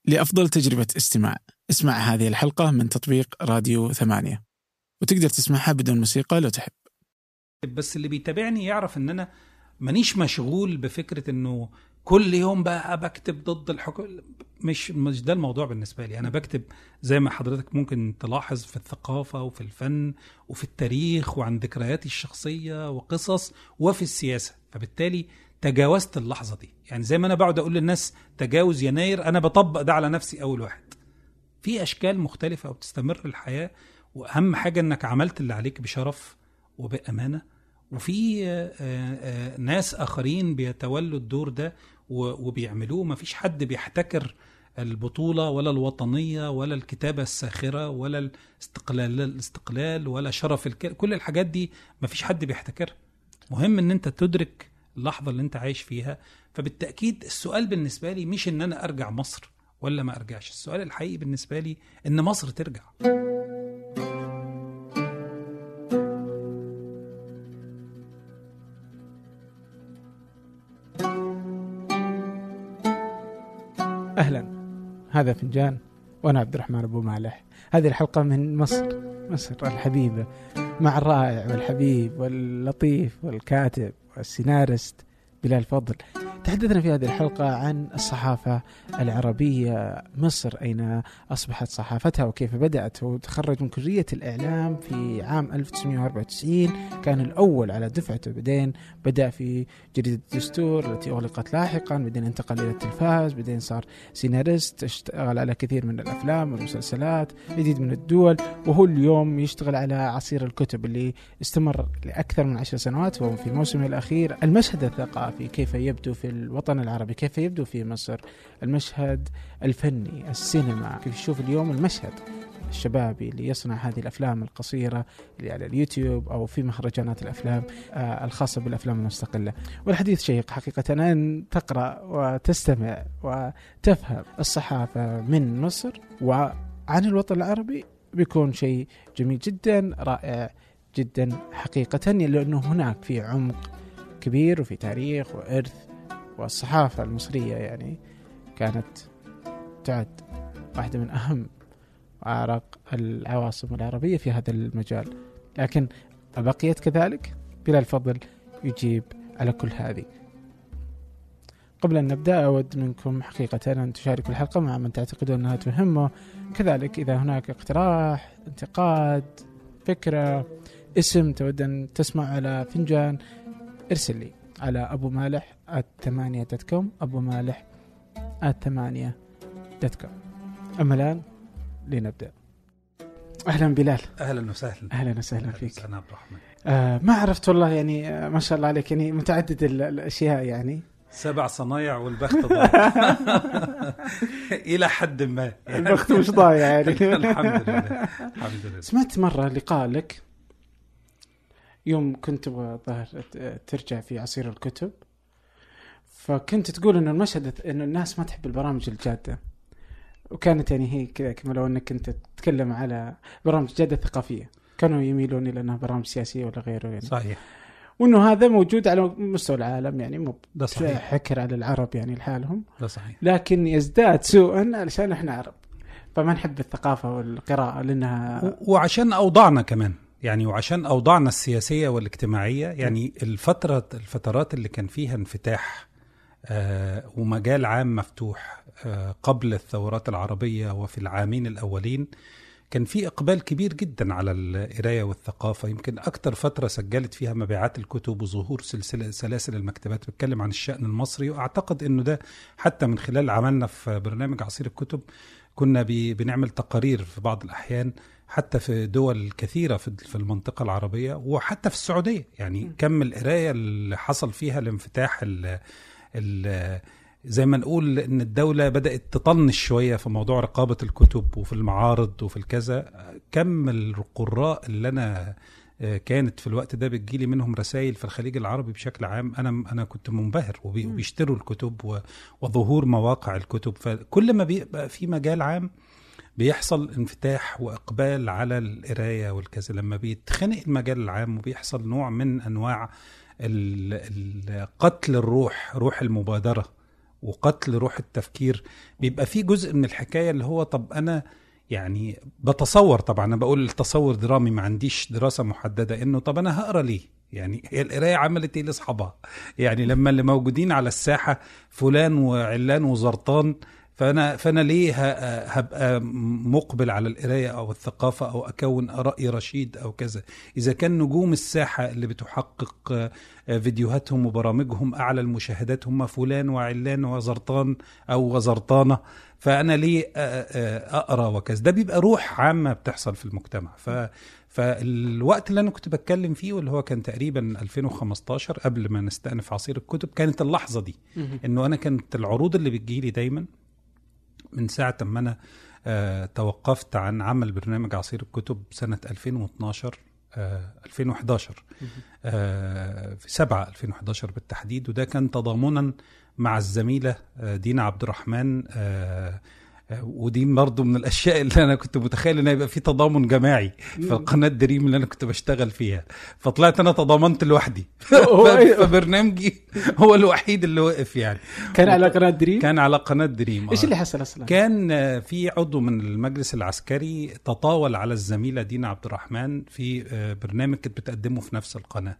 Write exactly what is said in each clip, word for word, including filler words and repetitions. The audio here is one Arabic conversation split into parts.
لأفضل تجربة استماع. اسمع هذه الحلقة من تطبيق راديو ثمانية، وتقدر تسمعها بدون موسيقى لو تحب. بس اللي بيتابعني يعرف ان انا مانيش مشغول بفكرة انه كل يوم بقى بكتب ضد الحكم. مش مش ده الموضوع بالنسبة لي. انا بكتب زي ما حضرتك ممكن تلاحظ في الثقافة وفي الفن وفي التاريخ وعن ذكرياتي الشخصية وقصص وفي السياسة. فبالتالي تجاوزت اللحظة دي. يعني زي ما انا بقعد اقول للناس تجاوز يناير، انا بطبق ده على نفسي اول واحد. في اشكال مختلفة وبتستمر الحياة، واهم حاجة انك عملت اللي عليك بشرف وبأمانة، وفي ناس آخرين بيتولوا الدور ده وبيعملوه. ما فيش حد بيحتكر البطولة ولا الوطنية ولا الكتابة الساخرة ولا الاستقلال الاستقلال ولا شرف الك... كل الحاجات دي ما فيش حد بيحتكرها. مهم ان انت تدرك اللحظة اللي انت عايش فيها. فبالتأكيد السؤال بالنسبة لي مش ان انا ارجع مصر ولا ما ارجعش. السؤال الحقيقي بالنسبة لي ان مصر ترجع. أهلا، هذا فنجان وأنا عبد الرحمن أبو مالح. هذه الحلقة من مصر، مصر الحبيبة، مع الرائع والحبيب واللطيف والكاتب والسيناريست بلال فضل. تحدثنا في هذه الحلقة عن الصحافة العربية، مصر أين أصبحت صحافتها وكيف بدأت. وتخرج من كلية الإعلام في عام ألف وتسعمائة وأربعة وتسعين، كان الأول على دفعته. بعدين بدأ في جريدة الدستور التي أغلقت لاحقا، بعدين انتقل إلى التلفاز، بعدين صار سيناريست، اشتغل على كثير من الأفلام والمسلسلات، عديد من الدول. وهو اليوم يشتغل على عصير الكتب اللي استمر لأكثر من عشر سنوات، وهو في موسمه الأخير. المشهد الثقافي كيف يبدو في الوطن العربي، كيف يبدو في مصر، المشهد الفني، السينما، كيف يشوف اليوم المشهد الشبابي اللي يصنع هذه الأفلام القصيرة اللي على اليوتيوب أو في مهرجانات الأفلام آه الخاصة بالأفلام المستقلة. والحديث شيق حقيقة أن تقرأ وتستمع وتفهم الصحافة من مصر وعن الوطن العربي بيكون شيء جميل جدا، رائع جدا حقيقة، لأنه هناك في عمق كبير وفي تاريخ وإرث. والصحافة المصرية يعني كانت تعد واحدة من أهم وأعرق العواصم العربية في هذا المجال، لكن بقيت كذلك. بلال فضل يجيب على كل هذه. قبل أن نبدأ أود منكم حقيقة أن تشاركوا الحلقة مع من تعتقدون أنها تهمه. كذلك إذا هناك اقتراح، انتقاد، فكرة، اسم تود أن تسمع على فنجان، ارسل لي على أبو مالح الثمانية دوت كوم، أبو مالح الثمانية دوت كوم. أما الآن لنبدأ. أهلا بلال. أهلا وسهلا. أهلا وسهلا فيك. أنا عبد الرحمن. آه ما عرفت والله يعني آه ما شاء الله عليك، يعني متعدد الأشياء، يعني سبع صنايع والبخت ضايع إلى حد ما يعني. البخت مش ضايع يعني. الحمد لله الحمد لله. سمعت مرة لقاء لك يوم كنت ظهر ترجع في عصير الكتب، فكنت تقول إنه المشهد إنه الناس ما تحب البرامج الجادة، وكانت يعني هي كذا كما لو أنك كنت تتكلم على برامج جادة ثقافية، كانوا يميلون إلى أنها برامج سياسية ولا غيره يعني. صحيح. وإنه هذا موجود على مستوى العالم، يعني مو ده صحيح. حكر على العرب يعني لحالهم. ده صحيح. لكن يزداد سوءا علشان إحنا عرب، فما نحب الثقافة والقراءة لأنها وعشان أوضاعنا كمان يعني، وعشان أوضاعنا السياسية والاجتماعية يعني. الفترة الفترات اللي كان فيها انفتاح آه ومجال عام مفتوح آه قبل الثورات العربية وفي العامين الأولين، كان في إقبال كبير جدا على القراية والثقافة. يمكن أكتر فترة سجلت فيها مبيعات الكتب وظهور سلسلة سلاسل المكتبات بتكلم عن الشأن المصري. وأعتقد أنه ده حتى من خلال عملنا في برنامج عصير الكتب كنا بنعمل تقارير في بعض الأحيان حتى في دول كثيرة في المنطقة العربية وحتى في السعودية. يعني كم القراية اللي حصل فيها الانفتاح ال ال زي ما نقول ان الدولة بدأت تطنش شوية في موضوع رقابة الكتب وفي المعارض وفي الكذا. كم القراء اللي انا كانت في الوقت ده بتجيلي منهم رسائل في الخليج العربي بشكل عام، انا انا كنت منبهر، وبيشتروا الكتب وظهور مواقع الكتب. فكل ما بيبقى في مجال عام بيحصل انفتاح واقبال على القراية والكذا. لما بيتخنق المجال العام وبيحصل نوع من انواع قتل الروح، روح المبادرة وقتل روح التفكير، بيبقى في جزء من الحكاية اللي هو طب أنا يعني بتصور، طبعا أنا بقول التصور درامي، ما عنديش دراسة محددة، إنه طب أنا هقرأ ليه؟ يعني هي القراية عملت إيه لأصحابها؟ يعني لما اللي موجودين على الساحة فلان وعلان وزرطان، فأنا فأنا ليه هبقى مقبل على القراية أو الثقافة أو أكون رأي رشيد أو كذا، إذا كان نجوم الساحة اللي بتحقق فيديوهاتهم وبرامجهم أعلى المشاهدات هم فلان وعلان وزرطان أو وزرطانة، فأنا ليه أقرأ وكذا؟ ده بيبقى روح عامة بتحصل في المجتمع. ف فالوقت اللي أنا كنت بتكلم فيه واللي هو كان تقريبا ألفين وخمستاشر قبل ما نستأنف عصير الكتب، كانت اللحظة دي إنه أنا كانت العروض اللي بتجيلي دايما من ساعة ما أنا آه توقفت عن عمل برنامج عصير الكتب سنة ألفين واثناشر آه ألفين وحداشر آه في سبعة ألفين وحداشر بالتحديد، وده كان تضامنا مع الزميلة آه دينا عبد الرحمن. آه ودي برضو من الاشياء اللي انا كنت متخيل ان يبقى في تضامن جماعي في قناه دريم اللي انا كنت بشتغل فيها، فطلعت انا تضامنت لوحدي. فبرنامجي هو الوحيد اللي وقف يعني. كان على قناه دريم كان على قناه دريم. ايش اللي حصل اصلا؟ كان في عضو من المجلس العسكري تطاول على الزميله دينا عبد الرحمن في برنامج كنت بتقدمه في نفس القناه،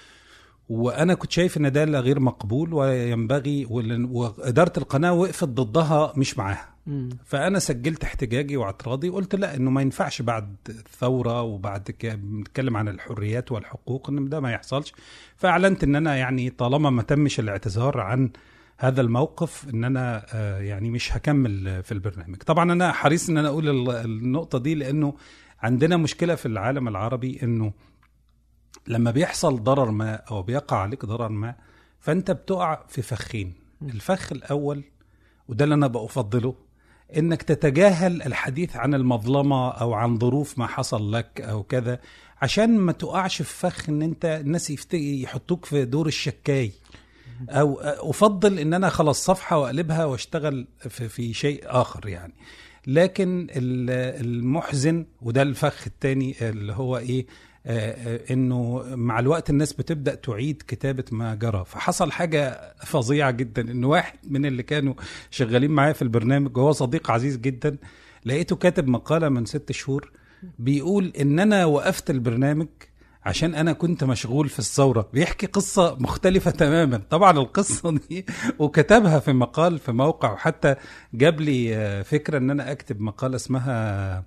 وانا كنت شايف ان ده غير مقبول وينبغي، واداره القناه وقفت ضدها مش معاها. فأنا سجلت احتجاجي واعتراضي وقلت لا، إنه ما ينفعش بعد الثورة وبعد بنتكلم عن الحريات والحقوق إن ده ما يحصلش. فأعلنت إن أنا يعني طالما ما تمش الاعتذار عن هذا الموقف إن أنا آه يعني مش هكمل في البرنامج. طبعا أنا حريص إن أنا أقول النقطة دي لأنه عندنا مشكلة في العالم العربي، إنه لما بيحصل ضرر ما أو بيقع عليك ضرر ما فأنت بتقع في فخين. الفخ الأول وده اللي أنا بأفضله، إنك تتجاهل الحديث عن المظلمة أو عن ظروف ما حصل لك أو كذا، عشان ما تقعش في فخ إن أنت الناس يحطوك في دور الشكاي، أو أفضل إن أنا خلص صفحة وأقلبها واشتغل في, في شيء آخر يعني. لكن المحزن وده الفخ التاني اللي هو إيه، آه انه مع الوقت الناس بتبدأ تعيد كتابة ما جرى. فحصل حاجة فظيعة جدا، انه واحد من اللي كانوا شغالين معايا في البرنامج وهو صديق عزيز جدا، لقيته كاتب مقالة من ست شهور بيقول ان انا وقفت البرنامج عشان انا كنت مشغول في الثورة. بيحكي قصة مختلفة تماما طبعا القصة دي، وكتبها في مقال في موقع، وحتى جاب لي فكرة ان انا اكتب مقالة اسمها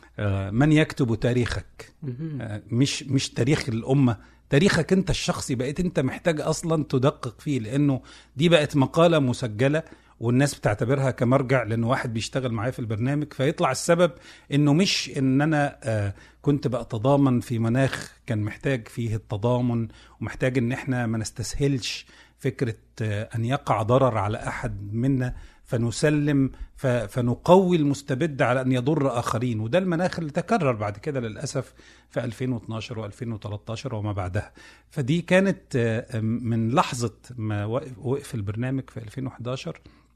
من يكتب تاريخك، مش مش تاريخ الأمة، تاريخك انت الشخصي، بقيت انت محتاج اصلا تدقق فيه، لانه دي بقت مقالة مسجلة والناس بتعتبرها كمرجع، لانه واحد بيشتغل معايا في البرنامج. فيطلع السبب انه مش ان انا كنت بقى تضامن في مناخ كان محتاج فيه التضامن، ومحتاج ان احنا ما نستسهلش فكرة ان يقع ضرر على احد منا فنسلم فنقوي المستبد على أن يضر آخرين. وده المناخ اللي تكرر بعد كده للأسف في ألفين واثناشر وألفين وثلاثة عشر وما بعدها. فدي كانت من لحظة ما وقف البرنامج في ألفين وحداشر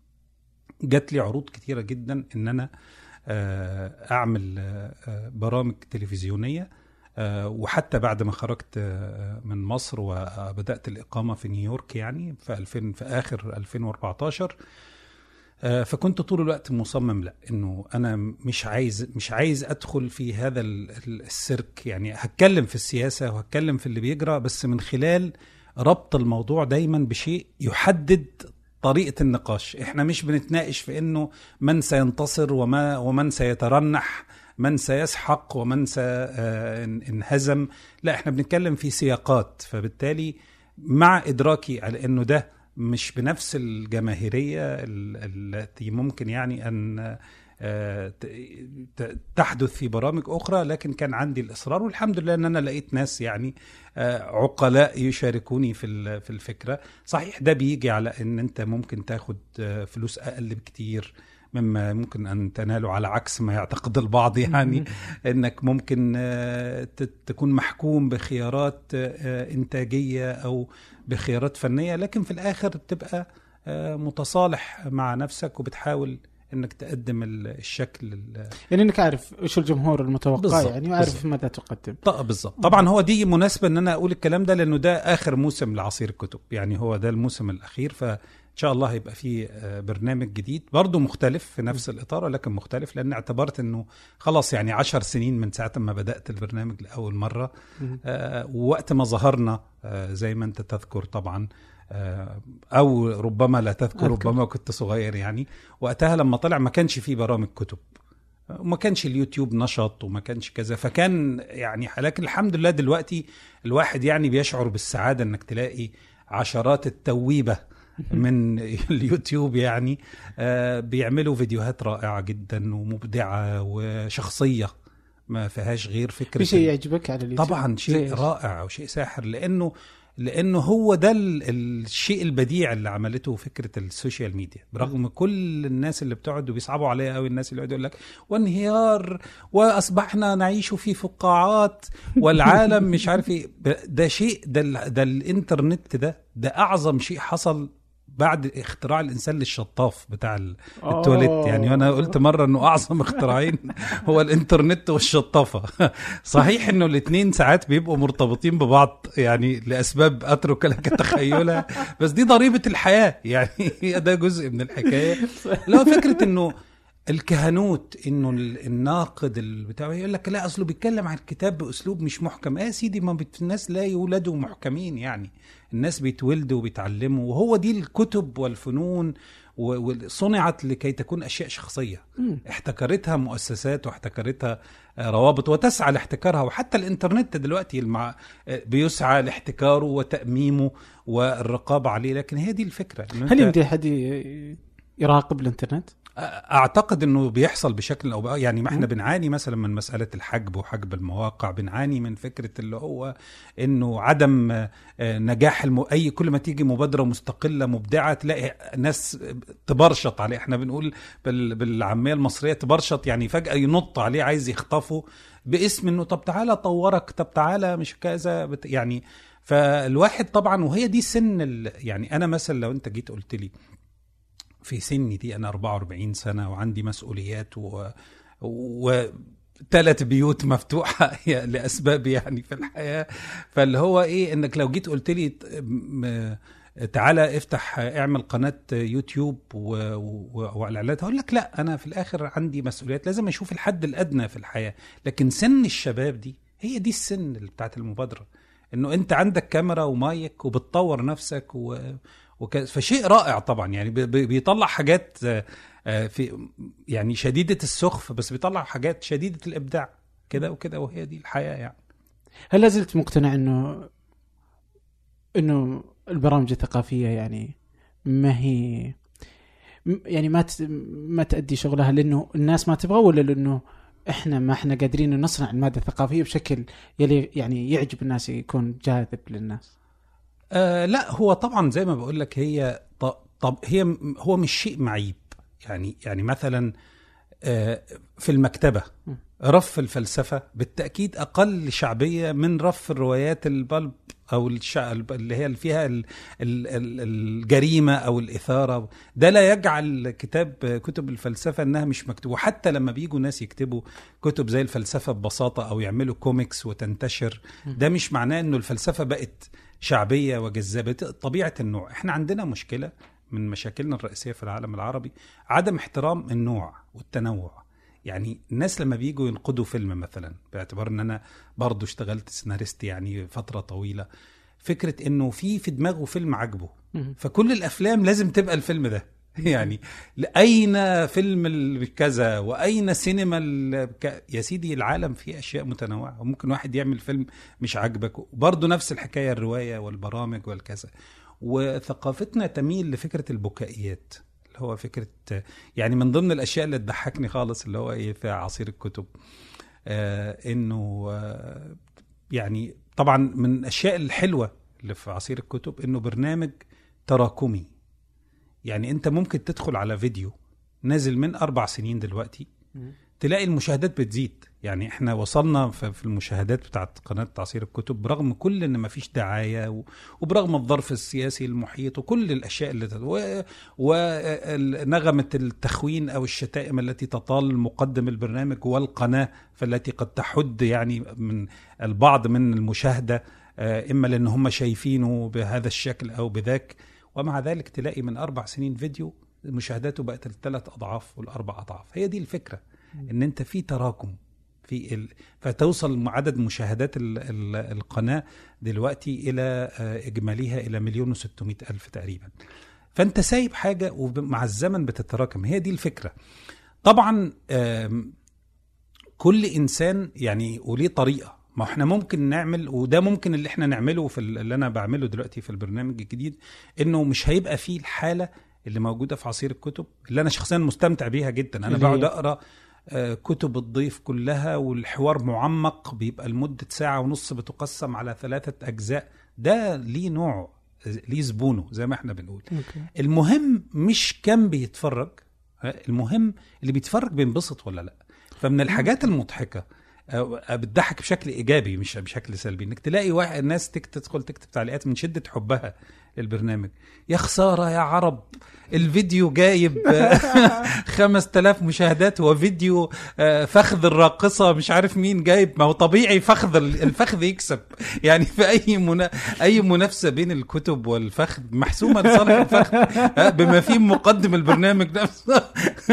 جات لي عروض كتيرة جدا إن أنا أعمل برامج تلفزيونية، وحتى بعد ما خرجت من مصر وبدأت الإقامة في نيويورك يعني في ألفين في آخر ألفين وأربعة عشر، فكنت طول الوقت مصمم لا، انه انا مش عايز مش عايز ادخل في هذا السيرك. يعني هتكلم في السياسة وهتكلم في اللي بيجرى، بس من خلال ربط الموضوع دايما بشيء يحدد طريقة النقاش. احنا مش بنتناقش في انه من سينتصر وما ومن سيترنح، من سيسحق ومن سينهزم، لا احنا بنتكلم في سياقات. فبالتالي مع ادراكي على انه ده مش بنفس الجماهيرية التي ممكن يعني أن تحدث في برامج أخرى، لكن كان عندي الإصرار، والحمد لله أن أنا لقيت ناس يعني عقلاء يشاركوني في في الفكرة. صحيح ده بيجي على أن أنت ممكن تاخد فلوس أقل بكتير مما ممكن أن تناله، على عكس ما يعتقد البعض يعني أنك ممكن تكون محكوم بخيارات إنتاجية أو بخيارات فنية، لكن في الآخر بتبقى متصالح مع نفسك وبتحاول انك تقدم الشكل، يعني انك عارف ايش الجمهور المتوقع بالزبط. يعني وعارف ماذا تقدم بالضبط. طبعا هو دي مناسبة ان انا اقول الكلام ده لانه ده اخر موسم لعصير الكتب، يعني هو ده الموسم الاخير. ف إن شاء الله هيبقى فيه برنامج جديد برضو مختلف في نفس الإطار ولكن مختلف، لأن اعتبرت أنه خلاص يعني عشر سنين من ساعة ما بدأت البرنامج لأول مرة، آه ووقت ما ظهرنا آه زي ما أنت تذكر طبعا، آه أو ربما لا تذكر، أذكر. ربما كنت صغير يعني وقتها لما طلع ما كانش فيه برامج كتب وما كانش اليوتيوب نشط وما كانش كذا، فكان يعني لكن الحمد لله دلوقتي الواحد يعني بيشعر بالسعادة أنك تلاقي عشرات التويبة من اليوتيوب يعني آه بيعملوا فيديوهات رائعة جدا ومبدعة وشخصية ما فيهاش غير فكرة. في شيء يعجبك على اليوتيوب؟ طبعا شيء رائع وشيء ساحر، لأنه لأنه هو ده الشيء البديع اللي عملته فكرة السوشيال ميديا، برغم كل الناس اللي بتقعد وبيصعبوا عليها قوي، الناس اللي يقول لك وانهيار وأصبحنا نعيش في فقاعات والعالم مش عارف ايه، ده شيء ده, ده الانترنت ده ده أعظم شيء حصل بعد اختراع الإنسان للشطاف بتاع التواليت يعني. أنا قلت مرة أنه أعظم اختراعين هو الإنترنت والشطافة. صحيح أنه الاثنين ساعات بيبقوا مرتبطين ببعض يعني لأسباب أترك لك تخيلها، بس دي ضريبة الحياة يعني، ده جزء من الحكاية. لو فكرة أنه الكهنوت انه الناقد البتاع يقول لك لا اصله بيتكلم عن الكتاب باسلوب مش محكم. اه سيدي، ما الناس لا يولدوا محكمين يعني، الناس بيتولدوا وبيتعلموا، وهو دي الكتب والفنون وصنعت لكي تكون اشياء شخصيه، احتكرتها مؤسسات واحتكرتها روابط وتسعى لاحتكارها، وحتى الانترنت دلوقتي المع... بيسعى لاحتكاره وتأميمه والرقابه عليه. لكن هي دي الفكره. هل يمدي حد يراقب الانترنت؟ اعتقد انه بيحصل بشكل او بآخر يعني. ما احنا بنعاني مثلا من مسألة الحجب وحجب المواقع، بنعاني من فكرة اللي هو انه عدم نجاح الم... اي كل ما تيجي مبادرة مستقلة مبدعة تلاقي ناس تبرشط عليه. احنا بنقول بال... بالعامية المصرية تبرشط يعني، فجأة ينط عليه عايز يخطفه باسم انه طب تعالى طورك، طب تعالى مش كذا بت... يعني. فالواحد طبعا، وهي دي سن ال... يعني انا مثلا لو انت جيت قلت لي في سني دي أنا أربعة وأربعين سنة وعندي مسؤوليات و... وثلاث بيوت مفتوحة لأسباب يعني في الحياة، فاللي هو إيه إنك لو جيت قلت لي تعالى افتح اعمل قناة يوتيوب والإعلانات، هقول لك لا، أنا في الآخر عندي مسؤوليات، لازم أشوف الحد الأدنى في الحياة. لكن سن الشباب دي هي دي السن اللي بتاعت المبادرة، إنه أنت عندك كاميرا ومايك وبتطور نفسك و وك... فشيء رائع طبعا يعني. بيطلع حاجات في يعني شديدة السخف، بس بيطلع حاجات شديدة الإبداع كده وكده، وهي دي الحياة يعني. هل لازلت مقتنع إنه إنه البرامج الثقافية يعني ما هي يعني ما ت... ما تأدي شغلها لأنه الناس ما تبغى، ولا لأنه إحنا ما إحنا قادرين نصنع المادة الثقافية بشكل يلي يعني يعجب الناس، يكون جاذب للناس؟ آه لا، هو طبعا زي ما بقول لك، هي طب هي هو مش شيء معيب يعني. يعني مثلا آه في المكتبة رف الفلسفة بالتأكيد أقل شعبية من رف الروايات البلب أو الشعب اللي هي اللي فيها ال ال ال الجريمة أو الإثارة. ده لا يجعل كتاب كتب الفلسفة أنها مش مكتوبة. وحتى لما بيجوا ناس يكتبوا كتب زي الفلسفة ببساطة أو يعملوا كوميكس وتنتشر، ده مش معناه أنه الفلسفة بقت شعبية وجذابة. طبيعة النوع، احنا عندنا مشكلة من مشاكلنا الرئيسية في العالم العربي، عدم احترام النوع والتنوع. يعني الناس لما بيجوا ينقدوا فيلم مثلا، باعتبار ان انا برضو اشتغلت سيناريست يعني فترة طويلة، فكرة انه في في دماغه فيلم عجبه، فكل الافلام لازم تبقى الفيلم ده يعني. اين فيلم الكذا واين سينما الك... يا سيدي العالم فيه اشياء متنوعة، وممكن واحد يعمل فيلم مش عجبك. وبرضو نفس الحكاية الرواية والبرامج والكذا. وثقافتنا تميل لفكرة البكائيات، هو فكرة يعني من ضمن الأشياء اللي تضحكني خالص اللي هو إيه في عصير الكتب، آه إنه آه يعني طبعا من الأشياء الحلوة اللي في عصير الكتب إنه برنامج تراكمي. يعني أنت ممكن تدخل على فيديو نازل من أربع سنين دلوقتي تلاقي المشاهدات بتزيد. يعني احنا وصلنا في المشاهدات بتاعت قناة عصير الكتب برغم كل ان ما فيش دعاية، وبرغم الظرف السياسي المحيط وكل الاشياء اللي تد... ونغمة التخوين او الشتائم التي تطال مقدم البرنامج والقناة، فالتي قد تحد يعني من البعض من المشاهدة، اما لان هم شايفينه بهذا الشكل او بذاك. ومع ذلك تلاقي من أربع سنين فيديو مشاهداته بقت الثلاث أضعاف والأربع أضعاف. هي دي الفكرة، إن أنت في تراكم في ال... فتوصل عدد مشاهدات ال... ال... القناة دلوقتي إلى إجماليها إلى مليون وستمائة ألف تقريبا. فأنت سايب حاجة ومع الزمن بتتراكم. هي دي الفكرة. طبعا كل إنسان يعني وليه طريقة. ما احنا ممكن نعمل، وده ممكن اللي احنا نعمله في اللي أنا بعمله دلوقتي في البرنامج الجديد، إنه مش هيبقى فيه الحالة اللي موجودة في عصير الكتب اللي أنا شخصيا مستمتع بيها جدا. أنا بقعد أقرأ كتب الضيف كلها والحوار معمق، بيبقى لمدة ساعة ونص بتقسم على ثلاثة أجزاء. ده ليه نوع، ليه زبونه زي ما احنا بنقول. أوكي. المهم مش كم بيتفرج، المهم اللي بيتفرج بينبسط ولا لا. فمن الحاجات المضحكة بتضحك بشكل إيجابي مش بشكل سلبي، انك تلاقي واحد الناس تدخل تكتب تعليقات من شدة حبها للبرنامج: يا خسارة يا عرب، الفيديو جايب خمس تلاف مشاهدات وفيديو فخذ الراقصة مش عارف مين جايب. ما هو طبيعي فخذ الفخذ يكسب يعني. في أي منا... أي منافسة بين الكتب والفخذ محسومة لصالح الفخذ بما فيه مقدم البرنامج نفسه.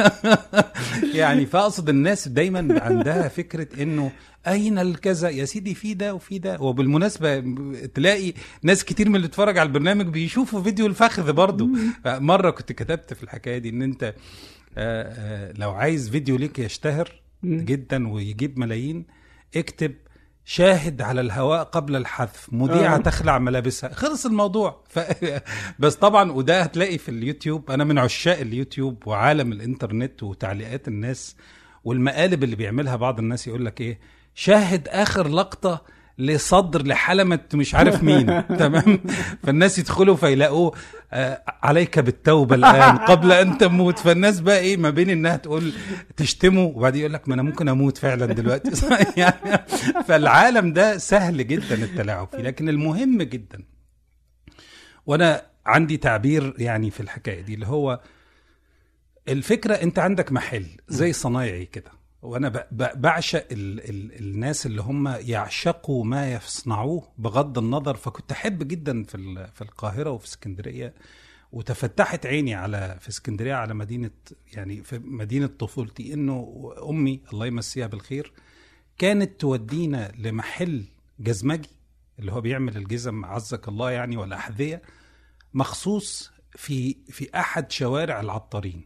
يعني فأقصد الناس دايما عندها فكرة إنه أين الكذا يا سيدي، في ده وفي ده. وبالمناسبة تلاقي ناس كتير من اللي اتفرج على البرنامج بيشوفوا فيديو الفخذ برضو. مرة كنت كتبت في الحكاية دي إن أنت آآ آآ لو عايز فيديو ليك يشتهر جدا ويجيب ملايين، اكتب شاهد على الهواء قبل الحذف، مذيعة تخلع ملابسها، خلص الموضوع. ف... بس طبعا وده هتلاقي في اليوتيوب. أنا من عشاق اليوتيوب وعالم الإنترنت وتعليقات الناس والمقالب اللي بيعملها بعض الناس. يقول لك إيه، شاهد آخر لقطة لصدر لحلمة مش عارف مين. تمام. فالناس يدخلوا فيلاقوه آه عليك بالتوبة الآن قبل أن تموت. فالناس بقى إيه، ما بين إنها تقول تشتمه وبعدين يقول لك ما أنا ممكن أموت فعلا دلوقتي. يعني فالعالم ده سهل جدا التلاعب فيه. لكن المهم جدا، وأنا عندي تعبير يعني في الحكاية دي اللي هو الفكرة، أنت عندك محل زي صنايعي كده، وانا بعشق ال ال الناس اللي هم يعشقوا ما يصنعوه بغض النظر. فكنت احب جدا في في القاهره وفي اسكندريه، وتفتحت عيني على في اسكندريه على مدينه يعني في مدينه طفولتي، انه امي الله يمسيها بالخير كانت تودينا لمحل جزمجي اللي هو بيعمل الجزم عزك الله يعني والاحذيه مخصوص في في احد شوارع العطارين.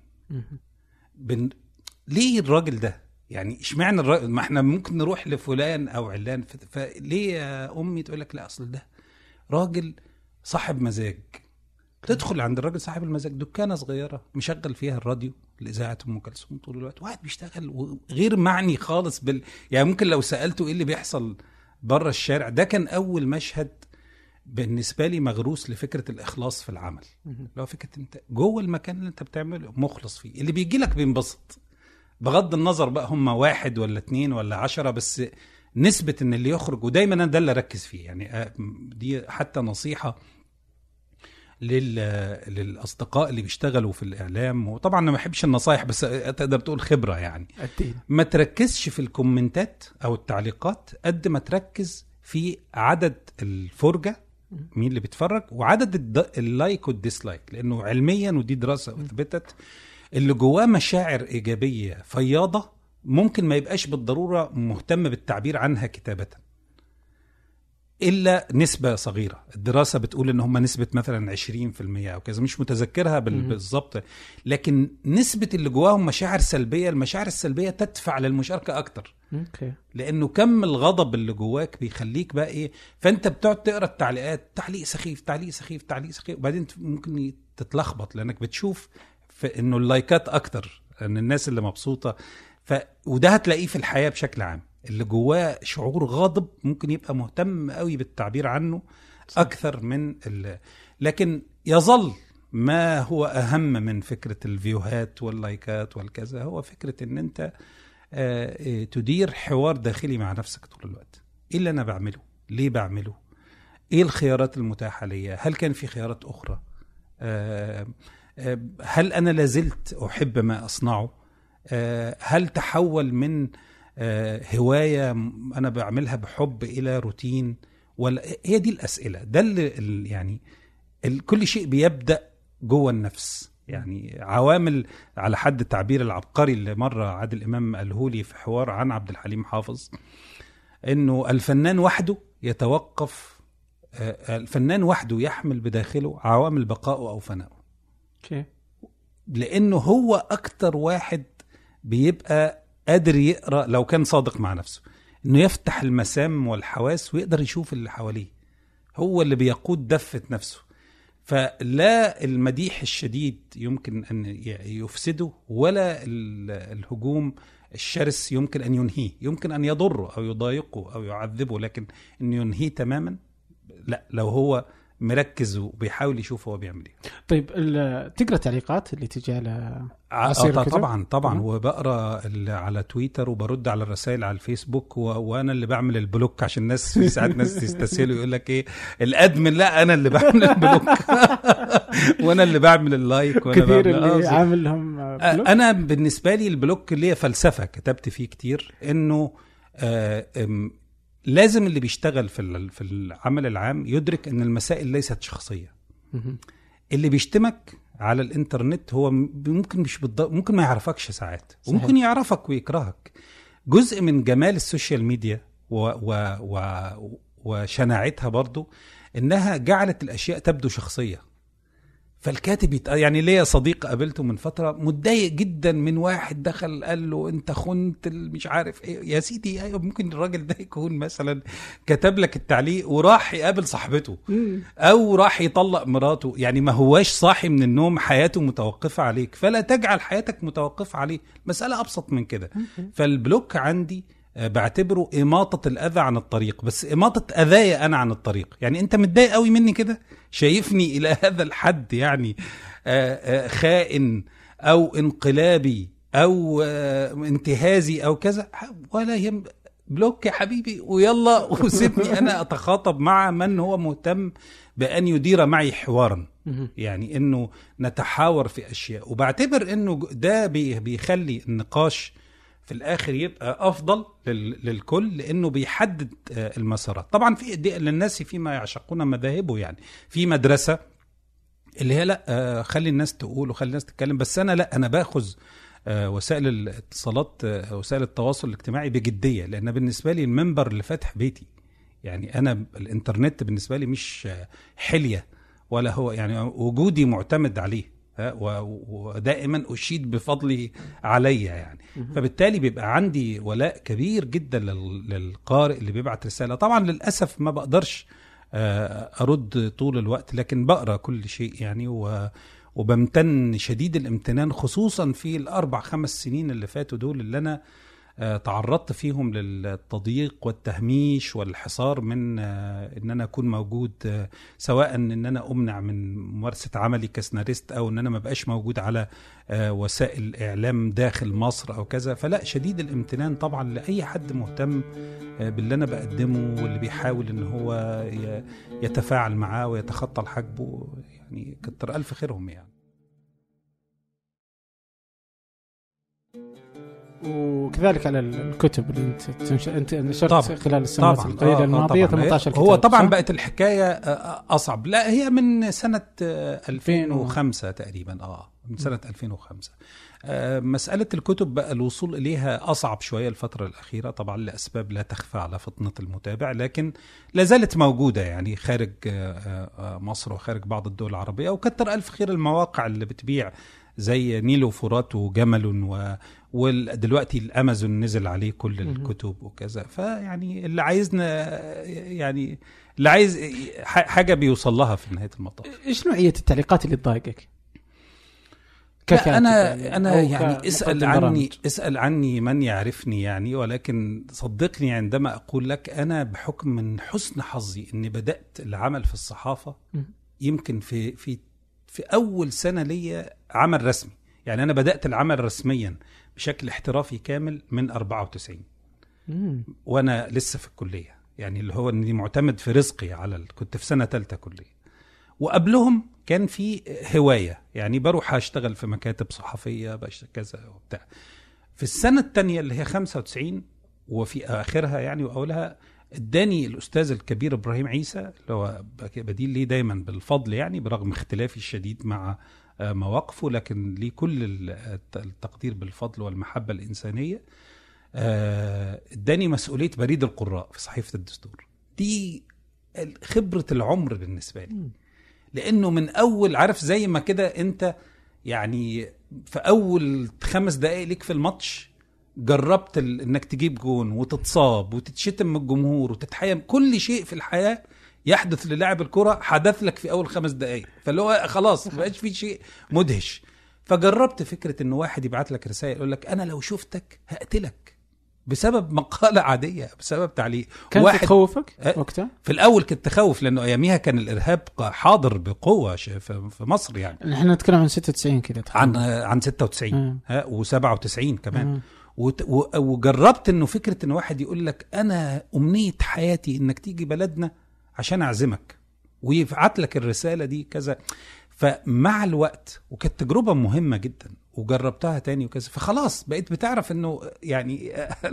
بن ليه الراجل ده يعني اشمعنى الراجل؟ ما احنا ممكن نروح لفلان او علان. فليه يا امي تقول لك لا اصل ده راجل صاحب مزاج. تدخل عند الراجل صاحب المزاج دكانه صغيره مشغل فيها الراديو الاذاعه ام كلثوم طول الوقت، واحد بيشتغل غير معني خالص بال يعني ممكن لو سالته ايه اللي بيحصل بره الشارع. ده كان اول مشهد بالنسبه لي مغروس لفكره الاخلاص في العمل. لو فكره انت جوه المكان اللي انت بتعمله مخلص فيه، اللي بيجي لك بينبسط بغض النظر بقى هم واحد ولا اتنين ولا عشرة، بس نسبة ان اللي يخرج. ودايما انا ده اللي اركز فيه يعني. دي حتى نصيحة لل... للأصدقاء اللي بيشتغلوا في الإعلام. وطبعا أنا ما بحبش النصايح بس تقدر تقول خبرة يعني. ما تركزش في الكومنتات أو التعليقات قد ما تركز في عدد الفرجة، مين اللي بيتفرج، وعدد الد... اللايك والديسلايك. لأنه علميا ودي دراسة أثبتت اللي جواه مشاعر إيجابية فياضة ممكن ما يبقاش بالضرورة مهتم بالتعبير عنها كتابة إلا نسبة صغيرة. الدراسة بتقول إن هم نسبة مثلا عشرين في المية أو كذا، مش متذكرها بالضبط. لكن نسبة اللي جواهم مشاعر سلبية، المشاعر السلبية تدفع للمشاركة أكتر. أوكي. لأنه كم الغضب اللي جواك بيخليك بقى إيه، فأنت بتقعد تقرأ التعليقات، تعليق سخيف تعليق سخيف تعليق سخيف، وبعدين ممكن تتلخبط لأنك بتشوف فإنه اللايكات أكتر لأن الناس اللي مبسوطة. ف... وده هتلاقيه في الحياة بشكل عام. اللي جواه شعور غاضب ممكن يبقى مهتم قوي بالتعبير عنه أكثر من ال... لكن يظل ما هو أهم من فكرة الفيوهات واللايكات والكذا هو فكرة إن أنت آه تدير حوار داخلي مع نفسك طول الوقت. إيه اللي أنا بعمله؟ ليه بعمله؟ إيه الخيارات المتاحة لي؟ هل كان في خيارات أخرى؟ آه هل أنا لازلت أحب ما أصنعه؟ هل تحول من هواية أنا بعملها بحب إلى روتين؟ ولا هي دي الأسئلة. ده اللي يعني كل شيء بيبدأ جوه النفس. يعني عوامل على حد التعبير العبقري اللي مرة عادل إمام قاله لي في حوار عن عبد الحليم حافظ، إنه الفنان وحده يتوقف، الفنان وحده يحمل بداخله عوامل بقائه أو فنائه. okay. لأنه هو أكتر واحد بيبقى قادر يقرأ لو كان صادق مع نفسه، إنه يفتح المسام والحواس ويقدر يشوف اللي حواليه. هو اللي بيقود دفة نفسه. فلا المديح الشديد يمكن أن يفسده، ولا الهجوم الشرس يمكن أن ينهيه. يمكن أن يضره أو يضايقه أو يعذبه، لكن أن ينهيه تماما لا، لو هو مركز وبيحاول يشوف هو بيعمل ايه. طيب تقرأ تعليقات اللي تجي على آه طبعا طبعا وبقرا على تويتر وبرد على الرسائل على الفيسبوك، و... وانا اللي بعمل البلوك عشان الناس في ساعات ناس تستسهل ويقول لك ايه الادمن، لا انا اللي بعمل البلوك وانا اللي بعمل اللايك وانا كثير بعمل اللي عامل لهم بلوك. انا بالنسبه لي البلوك اللي هي فلسفه كتبت فيه كتير، انه آه لازم اللي بيشتغل في في العمل العام يدرك ان المسائل ليست شخصيه. اللي بيشتمك على الانترنت هو ممكن مش بالضبط، ممكن ما يعرفكش ساعات، وممكن يعرفك ويكرهك. جزء من جمال السوشيال ميديا و و و وشناعتها برضو انها جعلت الاشياء تبدو شخصيه. فالكاتب يت... يعني ليا صديق قابلته من فتره متضايق جدا من واحد دخل قال له انت خنت مش عارف ايه. يا سيدي ايوه ممكن الراجل ده يكون مثلا كتب لك التعليق وراح يقابل صاحبته او راح يطلق مراته، يعني ما هواش صاحي من النوم حياته متوقفه عليك، فلا تجعل حياتك متوقفه عليه. مساله ابسط من كده. فالبلوك عندي بعتبره إماطة الأذى عن الطريق، بس إماطة أذايا أنا عن الطريق. يعني أنت متضايق قوي مني كده، شايفني إلى هذا الحد يعني خائن أو انقلابي أو انتهازي أو كذا، ولا يم بلوك يا حبيبي ويلا وسيبني أنا أتخاطب مع من هو مهتم بأن يدير معي حوارا، يعني إنه نتحاور في أشياء. وبعتبر إنه ده بيخلي النقاش في الآخر يبقى أفضل للكل، لأنه بيحدد المسارات. طبعا في للناس فيما يعشقون مذاهبه، يعني في مدرسة اللي هي لا خلي الناس تقول وخلي الناس تتكلم، بس أنا لا، أنا باخذ وسائل الاتصالات وسائل التواصل الاجتماعي بجدية، لأن بالنسبة لي المنبر اللي فاتح بيتي. يعني أنا الإنترنت بالنسبة لي مش حلية، ولا هو يعني وجودي معتمد عليه، ودائما أشيد بفضله علي يعني. فبالتالي بيبقى عندي ولاء كبير جدا للقارئ اللي بيبعت رسالة. طبعا للأسف ما بقدرش أرد طول الوقت، لكن بقرأ كل شيء يعني، وبمتن شديد الامتنان خصوصا في الأربع خمس سنين اللي فاتوا دول، اللي أنا تعرضت فيهم للتضييق والتهميش والحصار من ان انا اكون موجود، سواء ان انا امنع من ممارسة عملي كسناريست، او ان انا ما بقاش موجود على وسائل الاعلام داخل مصر او كذا. فلا، شديد الامتنان طبعا لاي حد مهتم باللي انا بقدمه، واللي بيحاول ان هو يتفاعل معاه ويتخطى الحجب، يعني كتر الف خيرهم يعني. وكذلك على الكتب اللي انت تنشر، انت نشرت طبعًا. خلال السنوات القليله الماضيه ثمانية عشر كتاب. هو طبعا صح؟ بقت الحكايه اصعب. لا، هي من سنه ألفين وخمسة تقريبا، اه من سنه ألفين وخمسة. آه مساله الكتب بقى الوصول اليها اصعب شويه الفتره الاخيره، طبعا لاسباب لا تخفى على فطنه المتابع، لكن لا زالت موجوده يعني خارج آه مصر وخارج بعض الدول العربيه. وكتر الف خير المواقع اللي بتبيع زي نيل وفرات وجمل، و ودلوقتي الامازون نزل عليه كل الكتب وكذا. فيعني اللي عايزنا يعني اللي عايز حاجه بيوصل لها في نهايه المطاف. ايش نوعيه التعليقات اللي تضايقك؟ انا يعني انا يعني اسال عني اسال عني من يعرفني يعني، ولكن صدقني عندما اقول لك انا بحكم من حسن حظي اني بدات العمل في الصحافه يمكن في في في اول سنه ليا عمل رسمي. يعني انا بدات العمل رسميا بشكل احترافي كامل من أربعة وتسعين وانا لسه في الكليه، يعني اللي هو اني معتمد في رزقي على كنت في سنه ثالثه كليه. وقبلهم كان في هوايه، يعني بروح اشتغل في مكاتب صحفيه بشتغل كذا وبتاع. في السنه الثانيه اللي هي خمسة وتسعين وفي اخرها يعني واولها اداني الاستاذ الكبير ابراهيم عيسى اللي هو بديل ليه دايما بالفضل يعني برغم اختلافي الشديد مع مواقفه، لكن ليه كل التقدير بالفضل والمحبه الانسانيه. اداني مسؤوليه بريد القراء في صحيفه الدستور. دي خبره العمر بالنسبه لي، لانه من اول عارف زي ما كده انت يعني في اول خمس دقائق ليك في الماتش جربت ال... انك تجيب جون وتتصاب وتتشتم من الجمهور وتتحيم، كل شيء في الحياة يحدث للاعب الكرة حدث لك في اول خمس دقائق، فاللي هو خلاص ما بقاش في شيء مدهش. فجربت فكرة انه واحد يبعت لك رسائل يقول لك انا لو شفتك هقتلك بسبب مقالة عادية، بسبب تعليق. كانت واحد تخوفك وقتها؟ في الاول كنت تخوف لانه اياميها كان الارهاب حاضر بقوة في مصر. يعني نحن نتكلم عن ستة وتسعين كده، عن عن ستة وتسعين ها وسبعة وتسعين كمان. مم. وجربت انه فكرة ان واحد يقول لك انا امنية حياتي انك تيجي بلدنا عشان اعزمك ويبعت لك الرسالة دي كذا. فمع الوقت وكانت تجربة مهمة جدا وجربتها تاني وكذا، فخلاص بقيت بتعرف انه يعني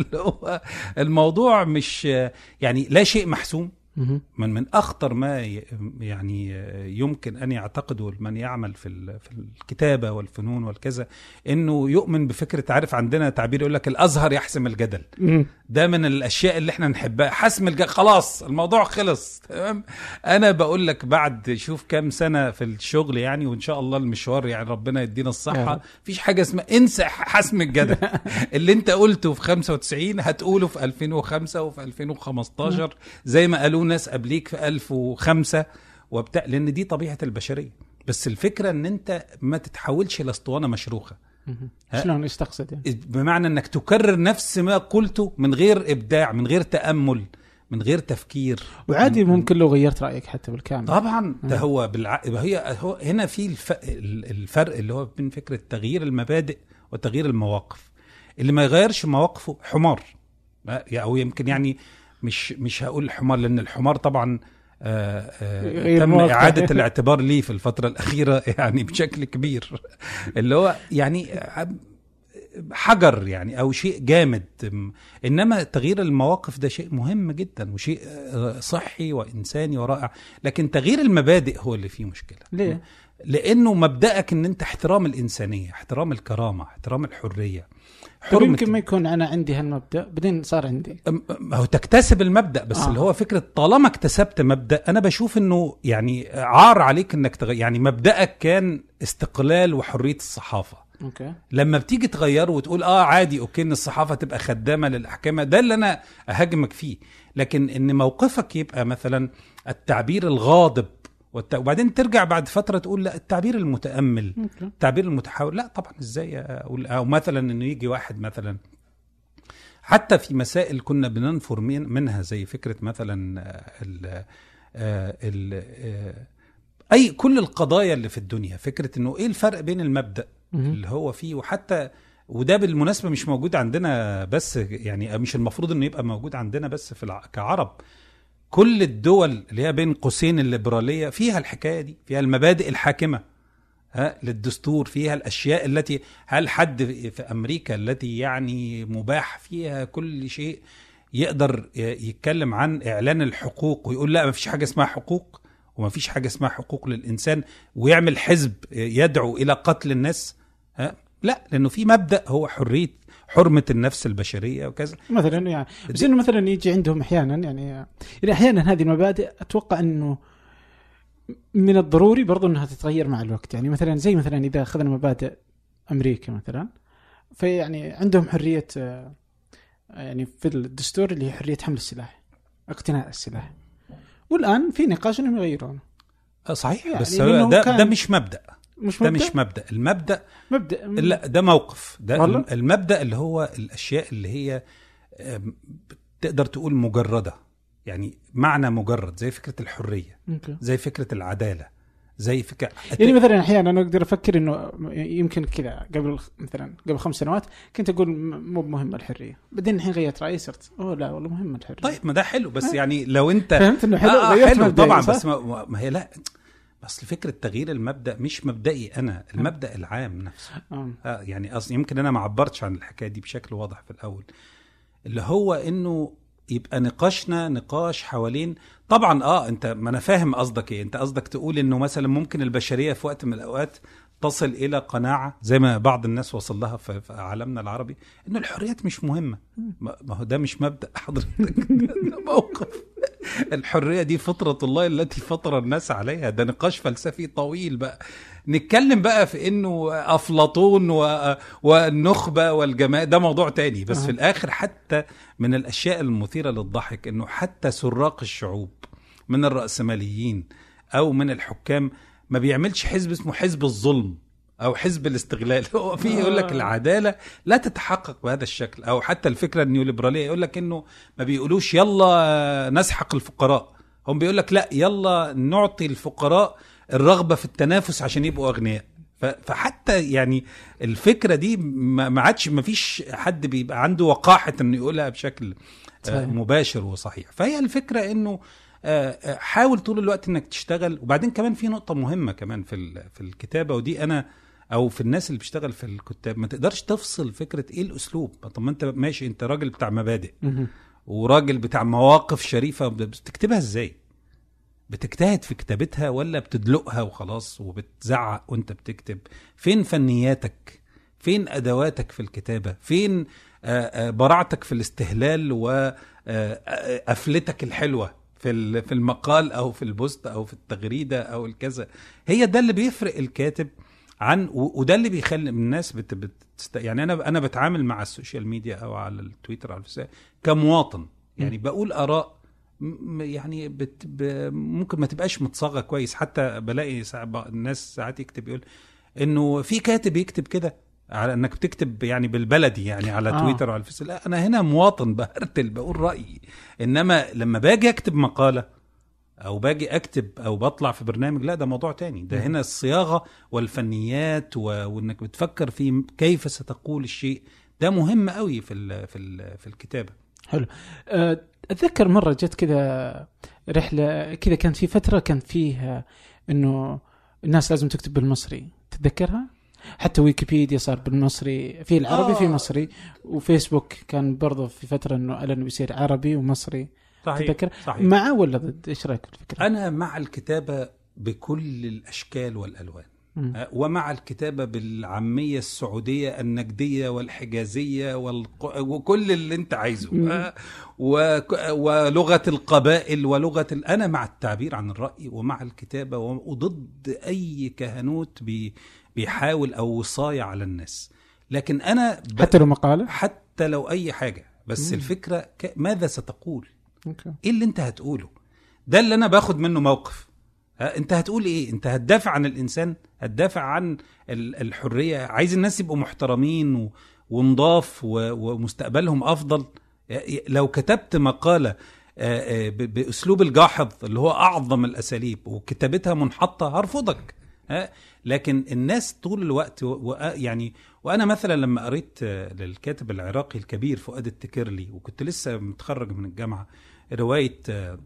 الموضوع مش يعني لا شيء محسوم. من من اخطر ما يعني يمكن ان يعتقده من يعمل في في الكتابه والفنون والكذا انه يؤمن بفكره، عارف عندنا تعبير يقول لك الازهر يحسم الجدل. ده من الاشياء اللي احنا نحبها، حسم الجدل، خلاص الموضوع خلص تمام. انا بقول لك بعد شوف كام سنه في الشغل يعني، وان شاء الله المشوار يعني ربنا يدينا الصحه، مفيش حاجه اسمها انسى حسم الجدل. اللي انت قلته في خمسة وتسعين هتقوله في ألفين وخمسة وفي ألفين وخمستاشر زي ما قالوا ناس قبليك في ألف وخمسة وبتاع، لان دي طبيعه البشريه. بس الفكره ان انت ما تتحولش لاسطوانه مشروخه. شلون يستقصد يعني؟ بمعنى انك تكرر نفس ما قلته من غير ابداع، من غير تامل، من غير تفكير. وعادي ممكن لو غيرت رايك حتى بالكامل طبعا. ده هو بالع... هي هو هنا في الف... الفرق اللي هو بين فكره تغيير المبادئ وتغيير المواقف. اللي ما يغيرش مواقفه حمار، او يمكن يعني مش مش هقول حمار لان الحمار طبعا آآ آآ تم إعادة الاعتبار ليه في الفترة الأخيرة يعني بشكل كبير، اللي هو يعني حجر يعني أو شيء جامد. إنما تغيير المواقف ده شيء مهم جدا وشيء صحي وإنساني ورائع، لكن تغيير المبادئ هو اللي فيه مشكلة. ليه؟ لأنه مبدأك إن أنت احترام الإنسانية، احترام الكرامة، احترام الحرية. يمكن ما يكون أنا عندي هالمبدأ بعدين صار عندي، هو تكتسب المبدأ بس. آه. اللي هو فكرة طالما اكتسبت مبدأ، أنا بشوف إنه يعني عار عليك إنك تغير. يعني مبدأك كان استقلال وحرية الصحافة. أوكي. لما بتيجي تغيره وتقول آه عادي أوكي إن الصحافة تبقى خدامة للأحكام، ده اللي أنا أهاجمك فيه. لكن إن موقفك يبقى مثلا التعبير الغاضب وبعدين ترجع بعد فترة تقول لا التعبير المتأمل، التعبير المتحاور، لا طبعا ازاي اقول. او مثلا انه يجي واحد مثلا حتى في مسائل كنا بننفر منها زي فكرة مثلا ال ال اي كل القضايا اللي في الدنيا، فكرة انه ايه الفرق بين المبدأ اللي هو فيه وحتى، وده بالمناسبة مش موجود عندنا بس، يعني مش المفروض انه يبقى موجود عندنا بس في كعرب. كل الدول اللي هي بين قوسين الليبرالية فيها الحكاية دي، فيها المبادئ الحاكمة ها للدستور، فيها الأشياء التي هل حد في أمريكا التي يعني مباح فيها كل شيء يقدر يتكلم عن إعلان الحقوق ويقول لا ما فيش حاجة اسمها حقوق وما فيش حاجة اسمها حقوق للإنسان ويعمل حزب يدعو إلى قتل الناس؟ ها لا، لأنه في مبدأ هو حرية حرمة النفس البشرية وكذا مثلا. يعني بس إنه مثلا يجي عندهم أحيانا يعني يعني أحيانا هذه المبادئ أتوقع إنه من الضروري برضو إنها تتغير مع الوقت. يعني مثلا زي مثلا إذا أخذنا مبادئ أمريكا مثلا، فيعني عندهم حرية يعني في الدستور اللي هي حرية حمل السلاح، اقتناء السلاح، والآن في نقاش إنهم يغيرونه. صحيح يعني بس ده ده مش مبدأ، مش ده مبدأ؟ مش مبدأ. المبدأ مبدأ لا ده موقف. ده والله؟ المبدأ اللي هو الأشياء اللي هي تقدر تقول مجردة، يعني معنى مجرد، زي فكرة الحرية، ممكن. زي فكرة العدالة، زي فكرة يعني مثلا أحيانا أنا أقدر أفكر إنه يمكن كذا قبل مثلا قبل خمس سنوات كنت أقول مو مهمة الحرية، بعدين الحين غيرت رأيي صرت أوه لا والله مهمة الحرية. طيب ما ده حلو، بس أه؟ يعني لو أنت فهمت إنه حلو, آه حلو طبعا، بس ما, ما هي لا، أصل فكرة تغيير المبدأ مش مبدئي أنا، المبدأ العام نفسه. آه. آه يعني أصل يمكن أنا ما عبرتش عن الحكاية دي بشكل واضح في الأول، اللي هو إنه يبقى نقاشنا نقاش حوالين طبعا اه انت ما انا فاهم قصدك ايه. انت قصدك تقول انه مثلا ممكن البشريه في وقت من الاوقات تصل الى قناعه زي ما بعض الناس وصل لها في عالمنا العربي انه الحريات مش مهمه. ما هو ده مش مبدأ حضرتك، ده موقف. الحريه دي فطره الله التي فطر الناس عليها. ده نقاش فلسفي طويل بقى نتكلم بقى في انه افلاطون و... والنخبه والجماعه، ده موضوع تاني. بس أه. في الاخر حتى من الاشياء المثيره للضحك انه حتى سراق الشعوب من الرأسماليين او من الحكام ما بيعملش حزب اسمه حزب الظلم او حزب الاستغلال. هو في يقول لك العداله لا تتحقق بهذا الشكل، او حتى الفكره النيوليبراليه يقول لك انه ما بيقولوش يلا نسحق الفقراء، هم بيقول لك لا يلا نعطي الفقراء الرغبه في التنافس عشان يبقوا اغنياء. فحتى يعني الفكره دي ما عادش، ما فيش حد بيبقى عنده وقاحه انه يقولها بشكل مباشر وصحيح. فهي الفكره انه حاول طول الوقت انك تشتغل. وبعدين كمان في نقطه مهمه كمان في في الكتابه، ودي انا او في الناس اللي بيشتغل في الكتاب ما تقدرش تفصل فكره ايه الاسلوب. طب ما انت ماشي، انت راجل بتاع مبادئ وراجل بتاع مواقف شريفه، بتكتبها ازاي؟ بتجتهد في كتابتها ولا بتدلقها وخلاص وبتزعق وانت بتكتب؟ فين فنياتك؟ فين ادواتك في الكتابه؟ فين براعتك في الاستهلال وقفلتك الحلوه في في المقال او في البوست او في التغريده او الكذا؟ هي ده اللي بيفرق الكاتب عن، وده اللي بيخلي الناس بت, بت يعني انا انا بتعامل مع السوشيال ميديا او على التويتر على الفيسبوك كمواطن، يعني بقول اراء يعني بت ب ممكن ما تبقاش متصاغه كويس. حتى بلاقي ساعة الناس ساعات يكتب يقول انه في كاتب يكتب كده على انك بتكتب يعني بالبلدي يعني على آه. تويتر وعلى الفيسبوك. لا، انا هنا مواطن بهرتل بقول رايي. انما لما باجي اكتب مقاله او باجي اكتب او بطلع في برنامج، لا ده موضوع تاني. ده هنا الصياغه والفنيات و... وانك بتفكر في كيف ستقول الشيء، ده مهم قوي في ال... في ال... في الكتابه. حلو. اتذكر مره جت كذا رحله كذا، كانت في فتره كان فيها انه الناس لازم تكتب بالمصري، تتذكرها؟ حتى ويكيبيديا صار بالمصري، في العربي آه. في مصري، وفيسبوك كان برضه في فتره انه قال انه بيصير عربي ومصري. صحيح. تتذكر؟ صحيح. مع ولا ضد؟ ايش رايك في الفكره؟ انا مع الكتابه بكل الاشكال والالوان، م. ومع الكتابه بالعاميه السعوديه النجديه والحجازيه والق... وكل اللي انت عايزه، و... ولغه القبائل ولغه ال... انا مع التعبير عن الراي ومع الكتابه، وضد اي كهنوت بي... بيحاول او وصايه على الناس. لكن انا ب... حتى لو مقاله، حتى لو اي حاجه، بس م. الفكره ك... ماذا ستقول؟ أوكي. ايه اللي انت هتقوله؟ ده اللي انا باخد منه موقف. انت هتقول ايه؟ انت هتدافع عن الانسان، هتدافع عن الحريه، عايز الناس يبقوا محترمين ونضاف ومستقبلهم افضل. لو كتبت مقاله باسلوب الجاحظ اللي هو اعظم الاساليب وكتابتها منحطه، هرفضك. لكن الناس طول الوقت يعني، وانا مثلا لما قريت للكاتب العراقي الكبير فؤاد التكرلي، وكنت لسه متخرج من الجامعه، روايه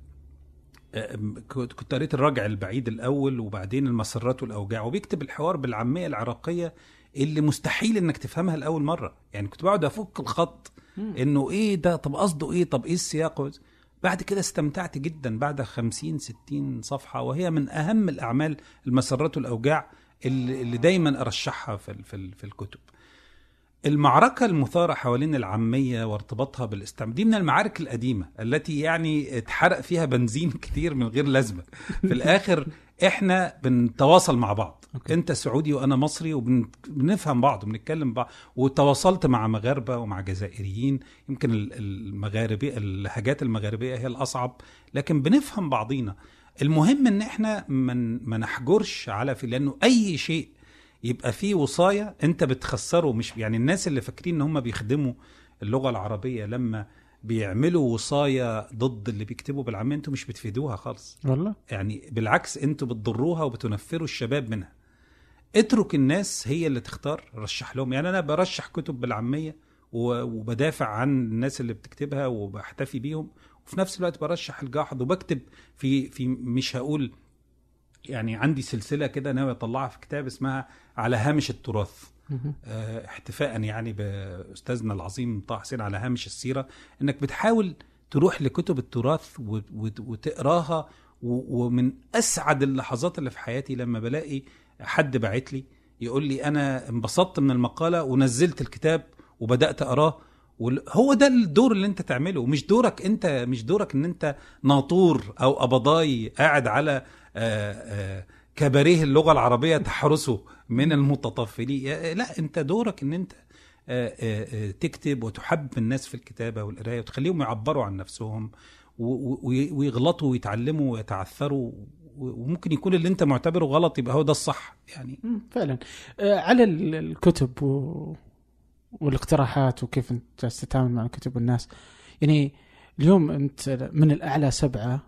كنت قريت الراجع البعيد الاول وبعدين المسرات والاوجاع، وبيكتب الحوار بالعاميه العراقيه اللي مستحيل انك تفهمها لاول مره. يعني كنت بقعد افك الخط انه ايه ده، طب قصده ايه، طب ايه السياق. بعد كده استمتعت جدا بعد خمسين ستين صفحه، وهي من اهم الاعمال المسرات والاوجاع اللي, اللي دايما ارشحها في في, في الكتب. المعركة المثارة حوالين العامية وارتباطها بالاستعمار دي من المعارك القديمة التي يعني اتحرق فيها بنزين كتير من غير لازمة. في الآخر احنا بنتواصل مع بعض. أوكي. انت سعودي وانا مصري وبنفهم بعض وبنتكلم بعض، وتواصلت مع مغاربة ومع جزائريين. يمكن المغاربية اللهجات المغاربية هي الأصعب، لكن بنفهم بعضينا. المهم ان احنا من ما نحجرش على في، لأنه أي شيء يبقى فيه وصاية انت بتخسره. مش يعني الناس اللي فاكرين ان هم بيخدموا اللغة العربية لما بيعملوا وصاية ضد اللي بيكتبوا بالعامية، انتوا مش بتفيدوها خالص والله. يعني بالعكس انتوا بتضروها وبتنفروا الشباب منها. اترك الناس هي اللي تختار، رشح لهم. يعني انا برشح كتب بالعامية وبدافع عن الناس اللي بتكتبها وبحتفي بيهم، وفي نفس الوقت برشح الجاحظ وبكتب في في مش هقول يعني عندي سلسلة كده ناوي اطلعها في كتاب اسمها على هامش التراث، اه احتفاء يعني بأستاذنا العظيم طه حسين على هامش السيرة، انك بتحاول تروح لكتب التراث وتقراها. ومن أسعد اللحظات اللي في حياتي لما بلاقي حد بعت لي يقول لي أنا انبسطت من المقالة ونزلت الكتاب وبدأت أقراه. هو ده الدور اللي انت تعمله، مش دورك انت مش دورك ان انت ناطور او أبضاي قاعد على كباريه اللغة العربية تحرسه من المتطفلين. لا، انت دورك ان انت تكتب وتحب الناس في الكتابة والقراية وتخليهم يعبروا عن نفسهم ويغلطوا ويتعلموا ويتعثروا، وممكن يكون اللي انت معتبره غلط يبقى هو ده الصح يعني. فعلا. على الكتب و... والاقتراحات وكيف انت تتعامل مع كتب الناس، يعني اليوم انت من الأعلى سبعة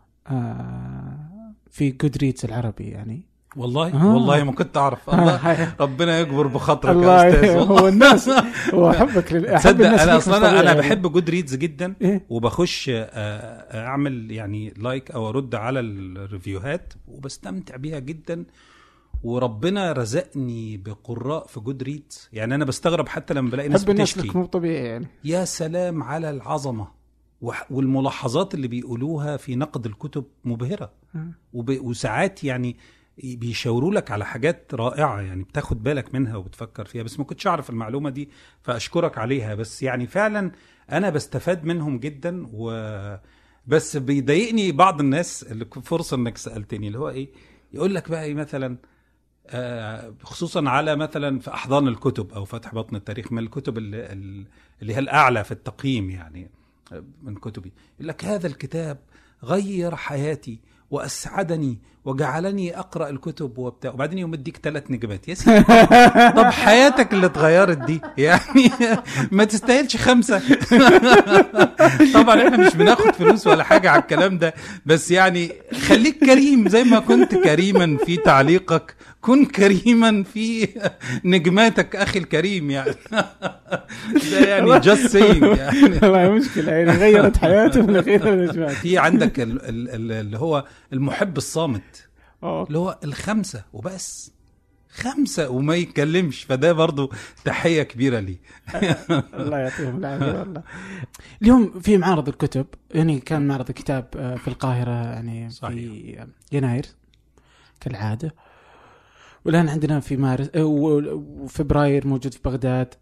في جودريدز العربي يعني. والله آه. والله ما كنت أعرف. الله ربنا يكبر بخاطرك يا أستاذ. هو الناس هو حبك لل... تصدق أنا أصلا أنا بحب جودريدز جدا إيه؟ وبخش أعمل يعني لايك أو أرد على الريفيوهات وبستمتع بيها جدا، وربنا رزقني بقراء في جودريدز. يعني أنا بستغرب حتى لما بلاقي ناس بتشكي مو طبيعي يعني. يا سلام على العظمة والملاحظات اللي بيقولوها في نقد الكتب مبهرة. وب... وساعات يعني بيشاوروا لك على حاجات رائعة يعني بتاخد بالك منها وبتفكر فيها، بس ما كنتش أعرف المعلومة دي فأشكرك عليها. بس يعني فعلا أنا بستفاد منهم جدا. و بس بيضايقني بعض الناس اللي فرصة إنك سألتني اللي هو إيه، يقول لك بقى إيه مثلا آه خصوصا على مثلا في أحضان الكتب أو فتح بطن التاريخ من الكتب اللي, اللي هي الأعلى في التقييم يعني من كتبي، يقول لك هذا الكتاب غير حياتي وأسعدني وجعلني أقرأ الكتب وبتاع، وبعدين يوم اديك ثلاث نجمات يا سيدي. طب حياتك اللي اتغيرت دي يعني ما تستاهلش خمسة. طبعا احنا مش بناخد فلوس ولا حاجة على الكلام ده، بس يعني خليك كريم زي ما كنت كريما في تعليقك، كن كريما في نجماتك أخي الكريم يعني. ده يعني just saying يعني. والله مشكلة يعني غيرت حياته من غير النجمات. في عندك اللي هو المحب الصامت اللي هو الخمسة وبس، خمسة وما يتكلمش، فده برضو تحية كبيرة لي. الله يعطيهم العافية والله. اليوم في معرض الكتب، يعني كان معرض الكتاب في القاهرة يعني صحيح. في يناير كالعادة، والآن عندنا في مارس وفبراير موجود في بغداد.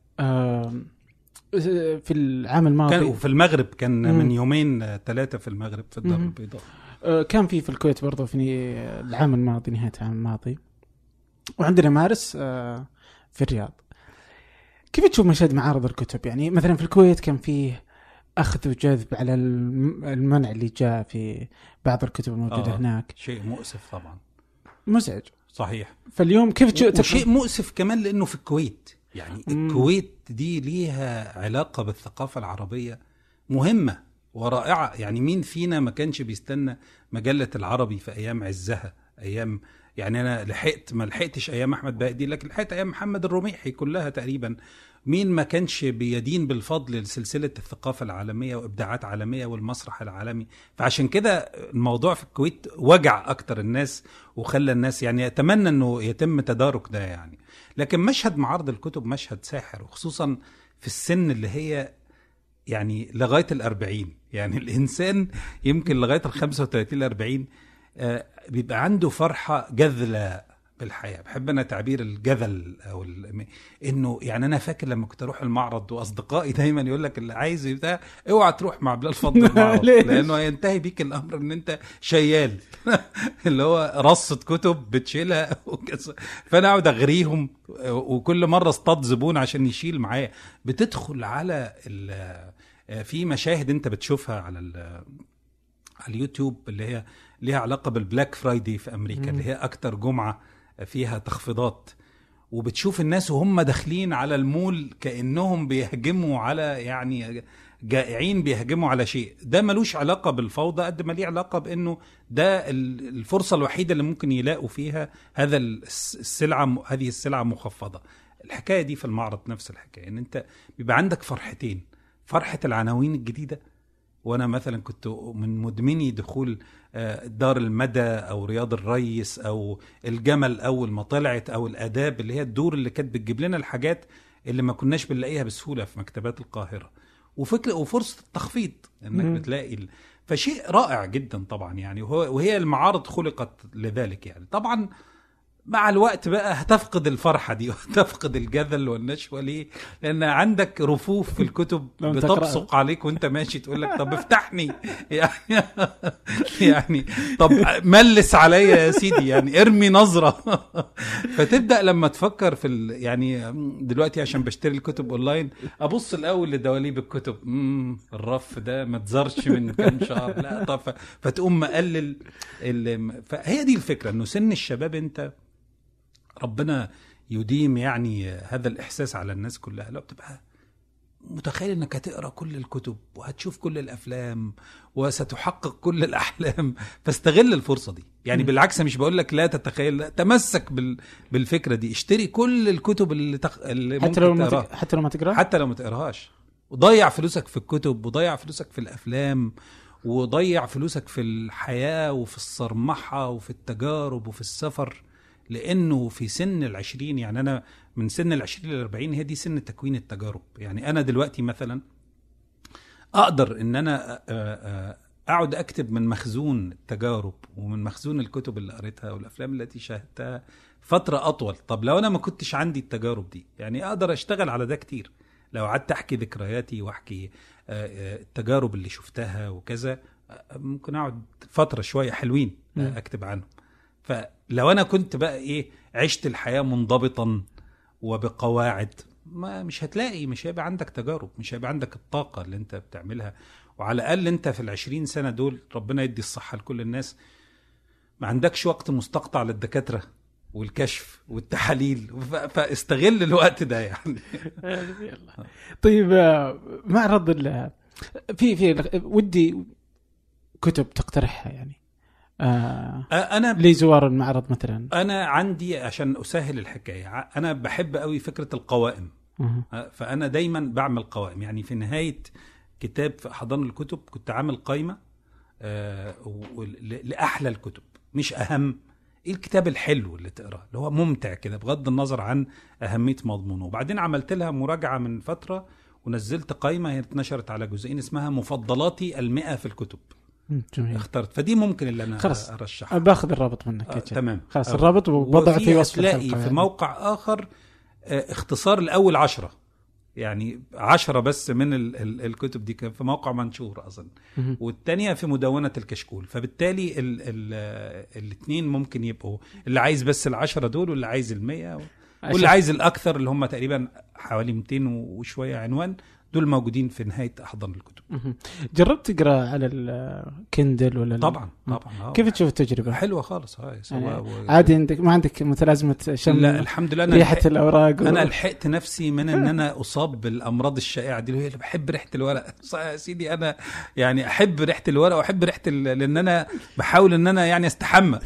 في العام الماضي كان في المغرب، كان من يومين ثلاثة في المغرب في الدار البيضاء. كان في في الكويت برضو في العام الماضي، نهاية العام الماضي. وعندنا مارس في الرياض. كيف تشوف مشهد معارض الكتب؟ يعني مثلا في الكويت كان فيه أخذ وجذب على المنع اللي جاء في بعض الكتب الموجودة آه هناك، شيء مؤسف طبعا، مزعج صحيح. فاليوم كيف تشوف؟ وشيء مؤسف كمان لأنه في الكويت، يعني مم. الكويت دي ليها علاقة بالثقافة العربية مهمة ورائعة. يعني مين فينا ما كانش بيستنى مجلة العربي في أيام عزها، أيام يعني أنا لحقت ما لحقتش أيام أحمد بهدي، لكن لحقت أيام محمد الرميحي كلها تقريبا. مين ما كانش بيدين بالفضل لسلسلة الثقافة العالمية وإبداعات عالمية والمسرح العالمي. فعشان كده الموضوع في الكويت وجع أكتر الناس وخلى الناس يعني يتمنى أنه يتم تدارك ده يعني. لكن مشهد معارض الكتب مشهد ساحر، وخصوصا في السن اللي هي يعني لغاية الأربعين. يعني الإنسان يمكن لغاية الخمسة وثلاثين الأربعين آه بيبقى عنده فرحة جذلة بالحياة. بحب أنا تعبير الجذل أو إنه يعني أنا فاكر لما كنت أروح المعرض وأصدقائي دايما يقول لك اللي عايز يبتاع اوعى تروح مع بلال فضل المعرض لأنه هينتهي بيك الأمر إن أنت شيال اللي هو رصة كتب بتشيلها. فأنا أقعد أغريهم وكل مرة اصطاد زبون عشان يشيل معايا. بتدخل على في مشاهد أنت بتشوفها على على اليوتيوب اللي هي ليها علاقة بالبلاك فرايدي في أمريكا، اللي هي أكتر جمعة فيها تخفيضات، وبتشوف الناس وهم داخلين على المول كأنهم بيهجموا على يعني جائعين بيهجموا على شيء. ده ملوش علاقة بالفوضى قد ما ليه علاقة بأنه ده الفرصة الوحيدة اللي ممكن يلاقوا فيها هذا السلعة، هذه السلعة مخفضة. الحكاية دي في المعرض نفس الحكاية، ان انت بيبقى عندك فرحتين، فرحة العناوين الجديدة، وانا مثلا كنت من مدمني دخول دار المدى او رياض الريس او الجمل اول ما طلعت او الاداب، اللي هي الدور اللي كانت بتجيب لنا الحاجات اللي ما كناش بنلاقيها بسهولة في مكتبات القاهرة. وفكره وفرصه التخفيض انك مم. بتلاقي ال... فشيء رائع جدا طبعا يعني. وهو وهي المعارض خلقت لذلك يعني. طبعا مع الوقت بقى هتفقد الفرحة دي وهتفقد الجذل والنشوة. ليه؟ لأن عندك رفوف في الكتب بتبصق عليك وانت ماشي تقول لك طب افتحني يعني, يعني طب ملس عليا يا سيدي يعني ارمي نظرة. فتبدأ لما تفكر في ال... يعني دلوقتي عشان بشتري الكتب اونلاين ابص الاول لدواليب الكتب، امم الرف ده ما تزرش من كام شهر، لا طب فتقوم مقلل ال... فهي دي الفكرة، انه سن الشباب انت ربنا يديم يعني هذا الإحساس على الناس كلها. لو بتبقى متخيل أنك هتقرأ كل الكتب وهتشوف كل الأفلام وستحقق كل الأحلام، فاستغل الفرصة دي يعني. م. بالعكس مش بقول لك لا تتخيل، لا تمسك بال... بالفكرة دي. اشتري كل الكتب اللي, تخ... اللي حتى لو ممكن تق... حتى لو ما تقرأ حتى لو ما تقراهاش. وضيع فلوسك في الكتب وضيع فلوسك في الأفلام وضيع فلوسك في الحياة وفي الصرمحة وفي التجارب وفي السفر. لأنه في سن العشرين يعني أنا من سن العشرين للأربعين هي دي سن تكوين التجارب. يعني أنا دلوقتي مثلا أقدر أن أنا أقعد أكتب من مخزون التجارب ومن مخزون الكتب اللي قريتها والأفلام التي شاهدتها فترة أطول. طب لو أنا ما كنتش عندي التجارب دي يعني أقدر أشتغل على ده كتير. لو قعدت أحكي ذكرياتي وأحكي التجارب اللي شفتها وكذا ممكن أقعد فترة شوية حلوين أكتب عنهم. فلو أنا كنت بقى إيه عشت الحياة منضبطا وبقواعد ما مش هتلاقي، مش هيبقى عندك تجارب، مش هيبقى عندك الطاقة اللي انت بتعملها. وعلى الأقل انت في العشرين سنة دول ربنا يدي الصحة لكل الناس ما عندكش وقت مستقطع للدكاترة والكشف والتحاليل، فاستغل الوقت ده يعني. طيب معرض في في ودي كتب تقترحها يعني آه أنا لزوار المعرض مثلا. أنا عندي عشان أسهل الحكاية أنا بحب قوي فكرة القوائم. أه. فأنا دايما بعمل قوائم. يعني في نهاية كتاب في حضان الكتب كنت عامل قائمة آه لأحلى الكتب، مش أهم، إيه الكتاب الحلو اللي تقرأ اللي هو ممتع كده بغض النظر عن أهمية مضمونه. وبعدين عملت لها مراجعة من فترة ونزلت قائمة هي اتنشرت على جزئين اسمها مفضلاتي المئة في الكتب. جميل. اخترت فدي ممكن اللي انا خلص ارشحها. باخذ الرابط منك آه تمام خلاص الرابط وبضع في وصف الحلقه. يعني. في موقع اخر آه اختصار الاول عشرة يعني عشرة بس من ال ال الكتب دي كان في موقع منشور اظن، والثانيه في مدونه الكشكول. فبالتالي الاثنين ممكن يبقوا اللي عايز بس العشرة دول واللي عايز المية واللي عايز الاكثر اللي هم تقريبا حوالي مئتين وشويه عنوان، دول موجودين في نهاية أحضان الكتب. جربت تقرأ على الكندل ولا؟ طبعا طبعا. كيف تشوف التجربة؟ حلوة خالص. هاي يعني و... عادي عندك ما عندك متلازمة شم؟ لا الحمد لله. أنا ريحة الحق... الأوراق و... أنا لحقت نفسي من أن أنا أصاب بالأمراض الشائعة دي اللي هي بحب ريحة الورق. يا سيدي أنا يعني أحب ريحة الورق وأحب ريحة ال... لأن أنا بحاول أن أنا يعني أستحمى.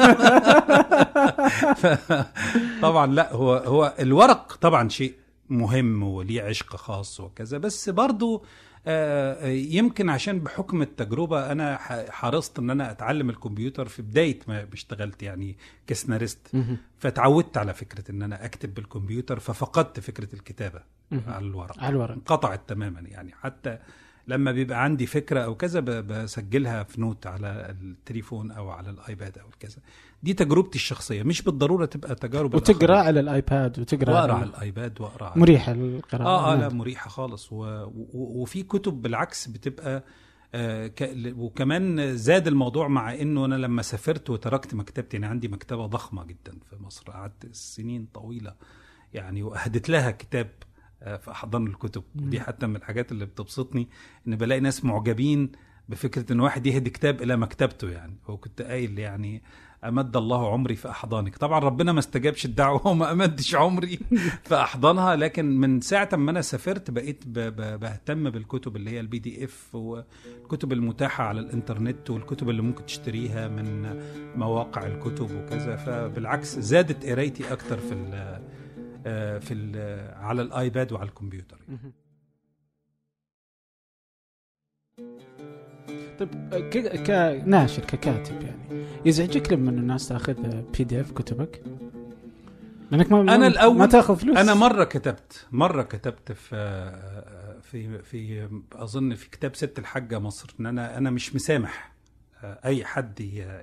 طبعا لا هو هو الورق طبعا شيء مهم وليه عشق خاص وكذا، بس برضو آه يمكن عشان بحكم التجربة أنا حرصت أن أنا أتعلم الكمبيوتر في بداية ما اشتغلت يعني كسناريست، فتعودت على فكرة أن أنا أكتب بالكمبيوتر، ففقدت فكرة الكتابة على الورق، على الورق انقطعت تماما. يعني حتى لما بيبقى عندي فكرة أو كذا بسجلها في نوت على التليفون أو على الآيباد أو كذا. دي تجربتي الشخصية، مش بالضرورة تبقى تجارب. وتقرأ على الآيباد وتقرأ وأقرأ على الآيباد وأقرأ مريحة القراءة. آه, آه لا مريحة خالص. و... و... وفي كتب بالعكس بتبقى آه ك... وكمان زاد الموضوع مع إنه أنا لما سافرت وتركت مكتبتي، أنا عندي مكتبة ضخمة جدا في مصر، قعدت سنين طويلة يعني وأهدت لها كتاب في أحضان الكتب. ودي حتى من الحاجات اللي بتبسطني إن بلاقي ناس معجبين بفكرة إن واحد يهدي كتاب إلى مكتبته. يعني هو كنت قايل يعني أمد الله عمري في أحضانك. طبعا ربنا ما استجابش الدعوة وما أمدش عمري في أحضانها، لكن من ساعة ما أنا سافرت بقيت بهتم بالكتب اللي هي البي دي اف والكتب المتاحة على الانترنت والكتب اللي ممكن تشتريها من مواقع الكتب وكذا. فبالعكس زادت قرايتي أكتر في ال في ال على الايباد وعلى الكمبيوتر. طيب كناشر ككاتب يعني يزعجك لما الناس تاخذ بي دي اف كتبك؟ لانك ما انا الاول ما تاخذ فلوس. انا مره كتبت مره كتبت في في في اظن في كتاب ست الحاجه مصر ان انا انا مش مسامح اي حد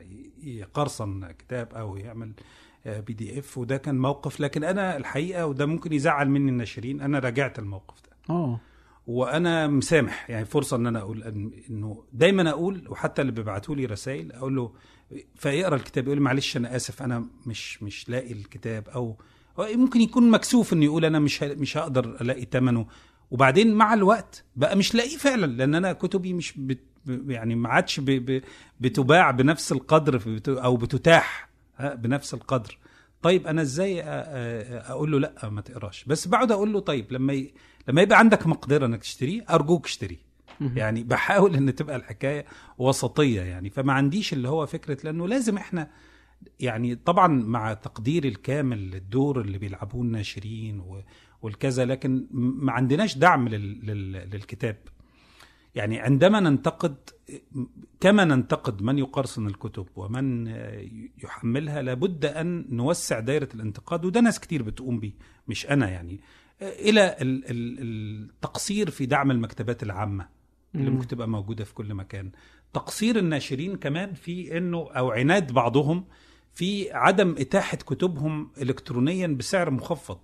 يقرصن كتاب او يعمل بي دي اف، وده كان موقف. لكن انا الحقيقه وده ممكن يزعل مني الناشرين، انا راجعت الموقف ده اه وانا مسامح. يعني فرصه ان انا اقول انه دايما اقول، وحتى اللي بيبعتوا لي رسائل اقول له فيقرا الكتاب يقول معلش انا اسف انا مش مش لاقي الكتاب، او ممكن يكون مكسوف انه يقول انا مش مش هقدر الاقي ثمنه، وبعدين مع الوقت بقى مش لاقيه فعلا، لان انا كتبي مش بت يعني ما عادش بتباع بنفس القدر او بتتاح بنفس القدر. طيب انا ازاي اقول له لا ما تقراش؟ بس بعد اقول له طيب لما ي... لما يبقى عندك مقدره انك تشتريه ارجوك اشتريه. يعني بحاول ان تبقى الحكايه وسطيه يعني. فما عنديش اللي هو فكره، لانه لازم احنا يعني طبعا مع تقديري الكامل للدور اللي بيلعبوه الناشرين والكذا، لكن ما عندناش دعم لل... لل... للكتاب. يعني عندما ننتقد كما ننتقد من يقرصن الكتب ومن يحملها، لابد أن نوسع دائرة الانتقاد، وده ناس كتير بتقوم به مش أنا يعني، إلى التقصير في دعم المكتبات العامة اللي ممكن تبقى موجودة في كل مكان، تقصير الناشرين كمان في أنه أو عناد بعضهم في عدم إتاحة كتبهم إلكترونيا بسعر مخفض،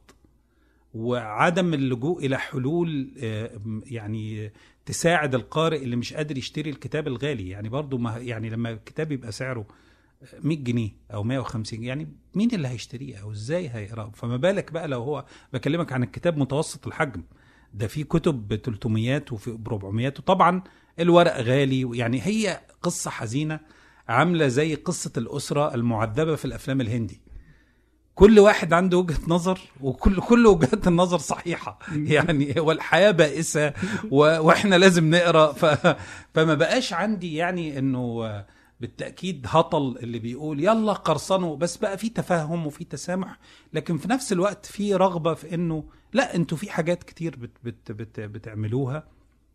وعدم اللجوء إلى حلول يعني تساعد القارئ اللي مش قادر يشتري الكتاب الغالي. يعني برضو ما يعني لما الكتاب يبقى سعره مية جنيه أو مية وخمسين، يعني مين اللي هيشتريه أو إزاي هيقرأه؟ فما بالك بقى لو هو بكلمك عن الكتاب متوسط الحجم، ده في كتب بتلتميات وفي بربعميات، وطبعا الورق غالي. يعني هي قصة حزينة عاملة زي قصة الأسرة المعذبة في الأفلام الهندي، كل واحد عنده وجهة نظر وكل كل وجهات النظر صحيحة يعني، والحياة بائسة واحنا لازم نقرأ. فما بقاش عندي يعني انه بالتأكيد هطل اللي بيقول يلا قرصنوا، بس بقى في تفاهم وفي تسامح، لكن في نفس الوقت في رغبة في انه لا انتوا في حاجات كتير بت بت بت بتعملوها.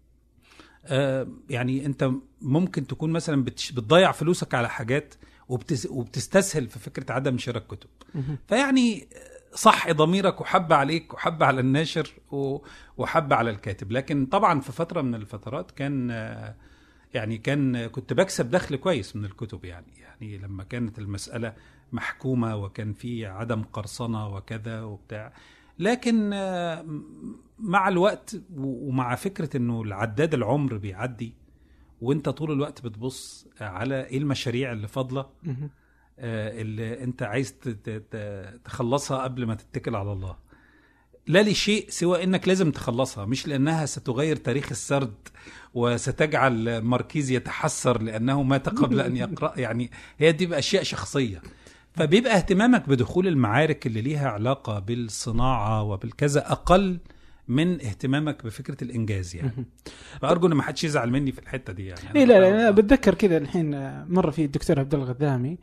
آه يعني انت ممكن تكون مثلا بتضيع فلوسك على حاجات وبتستسهل في فكرة عدم شراء كتب. فيعني صح ضميرك وحب عليك وحب على الناشر وحب على الكاتب. لكن طبعا في فترة من الفترات كان يعني كان كنت بكسب دخل كويس من الكتب يعني يعني لما كانت المسألة محكومة وكان في عدم قرصنة وكذا وبتاع. لكن مع الوقت ومع فكرة انه العداد العمر بيعدي وانت طول الوقت بتبص على ايه المشاريع اللي فاضله آه اللي انت عايز تخلصها قبل ما تتكل على الله، لا لشيء سوى انك لازم تخلصها، مش لانها ستغير تاريخ السرد وستجعل ماركيز يتحسر لانه مات قبل ان يقرأ. يعني هي دي باشياء شخصيه، فبيبقى اهتمامك بدخول المعارك اللي ليها علاقه بالصناعه وبالكذا اقل من اهتمامك بفكرة الإنجاز يعني. فأرجو إن ما حدش يزعل مني في الحتة دي يعني. إيه لا لا أنا بتذكر كذا الحين مرة في الدكتور عبد الله الغذامي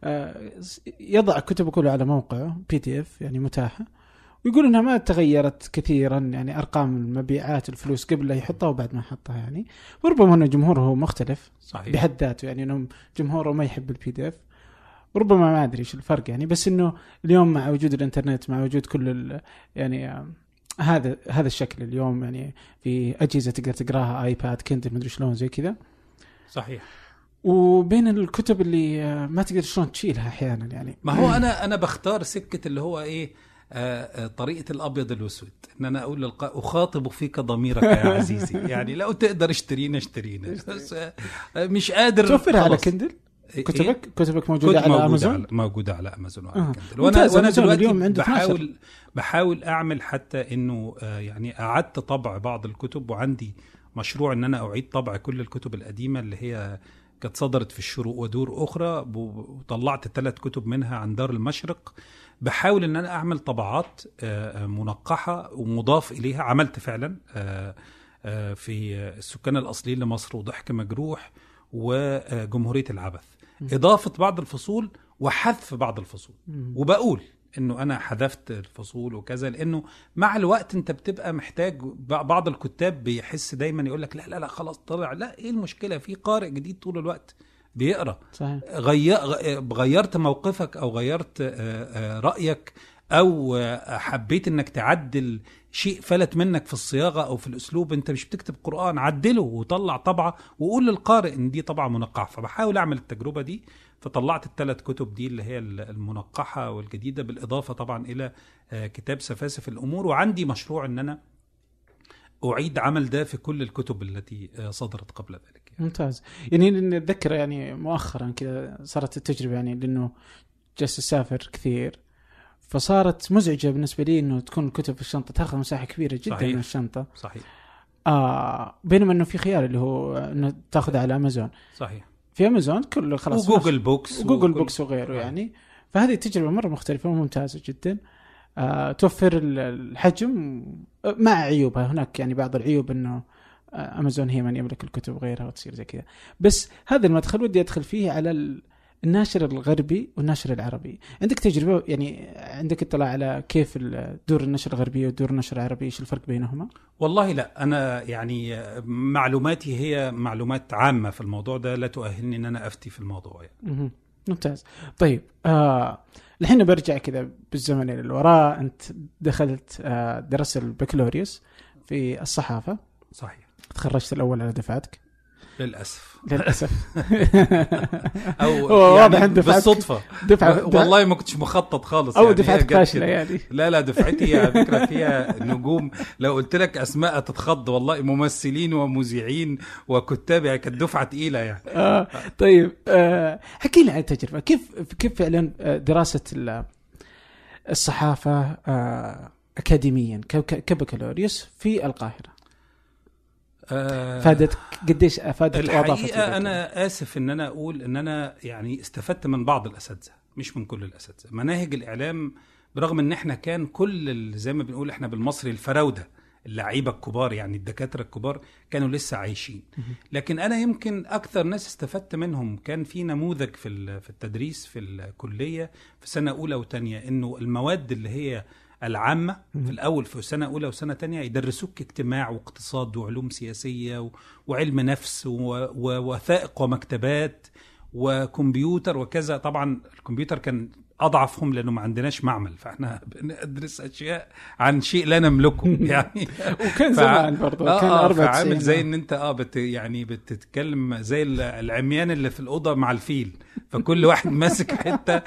يضع كتبه كله على موقعه بي دي إف يعني متاحة، ويقول إنها ما تغيرت كثيرا يعني أرقام المبيعات الفلوس قبل لا يحطها وبعد ما حطها يعني، وربما إنه جمهوره مختلف صحيح بحد ذاته يعني إنه جمهوره ما يحب البي دي إف، وربما ما أدري إيش الفرق يعني. بس إنه اليوم مع وجود الإنترنت مع وجود كل يعني هذا هذا الشكل اليوم يعني في أجهزة تقدر تقراها آيباد كندل مدري شلون زي كذا صحيح، وبين الكتب اللي ما تقدر شلون تشيلها أحيانا يعني. ما هو أنا أنا بختار سكة اللي هو إيه آه طريقة الأبيض والأسود، إن أنا أقول للقاء أخاطب فيك ضميرك يا عزيزي يعني لو تقدر اشترينا اشترينا بس آه مش قادر توفرها على كندل كتبك إيه؟ كتبك موجودة على أمازون؟ موجودة على أمازون وعلى آه. كندل. وأنا وأنا دلوقتي بحاول بحاول أعمل حتى إنه آه يعني أعدت طبع بعض الكتب، وعندي مشروع إن أنا أعيد طبع كل الكتب القديمة اللي هي كانت صدرت في الشروق ودور أخرى، وطلعت ثلاث كتب منها عن دار المشرق. بحاول إن أنا أعمل طبعات آه منقحة ومضاف إليها. عملت فعلا آه آه في السكان الأصليين لمصر وضحك مجروح وجمهورية العبث، إضافة بعض الفصول وحذف بعض الفصول. وبقول إنه أنا حذفت الفصول وكذا، لأنه مع الوقت أنت بتبقى محتاج. بعض الكتاب بيحس دايما يقولك لا لا لا خلاص طلع، لا إيه المشكلة؟ في قارئ جديد طول الوقت بيقرأ. صحيح. غير غيرت موقفك أو غيرت رأيك او حبيت انك تعدل شيء فلت منك في الصياغه او في الاسلوب، انت مش بتكتب قرآن، عدله وطلع طبعه وقول للقارئ ان دي طبعه منقحه. فبحاول اعمل التجربه دي، فطلعت الثلاث كتب دي اللي هي المنقحه والجديده، بالاضافه طبعا الى كتاب سفاسف الامور. وعندي مشروع ان انا اعيد عمل ده في كل الكتب التي صدرت قبل ذلك. ممتاز. يعني نتذكر يعني مؤخرا كذا صارت التجربه، يعني لانه جالس اسافر كثير، فصارت مزعجة بالنسبة لي إنه تكون الكتب في الشنطة تأخذ مساحة كبيرة جدا. صحيح. من الشنطة. صحيح. آه بينما إنه في خيار اللي هو إنه تأخذها على أمازون. صحيح. في أمازون كله خلاص، وجوجل بوكس وجوجل بوكس وغيره. آه. يعني فهذه تجربة مرة مختلفة وممتازة جدا. آه توفر الحجم مع عيوبها، هناك يعني بعض العيوب إنه أمازون هي من يملك الكتب وغيرها وتصير زي كذا. بس هذا المدخل ودي أدخل فيه على الناشر الغربي والناشر العربي. عندك تجربة، يعني عندك اطلاع على كيف دور النشر الغربي ودور النشر العربي، ايش الفرق بينهما؟ والله لا، أنا يعني معلوماتي هي معلومات عامة في الموضوع ده، لا تؤهلني أن أنا أفتي في الموضوع يعني. ممتاز. طيب آه الحين برجع كذا بالزمن إلى الوراء. أنت دخلت آه درست البكالوريوس في الصحافة. صحيح. تخرجت الأول على دفعتك. للأسف للأسف أو يعني بالصدفة دفعة والله ما كنتش مخطط خالص أو يعني دفعة فاشلة يعني. لا لا دفعتي على فكرة فيها نجوم، لو قلت لك أسماء تتخض والله، ممثلين ومذيعين وكتاب، يعني كانت دفعة تقيلة يعني. آه طيب آه حكي لي عن التجربة، كيف كيف فعلا دراسة الصحافة آه أكاديميا كبكالوريوس في القاهرة؟ فادتك قديش؟ افادت الحقيقه انا اسف ان انا اقول ان انا يعني استفدت من بعض الاساتذه، مش من كل الاساتذه. مناهج الاعلام برغم ان احنا كان كل زي ما بنقول احنا بالمصري الفراوده، اللعيبه الكبار يعني الدكاتره الكبار كانوا لسه عايشين، لكن انا يمكن اكثر ناس استفدت منهم كان في نموذج في في التدريس في الكليه في سنه اولى وثانيه، انه المواد اللي هي العامة في الأول في سنة أولى وسنة تانية يدرسوك اجتماع واقتصاد وعلوم سياسية وعلم نفس ووثائق ومكتبات وكمبيوتر وكذا. طبعا الكمبيوتر كان أضعفهم لأنه ما عندناش معمل، فإحنا بندرس أشياء عن شيء لا نملكه يعني. وكان زمان برضه آه كان أربع عامل زي إن أنت آه بت يعني بتتكلم زي العميان اللي في الأوضة مع الفيل، فكل واحد ماسك حتة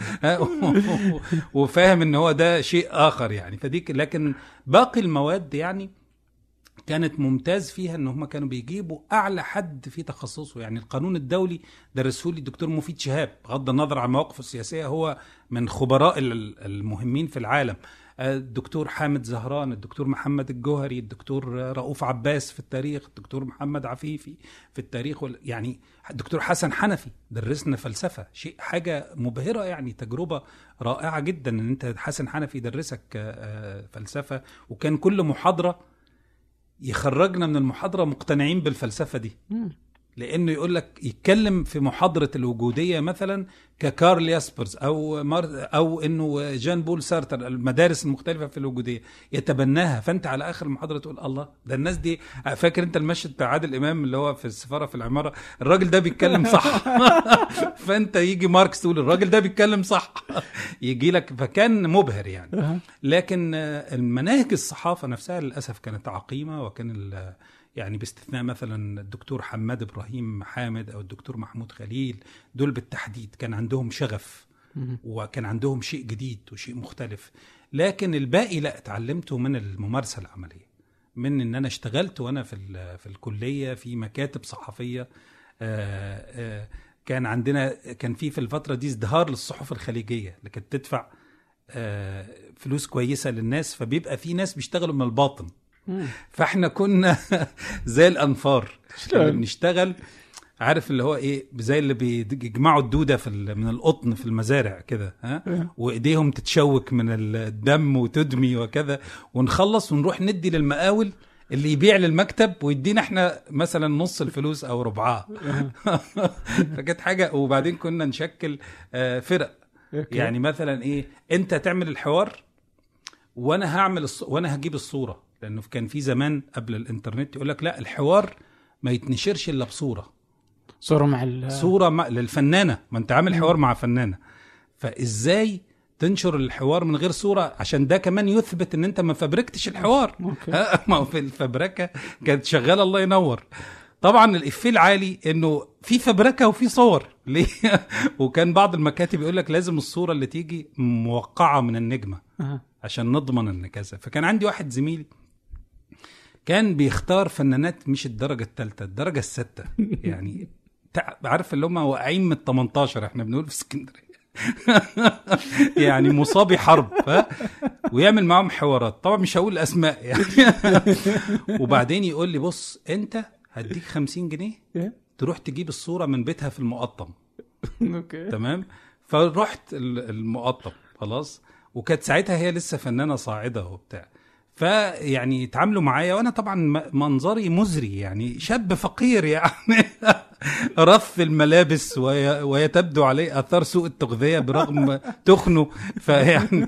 وفاهم إن هو ده شيء آخر يعني. فديك لكن باقي المواد يعني كانت ممتاز فيها، ان هم كانوا بيجيبوا اعلى حد في تخصصه. يعني القانون الدولي درسه لي الدكتور مفيد شهاب، بغض النظر عن مواقفه السياسيه هو من خبراء المهمين في العالم. الدكتور حامد زهران، الدكتور محمد الجوهري، الدكتور رؤوف عباس في التاريخ، الدكتور محمد عفيفي في التاريخ، يعني الدكتور حسن حنفي درسنا فلسفه، شيء حاجه مبهره يعني، تجربه رائعه جدا ان انت حسن حنفي يدرسك فلسفه. وكان كل محاضره يخرجنا من المحاضرة مقتنعين بالفلسفة دي، لأنه يقول لك يتكلم في محاضرة الوجودية مثلا ككارل ياسبرز أو مار أو إنه جان بول سارتر، المدارس المختلفة في الوجودية يتبناها. فأنت على آخر المحاضرة تقول الله، ده الناس دي. فاكر أنت المشهد بتاع عادل إمام اللي هو في السفارة في العمارة، الراجل ده بيتكلم صح فأنت يجي ماركس تقول الراجل ده بيتكلم صح يجي لك. فكان مبهر يعني. لكن المناهج الصحافة نفسها للأسف كانت عقيمة، وكان يعني باستثناء مثلا الدكتور حماد إبراهيم حامد أو الدكتور محمود خليل، دول بالتحديد كان عندهم شغف وكان عندهم شيء جديد وشيء مختلف. لكن الباقي لا، اتعلمته من الممارسة العملية، من ان انا اشتغلت وانا في في الكلية في مكاتب صحفية. آآ آآ كان عندنا كان في في الفترة دي ازدهار للصحف الخليجية اللي كانت تدفع فلوس كويسة للناس، فبيبقى في ناس بيشتغلوا من الباطن. فاحنا كنا زي الانفار اللي بنشتغل، عارف اللي هو ايه، زي اللي بيجمعوا الدوده في من القطن في المزارع كده، ها، وايديهم تتشوك من الدم وتدمي وكذا، ونخلص ونروح ندي للمقاول اللي يبيع للمكتب ويدينا احنا مثلا نص الفلوس او ربعها. فكانت حاجه. وبعدين كنا نشكل فرق، يعني مثلا ايه، انت تعمل الحوار وانا هعمل الص... وانا هجيب الصوره، لانه كان في زمان قبل الانترنت يقول لك لا، الحوار ما يتنشرش الا بصوره، صوره مع ال... صوره مع... للفنانه، ما انت عامل حوار مع فنانه، فازاي تنشر الحوار من غير صورة، عشان ده كمان يثبت ان انت ما فبركتش الحوار. ما هو في الفبركة كانت شغالة الله ينور. طبعا الإفيه العالي انه في فبركة وفي صور ليه. وكان بعض المكاتب يقول لك لازم الصورة اللي تيجي موقعة من النجمة عشان نضمن ان كذا. فكان عندي واحد زميلي كان بيختار فنانات مش الدرجة الثالثة، الدرجة الستة، يعني عارف اللي هم واقعين من التمنتاشر، احنا بنقول في اسكندرية. يعني مصابي حرب، ها؟ ويعمل معهم حوارات، طبعا مش هقول اسماء يعني. وبعدين يقول لي بص انت هديك خمسين جنيه تروح تجيب الصورة من بيتها في المقطم. تمام. فرحت المقطم خلاص، وكانت ساعتها هي لسه فنانة صاعدة وبتاع، فيعني يتعاملوا معايا وانا طبعا منظري مزري، يعني شاب فقير يعني. رف الملابس ويتبدو عليه اثار سوء التغذيه برغم تخنه، فيعني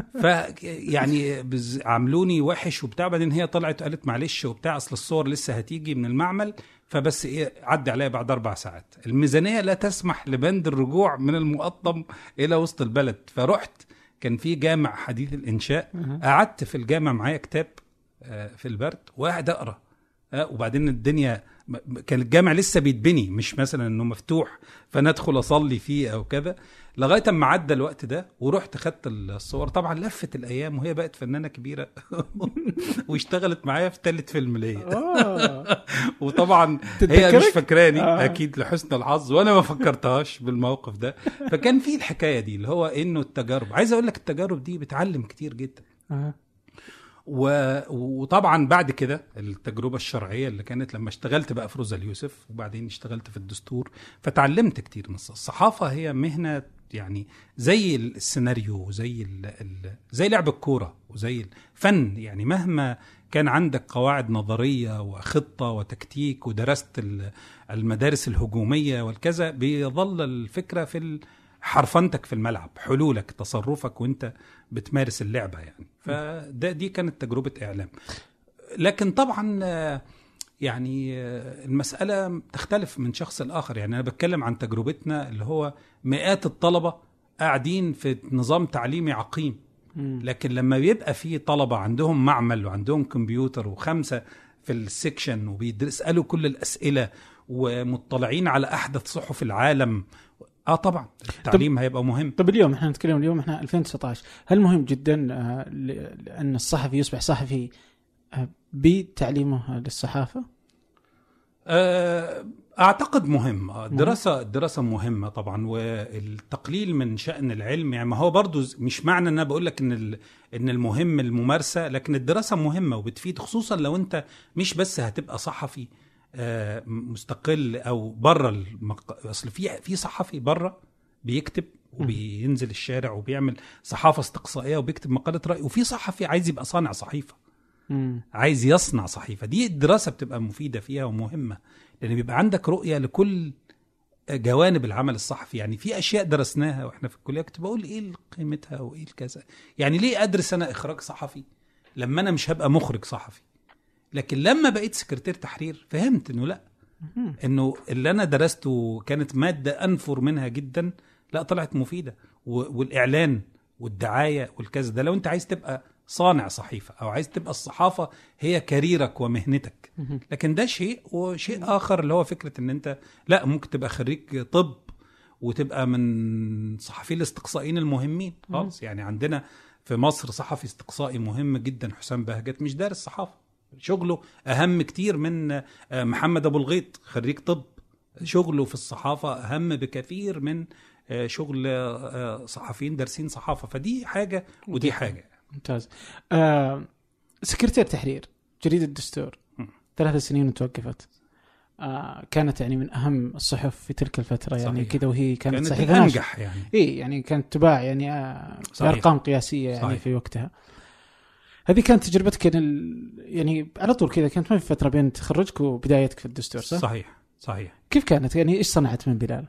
فيعني عاملوني وحش وبتاع. بعدين هي طلعت قالت معلش وبتاع، اصل الصور لسه هتيجي من المعمل، فبس ايه عدي عليها بعد اربع ساعات، الميزانيه لا تسمح لبند الرجوع من المقطم الى وسط البلد. فرحت، كان في جامع حديث الانشاء، قعدت في الجامع معايا كتاب في البرد وقاعد اقرا، وبعدين الدنيا كان الجامع لسه بيتبني، مش مثلا انه مفتوح فندخل اصلي فيه او كذا، لغايه اما عدى الوقت ده ورحت خدت الصور. طبعا لفت الايام وهي بقت فنانه كبيره واشتغلت معايا في ثالث فيلم ليا. وطبعا هي مش فاكراني آه. اكيد لحسن الحظ، وانا ما فكرتهاش بالموقف ده. فكان في الحكايه دي اللي هو انه التجارب، عايز اقول لك التجارب دي بتعلم كتير جدا. آه. و... وطبعا بعد كده التجربة الشرعية اللي كانت لما اشتغلت بقى في روزا اليوسف، وبعدين اشتغلت في الدستور، فتعلمت كتير من الصحافة. هي مهنة يعني زي السيناريو، زي ال... ال... زي لعب الكورة وزي الفن، يعني مهما كان عندك قواعد نظرية وخطة وتكتيك ودرست المدارس الهجومية والكذا، بيظل الفكرة في ال... حرفنتك في الملعب، حلولك، تصرفك وانت بتمارس اللعبة يعني. فده دي كانت تجربة إعلام. لكن طبعا يعني المسألة تختلف من شخص الآخر. يعني أنا بتكلم عن تجربتنا اللي هو مئات الطلبة قاعدين في نظام تعليمي عقيم، لكن لما بيبقى فيه طلبة عندهم معمل وعندهم كمبيوتر وخمسة في السكشن وبيسألوا كل الأسئلة ومطلعين على أحدث صحف العالم، اه طبعا التعليم هيبقى مهم. طب اليوم احنا نتكلم، اليوم احنا ألفين وتسعة عشر، هل مهم جدا آه ان الصحفي يصبح صحفي آه بتعليمه للصحافة؟ آه اعتقد مهم. الدراسة الدراسة مهمة طبعا، والتقليل من شأن العلم يعني ما هو برضو مش معنى ان انا بقول لك ان ان المهم الممارسة، لكن الدراسة مهمة وبتفيد، خصوصا لو انت مش بس هتبقى صحفي مستقل او بره المق... اصل في في صحفي بره بيكتب وبينزل الشارع وبيعمل صحافه استقصائيه وبيكتب مقاله راي، وفي صحفي عايز يبقى صانع صحيفه، مم. عايز يصنع صحيفه. دي الدراسه بتبقى مفيده فيها ومهمه، لان بيبقى عندك رؤيه لكل جوانب العمل الصحفي. يعني في اشياء درسناها واحنا في الكليه كنت بقول ايه قيمتها وايه الكذا، يعني ليه ادرس انا اخراج صحفي لما انا مش هبقى مخرج صحفي؟ لكن لما بقيت سكرتير تحرير فهمت انه لا، انه اللي انا درسته كانت مادة انفر منها جدا، لا طلعت مفيدة. والاعلان والدعاية والكذا ده لو انت عايز تبقى صانع صحيفة او عايز تبقى الصحافة هي كاريرك ومهنتك. لكن ده شيء، وشيء اخر اللي هو فكرة ان انت لا ممكن تبقى خريج طب وتبقى من صحفي الاستقصائيين المهمين خالص. يعني عندنا في مصر صحفي استقصائي مهم جدا، حسام بهجت، مش دارس صحافة، شغله أهم كتير من محمد أبو الغيط خريج طب، شغله في الصحافة أهم بكثير من شغل صحفيين دارسين صحافة. فدي حاجة ودي حاجة. ممتاز. آه، سكرتير تحرير جريدة الدستور ثلاث سنين وتوقفت، آه، كانت يعني من أهم الصحف في تلك الفترة يعني كده، وهي كانت, كانت صحيفة أنجح يعني إيه يعني كانت تباع يعني آه بأرقام قياسية يعني صحيح. في وقتها هذه كانت تجربتك يعني على طول كذا، كانت ما في فترة بين تخرجك وبدايتك في الدستور صح؟ صحيح صحيح. كيف كانت يعني إيش صنعت من بلال؟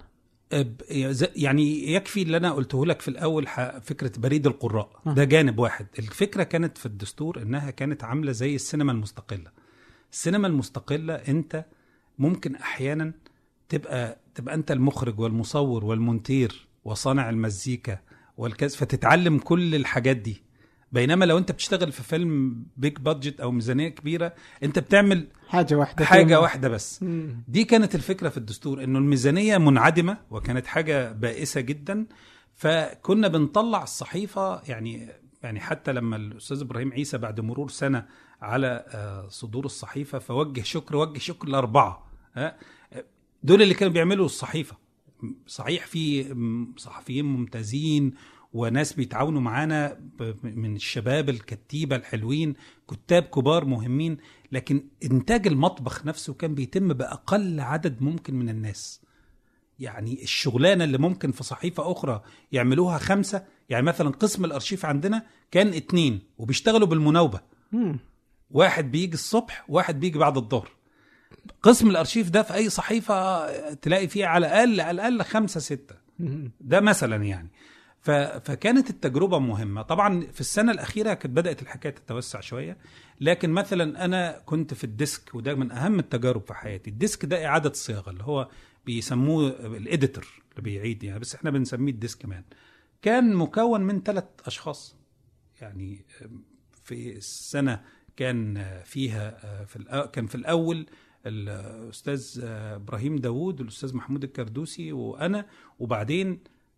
يعني يكفي اللي أنا قلته لك في الأول، فكرة بريد القراء آه. ده جانب واحد. الفكرة كانت في الدستور إنها كانت عاملة زي السينما المستقلة. السينما المستقلة أنت ممكن أحيانا تبقى تبقى أنت المخرج والمصور والمونتير وصانع المزيكا والكذا، فتتعلم كل الحاجات دي. بينما لو انت بتشتغل في فيلم بيج بادجت او ميزانيه كبيره، انت بتعمل حاجه واحده حاجه واحده بس. مم. دي كانت الفكره في الدستور، انه الميزانيه منعدمه، وكانت حاجه بائسه جدا. فكنا بنطلع الصحيفه يعني يعني حتى لما الاستاذ ابراهيم عيسى بعد مرور سنه على صدور الصحيفه فوجه شكر وجه شكر الاربعه دول اللي كانوا بيعملوا الصحيفه. صحيح في صحفيين ممتازين وناس بيتعاونوا معانا من الشباب الكتيبة الحلوين، كتاب كبار مهمين، لكن إنتاج المطبخ نفسه كان بيتم بأقل عدد ممكن من الناس. يعني الشغلانة اللي ممكن في صحيفة أخرى يعملوها خمسة، يعني مثلا قسم الأرشيف عندنا كان اتنين وبيشتغلوا بالمناوبة، واحد بيجي الصبح واحد بيجي بعد الظهر. قسم الأرشيف ده في أي صحيفة تلاقي فيه على الأقل على الأقل خمسة ستة، ده مثلا يعني. فكانت التجربة مهمة. طبعا في السنة الأخيرة كانت بدأت الحكاية تتوسع شوية، لكن مثلا أنا كنت في الديسك، وده من أهم التجارب في حياتي. الديسك ده إعادة صياغة، اللي هو بيسموه الإديتور اللي بيعيد يعني، بس إحنا بنسميه الديسك مان. كان مكون من ثلاث أشخاص. يعني في السنة كان فيها في كان في الأول الأستاذ إبراهيم داود والأستاذ محمود الكردوسي وأنا، وبعدين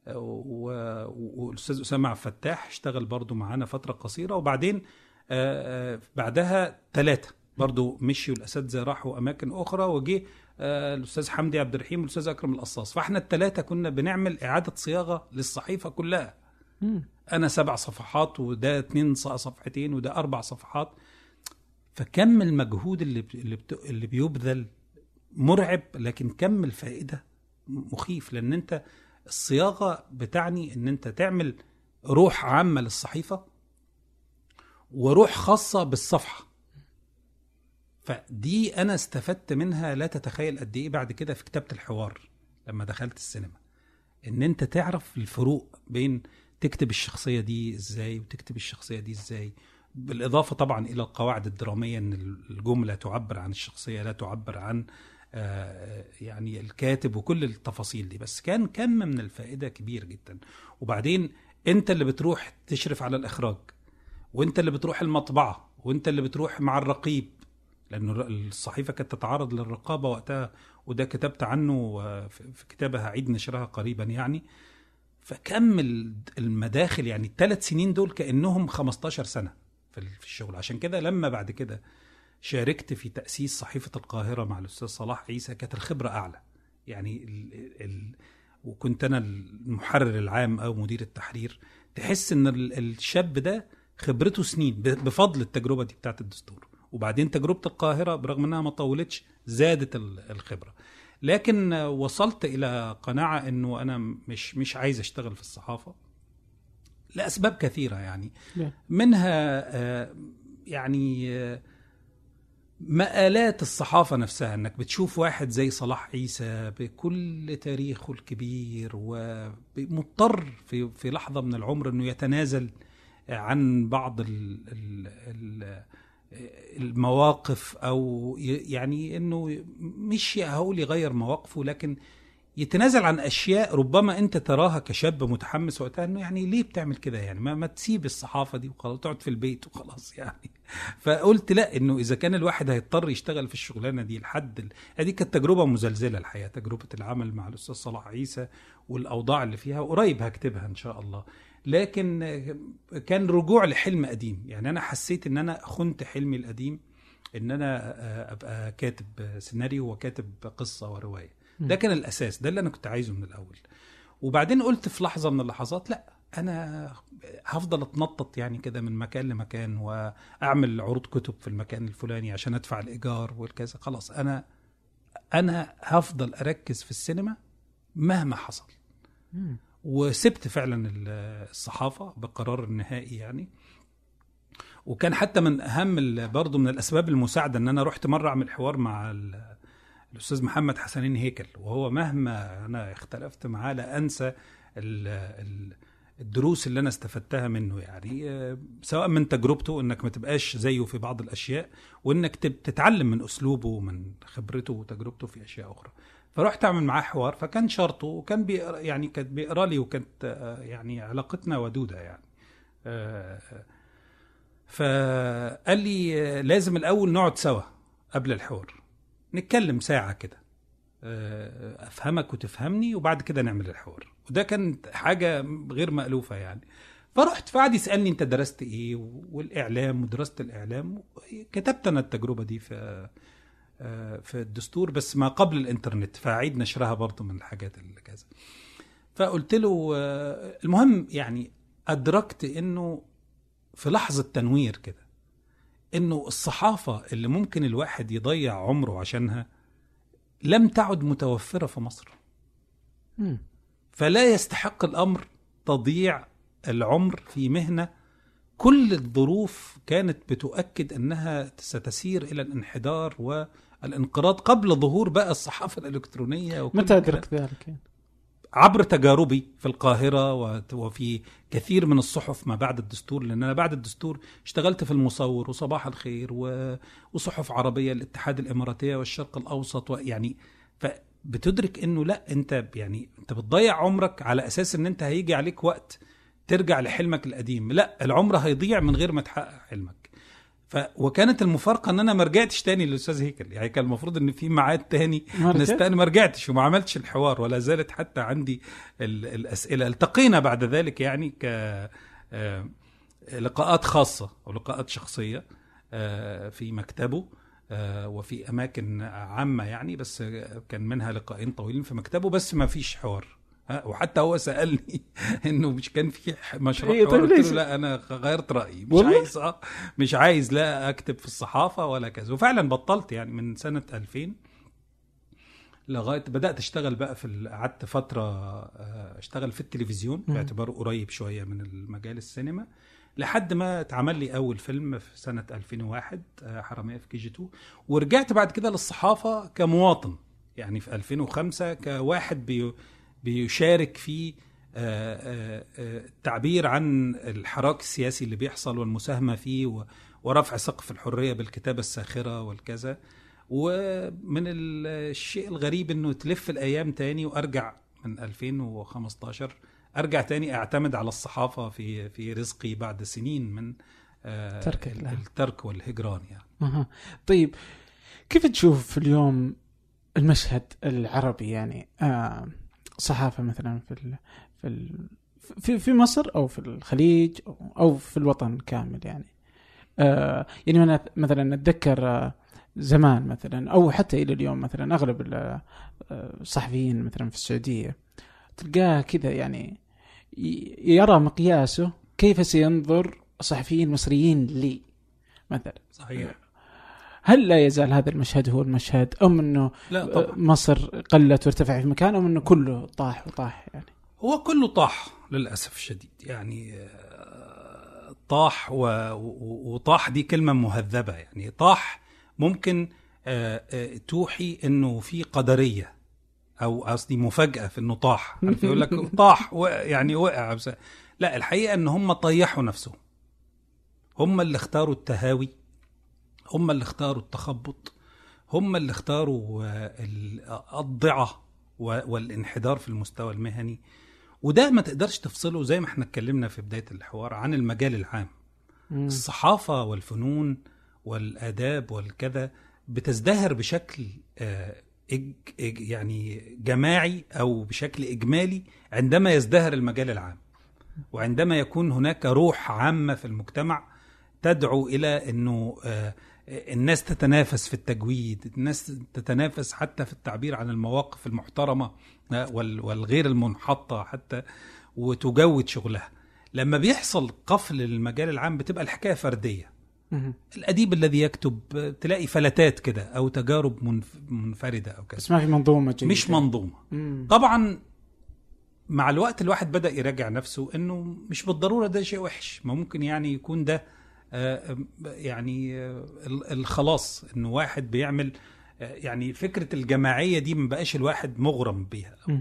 والأستاذ أسامة عبد الفتاح اشتغل برضو معانا فترة قصيرة، وبعدين بعدها ثلاثة برضو مشيوا الأساتذة راحوا أماكن أخرى، وجي الأستاذ حمدي عبد الرحيم والأستاذ أكرم القصاص. فإحنا الثلاثة كنا بنعمل إعادة صياغة للصحيفة كلها. أنا سبع صفحات وده اتنين صفحتين وده أربع صفحات. فكم المجهود اللي اللي, اللي بيبذل مرعب، لكن كم الفائدة مخيف، لأن أنت الصياغة بتعني أن أنت تعمل روح عامة للصحيفة وروح خاصة بالصفحة. فدي أنا استفدت منها لا تتخيل قد إيه بعد كده في كتابة الحوار لما دخلت السينما، أن أنت تعرف الفروق بين تكتب الشخصية دي إزاي وتكتب الشخصية دي إزاي، بالإضافة طبعا إلى القواعد الدرامية، أن الجملة تعبر عن الشخصية لا تعبر عن يعني الكاتب وكل التفاصيل دي. بس كان كم من الفائدة كبير جدا. وبعدين انت اللي بتروح تشرف على الإخراج، وانت اللي بتروح المطبعة، وانت اللي بتروح مع الرقيب، لأنه الصحيفة كانت تتعرض للرقابة وقتها، وده كتبت عنه في كتابها عيد نشرها قريبا يعني. فكم المداخل، يعني الثلاث سنين دول كأنهم خمستاشر سنة في الشغل. عشان كده لما بعد كده شاركت في تأسيس صحيفة القاهرة مع الأستاذ صلاح عيسى كانت الخبرة أعلى يعني ال ال وكنت أنا المحرر العام أو مدير التحرير. تحس أن الشاب ده خبرته سنين بفضل التجربة دي بتاعت الدستور، وبعدين تجربة القاهرة برغم أنها ما طولتش زادت الخبرة. لكن وصلت إلى قناعة أنه أنا مش مش عايز أشتغل في الصحافة لأسباب كثيرة يعني. منها يعني مآلات الصحافة نفسها، أنك بتشوف واحد زي صلاح عيسى بكل تاريخه الكبير ومضطر في في لحظة من العمر أنه يتنازل عن بعض ال ال المواقف، أو يعني أنه مش هقول يغير مواقفه، لكن يتنازل عن أشياء ربما أنت تراها كشاب متحمس وقتها أنه يعني ليه بتعمل كده، يعني ما, ما تسيب الصحافة دي وخلاص تقعد في البيت وخلاص يعني. فقلت لا، أنه إذا كان الواحد هيضطر يشتغل في الشغلانة دي لحد هذه كانت تجربة مزلزلة الحقيقة، تجربة العمل مع الأستاذ صلاح عيسى والأوضاع اللي فيها، وقريب هكتبها إن شاء الله. لكن كان رجوع لحلم قديم، يعني أنا حسيت أن أنا خنت حلمي القديم، أن أنا أبقى كاتب سيناريو وكاتب قصة ورواية. ده كان الأساس، ده اللي أنا كنت عايزه من الأول. وبعدين قلت في لحظة من اللحظات لا، أنا هفضل أتنطط يعني كده من مكان لمكان، وأعمل عروض كتب في المكان الفلاني عشان أدفع الإيجار والكذا. خلاص أنا أنا هفضل أركز في السينما مهما حصل. وسبت فعلا الصحافة بقرار النهائي يعني. وكان حتى من أهم برضو من الأسباب المساعدة أن أنا رحت مرة أعمل حوار مع الأستاذ محمد حسنين هيكل، وهو مهما أنا اختلفت معاه لا أنسى ال ال الدروس اللي أنا استفدتها منه، يعني سواء من تجربته إنك ما تبقاش زيه في بعض الأشياء، وإنك تتعلم من أسلوبه ومن خبرته وتجربته في أشياء أخرى. فرحت أعمل معاه حوار، فكان شرطه وكان بيقرأ، يعني كان بيقرأ لي، وكانت يعني علاقتنا ودودة يعني. فقال لي لازم الأول نقعد سوا قبل الحوار، نتكلم ساعة كده، أفهمك وتفهمني، وبعد كده نعمل الحوار. وده كانت حاجة غير مألوفة يعني. فرحت فقعد يسألني أنت درست إيه والإعلام ودراسة الإعلام. كتبت أنا التجربة دي في في الدستور بس ما قبل الإنترنت، فأعيد نشرها برضو من الحاجات اللي كذا. فقلت له المهم يعني أدركت إنه في لحظة تنوير كده إنه الصحافة اللي ممكن الواحد يضيع عمره عشانها لم تعد متوفرة في مصر. م. فلا يستحق الأمر تضييع العمر في مهنة كل الظروف كانت بتؤكد أنها ستسير إلى الانحدار والانقراض قبل ظهور بقى الصحافة الإلكترونية. متى أدرك ذلك؟ عبر تجاربي في القاهرة وفي كثير من الصحف ما بعد الدستور، لأن أنا بعد الدستور اشتغلت في المصور وصباح الخير وصحف عربية، الاتحاد الإماراتية والشرق الأوسط، يعني فبتدرك إنه لا، أنت يعني أنت بتضيع عمرك على أساس إن أنت هيجي عليك وقت ترجع لحلمك القديم. لا، العمر هيضيع من غير ما تحقق حلمك. ف وكانت المفارقه ان انا ما رجعتش تاني للاستاذ هيكل، يعني كان المفروض ان في ميعاد تاني نستنى، ما رجعتش وما عملتش الحوار، ولا زالت حتى عندي الاسئله. التقينا بعد ذلك يعني ك لقاءات خاصه او لقاءات شخصيه في مكتبه وفي اماكن عامه يعني، بس كان منها لقاءين طويلين في مكتبه بس ما فيش حوار. وحتى هو سألني انه مش كان في مشروع إيه طيب، قلت له لا انا غيرت رأيي، مش عايز اه مش عايز لا اكتب في الصحافة ولا كذا. وفعلا بطلت يعني من سنة ألفين لغاية بدأت اشتغل بقى في، قعدت فترة اشتغل في التلفزيون باعتباره قريب شوية من المجال السينما، لحد ما اتعمل لي اول فيلم في سنة ألفين وواحد حرامية في كي جي تو. ورجعت بعد كده للصحافة كمواطن يعني في ألفين وخمسة كواحد بي بيشارك في التعبير عن الحراك السياسي اللي بيحصل والمساهمة فيه ورفع سقف الحرية بالكتابة الساخرة والكذا. ومن الشيء الغريب انه تلف الايام تاني وارجع من ألفين وخمستاشر ارجع تاني اعتمد على الصحافة في في رزقي بعد سنين من ترك الترك والهجران يعني. أه. طيب كيف تشوف اليوم المشهد العربي يعني آه صحافة مثلا في ال في ال في في مصر أو في الخليج أو في الوطن كامل يعني آه يعني أنا مثلا أتذكر آه زمان مثلا أو حتى إلى اليوم مثلا أغلب الصحفيين مثلا في السعودية تلقاه كذا يعني يرى مقياسه كيف سينظر الصحفيين المصريين لي مثلا. صحيح. هل لا يزال هذا المشهد هو المشهد أم أنه مصر قلت وارتفع في مكان أم أنه كله طاح وطاح؟ يعني هو كله طاح للأسف الشديد يعني طاح وطاح دي كلمة مهذبة يعني. طاح ممكن توحي أنه في قدرية أو قصدي مفاجأة في أنه طاح يقول لك طاح يعني وقع بس. لا، الحقيقة أن هم طيحوا نفسهم، هم اللي اختاروا التهاوي، هم اللي اختاروا التخبط، هم اللي اختاروا الضعة والانحدار في المستوى المهني. وده ما تقدرش تفصله زي ما احنا اتكلمنا في بداية الحوار عن المجال العام. م. الصحافة والفنون والآداب والكذا بتزدهر بشكل يعني جماعي أو بشكل إجمالي عندما يزدهر المجال العام، وعندما يكون هناك روح عامة في المجتمع تدعو إلى أنه الناس تتنافس في التجويد، الناس تتنافس حتى في التعبير عن المواقف المحترمة والغير المنحطة حتى، وتجود شغلها. لما بيحصل قفل للمجال العام بتبقى الحكاية فردية. الأديب الذي يكتب تلاقي فلتات كده أو تجارب منفردة أو كذا، بس ما في منظومة جيدة. مش منظومة. مم. طبعا مع الوقت الواحد بدأ يراجع نفسه أنه مش بالضرورة ده شيء وحش، ما ممكن يعني يكون ده آه يعني آه الخلاص أنه واحد بيعمل آه يعني فكرة الجماعية دي ما بقاش الواحد مغرم بيها.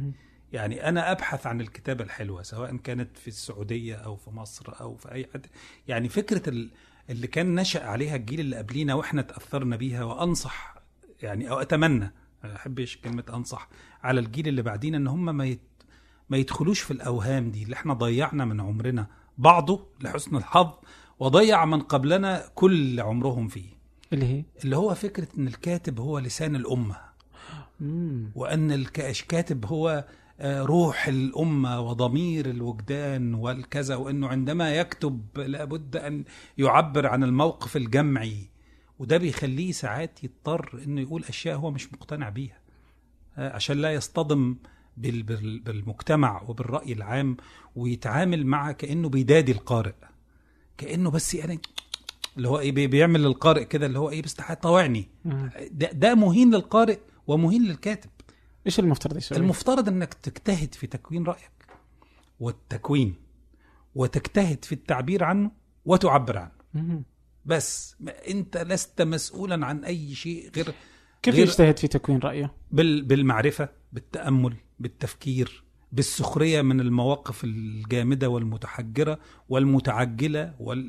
يعني أنا أبحث عن الكتابة الحلوة سواء كانت في السعودية أو في مصر أو في أي حد. يعني فكرة اللي كان نشأ عليها الجيل اللي قبلينا وإحنا تأثرنا بيها، وأنصح يعني أو أتمنى، ما أحبش كلمة أنصح، على الجيل اللي بعدين إن هم ما يت ما يدخلوش في الأوهام دي اللي إحنا ضيعنا من عمرنا بعضه لحسن الحظ، وضيع من قبلنا كل عمرهم فيه، اللي هي اللي هو فكرة إن الكاتب هو لسان الأمة، مم. وأن الكاتب هو روح الأمة وضمير الوجدان والكذا، وأنه عندما يكتب لابد أن يعبر عن الموقف الجمعي، وده بيخليه ساعات يضطر أنه يقول أشياء هو مش مقتنع بيها عشان لا يصطدم بالمجتمع وبالرأي العام، ويتعامل مع كأنه بيدادي القارئ، كأنه بس يعني اللي هو إيه بيعمل للقارئ كده اللي هو إيه بس طوعني. ده, ده مهين للقارئ ومهين للكاتب. إيش المفترض يسوي؟ المفترض أنك تجتهد في تكوين رأيك والتكوين، وتجتهد في التعبير عنه وتعبر عنه. مم. بس أنت لست مسؤولا عن أي شيء غير كيف غير يجتهد في تكوين رأيه؟ بال بالمعرفة، بالتأمل، بالتفكير، بالسخرية من المواقف الجامدة والمتحجرة والمتعجلة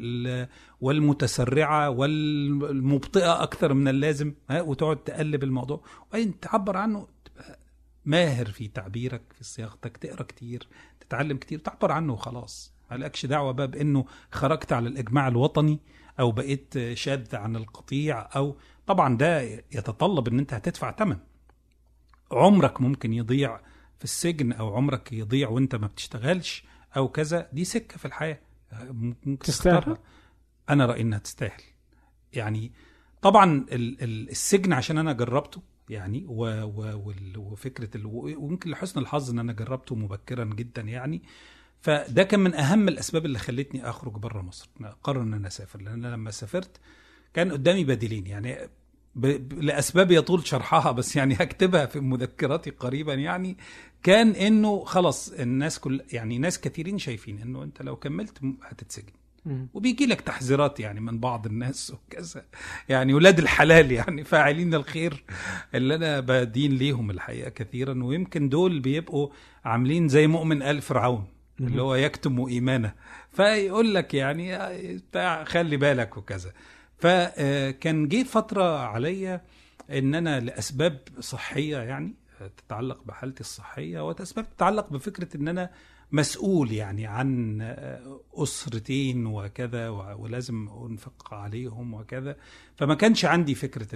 والمتسرعة والمبطئة أكثر من اللازم، ها، وتقعد تقلب الموضوع وبعدين تعبر عنه. تبقى ماهر في تعبيرك، في صياغتك، تقرأ كتير، تتعلم كتير، تعبر عنه وخلاص. مالكش دعوة بقى بأنه خرجت على الإجماع الوطني أو بقيت شاذ عن القطيع، أو طبعا ده يتطلب أن أنت هتدفع ثمن. عمرك ممكن يضيع في السجن، أو عمرك يضيع وانت ما بتشتغلش أو كذا. دي سكة في الحياة ممكن تستاهل. أنا رأيي أنها تستاهل. يعني طبعا السجن عشان أنا جربته يعني، وفكرة وممكن لحسن الحظ أن أنا جربته مبكرا جدا يعني، فده كان من أهم الأسباب اللي خلتني أخرج برا مصر، أقرر أن أنا أسافر. لأن أنا لما سافرت كان قدامي بديلين يعني، ب... لأسباب يطول شرحها، بس يعني هكتبها في مذكراتي قريبا. يعني كان إنه خلاص الناس كل يعني ناس كثيرين شايفين إنه أنت لو كملت هتتسجن، وبيجي لك تحذيرات يعني من بعض الناس وكذا، يعني ولاد الحلال يعني فاعلين الخير اللي أنا بدين ليهم الحقيقة كثيرا، ويمكن دول بيبقوا عاملين زي مؤمن آل فرعون اللي هو يكتم إيمانه، فيقول لك يعني خلي بالك وكذا. فكان جه فترة عليا ان انا لاسباب صحية يعني تتعلق بحالتي الصحية، واسباب تتعلق بفكرة ان انا مسؤول يعني عن اسرتين وكذا، ولازم انفق عليهم وكذا. فما كانش عندي فكرة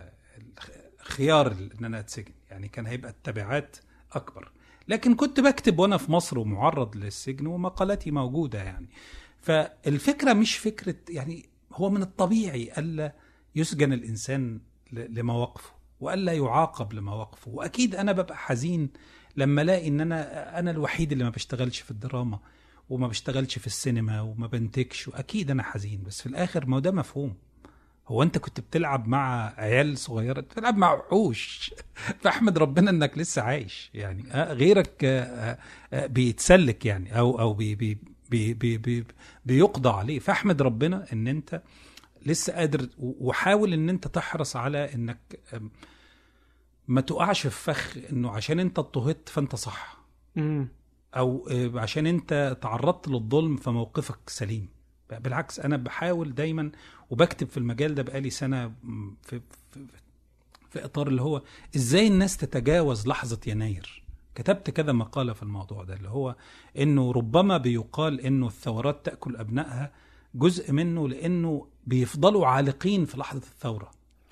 الخيار ان انا اتسجن، يعني كان هيبقى التبعات اكبر. لكن كنت بكتب وانا في مصر ومعرض للسجن، ومقالاتي موجودة يعني. فالفكرة مش فكرة يعني، هو من الطبيعي ألا يسجن الإنسان لمواقفه، وألا يعاقب لمواقفه. وأكيد أنا ببقى حزين لما ألاقي إن أنا أنا الوحيد اللي ما بشتغلش في الدراما وما بشتغلش في السينما وما بنتكش، وأكيد أنا حزين. بس في الآخر ما ده مفهوم. هو أنت كنت بتلعب مع عيال صغيرة، بتلعب مع وحوش فأحمد ربنا أنك لسه عايش يعني، غيرك بيتسلك يعني، أو أو بي بي بي بي بي بيقضى عليه. فاحمد ربنا ان انت لسه قادر، وحاول ان انت تحرص على انك ما تقعش في فخ انه عشان انت اضطهدت فانت صح، او عشان انت تعرضت للظلم فموقفك سليم. بالعكس، انا بحاول دايما، وبكتب في المجال ده بقالي سنة في, في, في اطار اللي هو ازاي الناس تتجاوز لحظة يناير. كتبت كذا مقالة في الموضوع ده، اللي هو إنه ربما بيقال إنه الثورات تأكل أبنائها، جزء منه لأنه بيفضلوا عالقين في لحظة الثورة،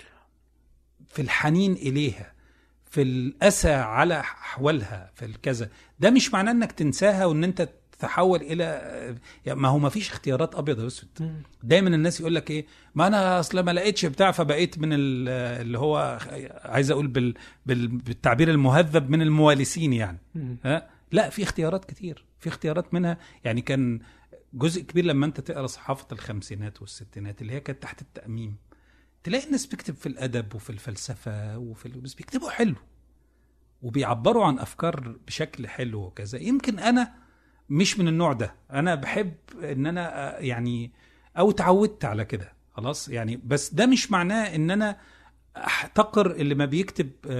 في الحنين إليها، في الأسى على أحوالها، في الكذا. ده مش معناه إنك تنساها وإن أنت تحول إلى يعني، ما هو ما فيش اختيارات أبيض وأسود. دايما الناس يقول لك إيه، ما أنا أصلا ما لقيتش بتاع فبقيت من اللي هو عايز أقول بال بالتعبير المهذب من الموالسين يعني. ها، لا، في اختيارات كتير، في اختيارات منها يعني. كان جزء كبير لما أنت تقرأ صحافة الخمسينات والستينات اللي هي كانت تحت التأميم، تلاقي الناس بيكتب في الأدب وفي الفلسفة وفي ال... بس بيكتبوا حلو وبيعبروا عن أفكار بشكل حلو وكذا. يمكن أنا مش من النوع ده، أنا بحب إن أنا يعني، أو تعودت على كده خلاص يعني. بس ده مش معناه إن أنا أحتقر اللي ما بيكتب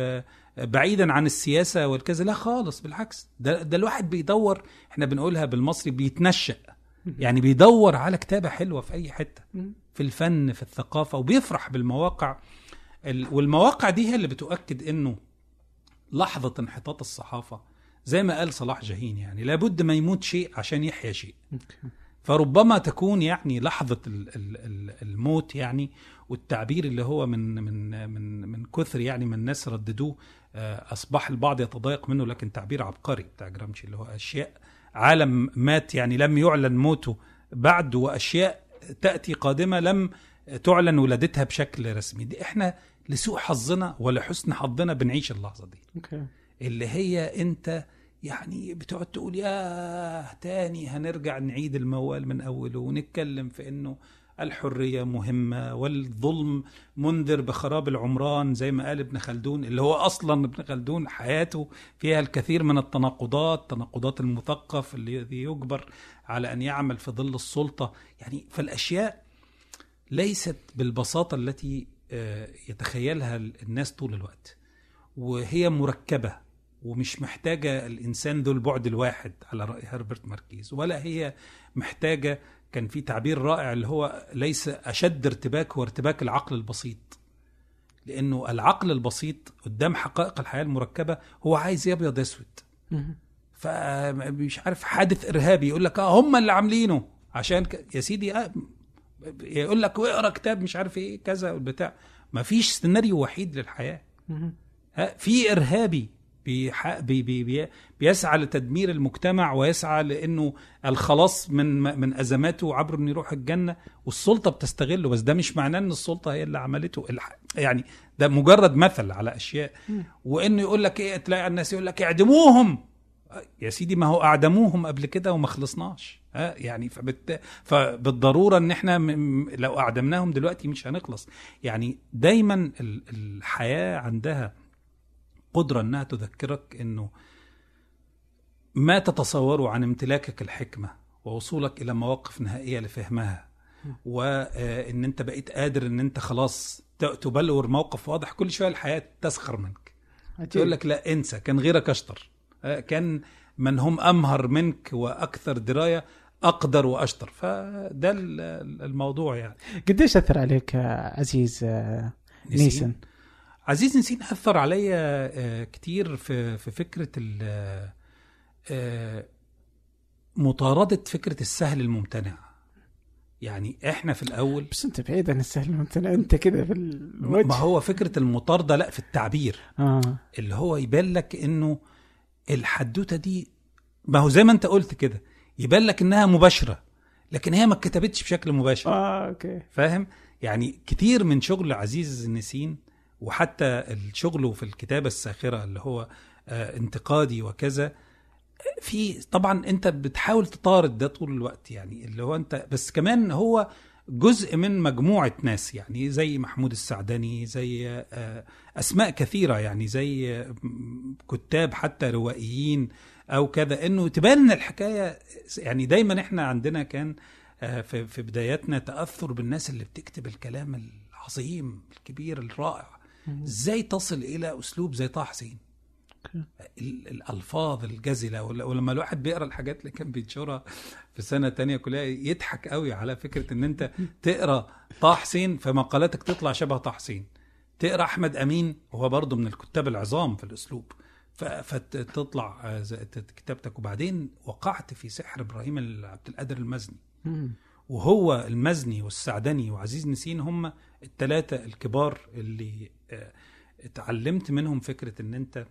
بعيدا عن السياسة والكذا، لا خالص، بالعكس، ده, ده الواحد بيدور، احنا بنقولها بالمصري بيتنشأ، يعني بيدور على كتابة حلوة في أي حتة، في الفن، في الثقافة، وبيفرح بالمواقع. والمواقع دي هي اللي بتؤكد انه لحظة انحطاط الصحافة زي ما قال صلاح جاهين، يعني لابد ما يموت شيء عشان يحيا شيء. فربما تكون يعني لحظة الموت، يعني والتعبير اللي هو من من من من كثر يعني من الناس رددوه أصبح البعض يتضايق منه، لكن تعبير عبقري بتاع جرامشي، اللي هو أشياء عالم مات يعني لم يعلن موته بعد، وأشياء تأتي قادمة لم تعلن ولادتها بشكل رسمي. دي احنا لسوء حظنا ولحسن حظنا بنعيش اللحظة دي، okay. اللي هي انت يعني بتقعد تقول يا تاني هنرجع نعيد الموال من أوله، ونتكلم في انه الحرية مهمة والظلم منذر بخراب العمران زي ما قال ابن خلدون، اللي هو أصلا ابن خلدون حياته فيها الكثير من التناقضات، تناقضات المثقف الذي يجبر على أن يعمل في ظل السلطة. يعني فالأشياء ليست بالبساطة التي يتخيلها الناس طول الوقت، وهي مركبة ومش محتاجة الإنسان ذو البعد الواحد على رأي هربرت ماركيز، ولا هي محتاجة، كان في تعبير رائع اللي هو ليس أشد ارتباك هو ارتباك العقل البسيط، لأنه العقل البسيط قدام حقائق الحياة المركبة هو عايز يبيض يسود، فمش عارف حادث إرهابي يقول لك آه هم اللي عاملينه عشان ك... يا سيدي آه يقول لك واقرا كتاب مش عارف ايه كذا والبتاع، ما فيش سيناريو وحيد للحياة. في إرهابي بي بي بي بيسعى لتدمير المجتمع ويسعى لأنه الخلاص من من أزماته عبر أن يروح الجنة، والسلطة بتستغله، بس ده مش معناه أن السلطة هي اللي عملته، يعني ده مجرد مثل على أشياء. وإنه يقول لك إيه، تلاقي الناس يقول لك اعدموهم، يا سيدي ما هو أعدموهم قبل كده وما خلصناش، ها يعني فبت... فبالضرورة ان احنا م... لو اعدمناهم دلوقتي مش هنخلص. يعني دايما الحياة عندها قدرة انها تذكرك انه ما تتصوره عن امتلاكك الحكمة ووصولك الى مواقف نهائية لفهمها، وان انت بقيت قادر ان انت خلاص تبلور موقف واضح، كل شوية الحياة تسخر منك، تقول لك لا انسى، كان غيرك اشطر، كان من هم أمهر منك وأكثر دراية أقدر وأشطر. فده الموضوع. يعني قديش أثر عليك عزيز نيسن؟ عزيز نيسن أثر علي كتير في في فكرة مطاردة فكرة السهل الممتنع. يعني إحنا في الأول، بس أنت بعيد عن السهل الممتنع، أنت كده في الوجه. ما هو فكرة المطاردة لا في التعبير، آه. اللي هو يبان لك إنه الحدوتة دي، ما هو زي ما انت قلت كده، يبان لك انها مباشرة لكن هي ما اتكتبتش بشكل مباشر. اه اوكي، فاهم؟ يعني كتير من شغل عزيز نيسن وحتى الشغل في الكتابة الساخرة اللي هو آه انتقادي وكذا، في طبعا انت بتحاول تطارد ده طول الوقت، يعني اللي هو انت بس كمان هو جزء من مجموعة ناس، يعني زي محمود السعدني، زي أسماء كثيرة، يعني زي كتاب حتى روائيين أو كذا، إنه تبان إن الحكاية يعني دايما إحنا عندنا كان في بداياتنا تأثر بالناس اللي بتكتب الكلام العظيم الكبير الرائع. إزاي تصل إلى أسلوب زي طه حسين، الألفاظ الجزلة، ولما الواحد بيقرأ الحاجات اللي كان بينشرها في سنة تانية كلها يضحك قوي على فكرة ان انت تقرأ طه حسين فمقالاتك تطلع شبه طه حسين، تقرأ أحمد أمين وهو برضو من الكتاب العظام في الأسلوب فتطلع كتابتك. وبعدين وقعت في سحر إبراهيم عبد القادر المزني، وهو المزني والسعدني وعزيز نيسن هم الثلاثة الكبار اللي اتعلمت منهم فكرة ان انت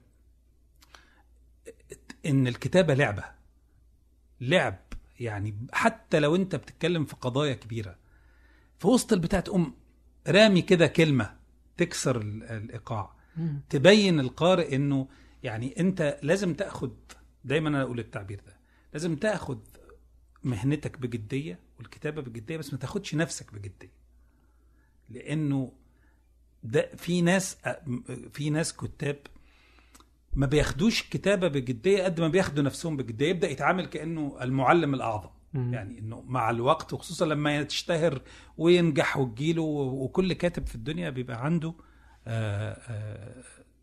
ان الكتابة لعبة لعب، يعني حتى لو انت بتتكلم في قضايا كبيرة في وسط البتاع تقوم رامي كده كلمة تكسر الإيقاع، تبين القارئ انه يعني انت لازم تأخذ، دايما انا اقول التعبير ده، لازم تأخذ مهنتك بجدية والكتابة بجدية، بس ما تاخدش نفسك بجدية، لانه ده في ناس في ناس كتاب ما بياخدوش كتابة بجدية قد ما بياخدوا نفسهم بجدية، يبدأ يتعامل كأنه المعلم الأعظم. مم. يعني إنه مع الوقت وخصوصا لما يتشتهر وينجح وتجيله، وكل كاتب في الدنيا بيبقى عنده آآ آآ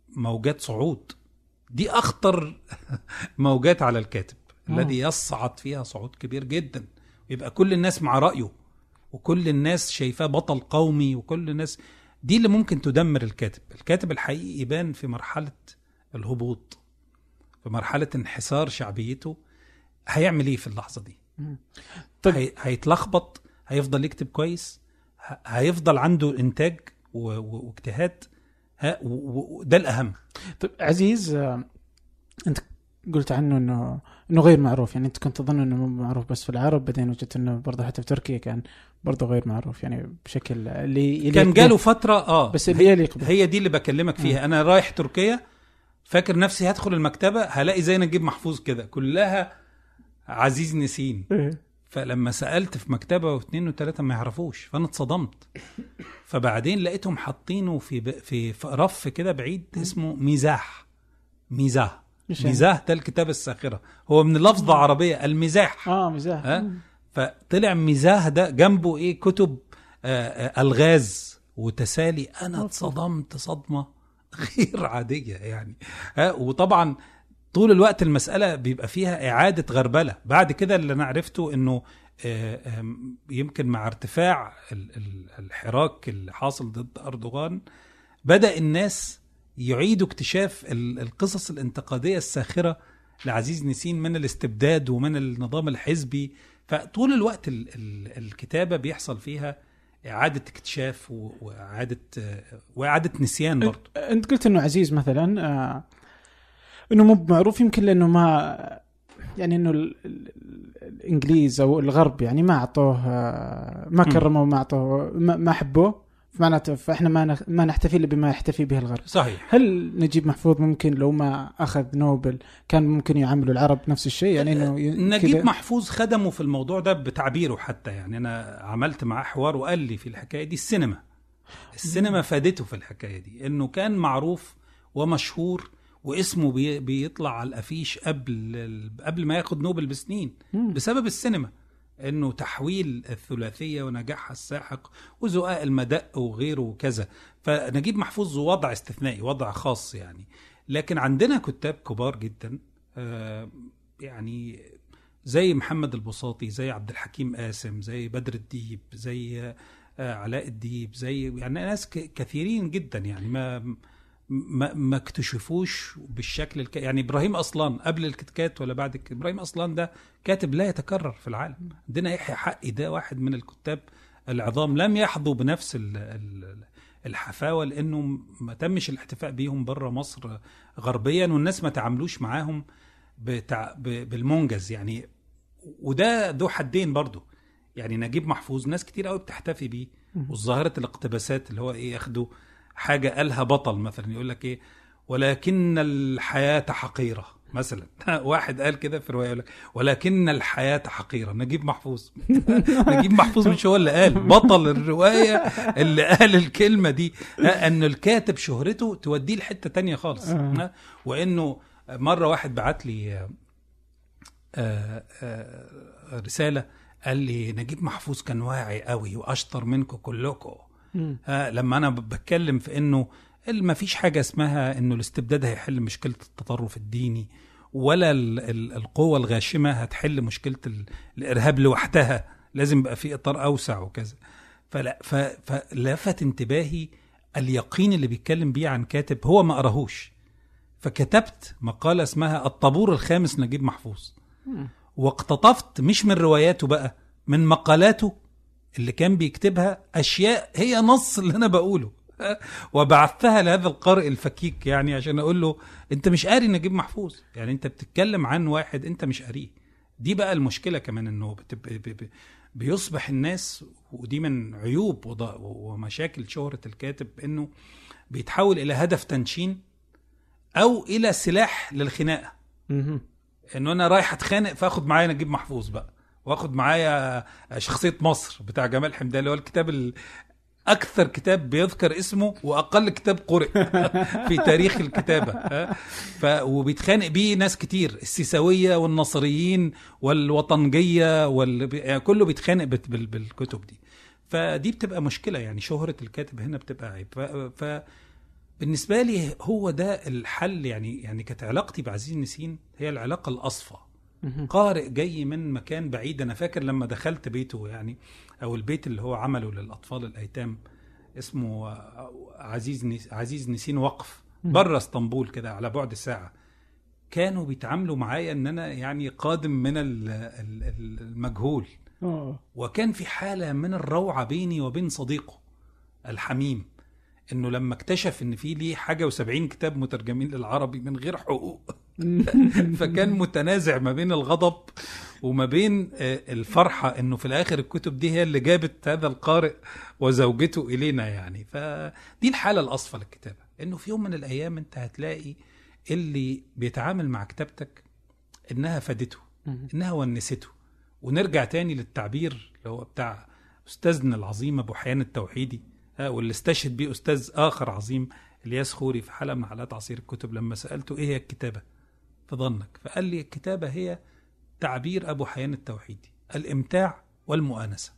موجات صعود. دي اخطر موجات على الكاتب الذي يصعد فيها صعود كبير جدا، يبقى كل الناس مع رأيه وكل الناس شايفاه بطل قومي وكل الناس. دي اللي ممكن تدمر الكاتب. الكاتب الحقيقي يبان في مرحلة الهبوط، في مرحلة انحسار شعبيته. هيعمل ايه في اللحظة دي؟ طيب. هي... هيتلخبط، هيفضل يكتب كويس، ه... هيفضل عنده انتاج و... و... واجتهاد، ها... و... وده الأهم. طيب عزيز، آه، انت قلت عنه انه انه غير معروف، يعني انت كنت تظن انه معروف بس في العرب، بعدين وجدت انه برضه حتى في تركيا كان برضه غير معروف، يعني بشكل اللي كان جاله فترة اه بس اللي يليق هي دي اللي بكلمك فيها. م. انا رايح تركيا فاكر نفسي هدخل المكتبة هلاقي زي نجيب محفوظ كده كلها عزيز نسين. فلما سألت في مكتبة واثنين وثلاثة ما يعرفوش، فانا اتصدمت. فبعدين لقيتهم حاطينه في ب... في رف كده بعيد اسمه مزاح. مزاح مزاح ده الكتاب الساخرة، هو من لفظة عربية المزاح. اه مزاح. ها؟ فطلع مزاح ده جنبه ايه؟ كتب آه آه الغاز وتسالي. انا اتصدمت صدمة غير عادية يعني. ها؟ وطبعا طول الوقت المسألة بيبقى فيها إعادة غربلة. بعد كده اللي أنا عرفته إنه يمكن مع ارتفاع الحراك اللي حاصل ضد أردوغان بدأ الناس يعيدوا اكتشاف القصص الانتقادية الساخرة لعزيز نسين من الاستبداد ومن النظام الحزبي. فطول الوقت الكتابة بيحصل فيها إعادة اكتشاف وإعادة وإعادة نسيان برضو. أنت قلت إنه عزيز مثلا آه إنه مو معروف، يمكن لأنه ما يعني إنه الإنجليز أو الغرب يعني ما أعطوه ما كرموه ما أعطوه ما حبوه، فمعناته فإحنا ما ما نحتفي إلا بما يحتفي به الغرب. صحيح. هل نجيب محفوظ ممكن لو ما أخذ نوبل كان ممكن يعاملوا العرب نفس الشيء؟ يعني إنه نجيب محفوظ خدمه في الموضوع ده بتعبيره حتى. يعني أنا عملت معاه حوار وقال لي في الحكاية دي السينما السينما فادته في الحكاية دي، إنه كان معروف ومشهور واسمه بي بيطلع على الافيش قبل قبل ما ياخد نوبل بسنين بسبب السينما، انه تحويل الثلاثيه ونجاحها الساحق وزقاق المدق وغيره وكذا. فنجيب محفوظ وضع استثنائي، وضع خاص يعني. لكن عندنا كتاب كبار جدا آه يعني زي محمد البساطي، زي عبد الحكيم قاسم، زي بدر الديب، زي آه علاء الديب، زي يعني ناس كثيرين جدا يعني ما ما ما اكتشفوش بالشكل الك... يعني ابراهيم اصلان قبل الكتكات ولا بعد الك... ابراهيم اصلان ده كاتب لا يتكرر في العالم. عندنا يحيى حقي ده واحد من الكتاب العظام لم يحظوا بنفس ال... ال... الحفاوه، لانه ما تمش الاحتفاء بيهم بره مصر غربيا، والناس ما تعاملوش معاهم بتع... ب... بالمنجز يعني. وده ذو حدين برضو. يعني نجيب محفوظ ناس كتير قوي بتحتفي بيه، والظاهره الاقتباسات اللي هو ايه ياخدوا حاجة قالها بطل مثلا يقول لك ايه ولكن الحياة حقيرة مثلا. واحد قال كده في رواية يقول لك ولكن الحياة حقيرة. نجيب محفوظ نجيب محفوظ مش هو اللي قال، بطل الرواية اللي قال الكلمة دي. أن الكاتب شهرته توديه لحتة تانية خالص. وإنه مرة واحد بعت لي رسالة قال لي نجيب محفوظ كان واعي قوي وأشطر منكم كلكم. آه لما أنا بتكلم في إنه ما فيش حاجة اسمها إنه الاستبداد هيحل مشكلة التطرف الديني، ولا ال ال القوة الغاشمة هتحل مشكلة الإرهاب لوحدها، لازم يبقى في إطار أوسع وكذا. فلا فلفت انتباهي اليقين اللي بيتكلم بيه عن كاتب هو ما قراهوش. فكتبت مقالة اسمها الطابور الخامس نجيب محفوظ، واقتطفت مش من رواياته بقى، من مقالاته اللي كان بيكتبها أشياء هي نص اللي أنا بقوله، وبعثها لهذا القارئ الفكيك يعني عشان أقول له أنت مش قاري نجيب محفوظ، يعني أنت بتتكلم عن واحد أنت مش قاريه. دي بقى المشكلة كمان، أنه بيصبح الناس، ودي من عيوب ومشاكل شهرة الكاتب، أنه بيتحول إلى هدف تنشين أو إلى سلاح للخناقة. أنه أنا رايح أتخانق فأخد معايا نجيب محفوظ بقى، واخد معايا شخصية مصر بتاع جمال حمدان اللي هو الكتاب أكثر كتاب بيذكر اسمه وأقل كتاب قرئ في تاريخ الكتابة. ف وبيتخانق بيه ناس كتير، السيساوية والنصريين والوطنجية وال... يعني كله بيتخانق بال... بالكتب دي. فدي بتبقى مشكلة يعني، شهرة الكاتب هنا بتبقى عيب. ف... ف... بالنسبة لي هو ده الحل. يعني يعني كانت علاقتي بعزيز نسين هي العلاقة الأصفى. قارئ جاي من مكان بعيد. أنا فاكر لما دخلت بيته، يعني أو البيت اللي هو عمله للأطفال الأيتام، اسمه عزيز نس... عزيز نسين وقف برا اسطنبول كده على بعد ساعة. كانوا بيتعاملوا معايا ان انا يعني قادم من المجهول، وكان في حالة من الروعة بيني وبين صديقه الحميم، انه لما اكتشف ان في ليه حاجة وسبعين كتاب مترجمين للعربي من غير حقوق فكان متنازع ما بين الغضب وما بين الفرحة انه في الاخر الكتب دي هي اللي جابت هذا القارئ وزوجته الينا. يعني فدي الحالة الاصفى للكتابة، انه في يوم من الايام انت هتلاقي اللي بيتعامل مع كتابتك انها فادته، انها ونسته. ونرجع تاني للتعبير اللي هو بتاع استاذنا العظيم ابو حيان التوحيدي، واللي استشهد بيه استاذ اخر عظيم الياس خوري في حلقة من حلقات عصير الكتب، لما سألته ايه هي الكتابة في ظنك، فقال لي الكتابة هي تعبير ابو حيان التوحيدي، الامتاع والمؤانسة.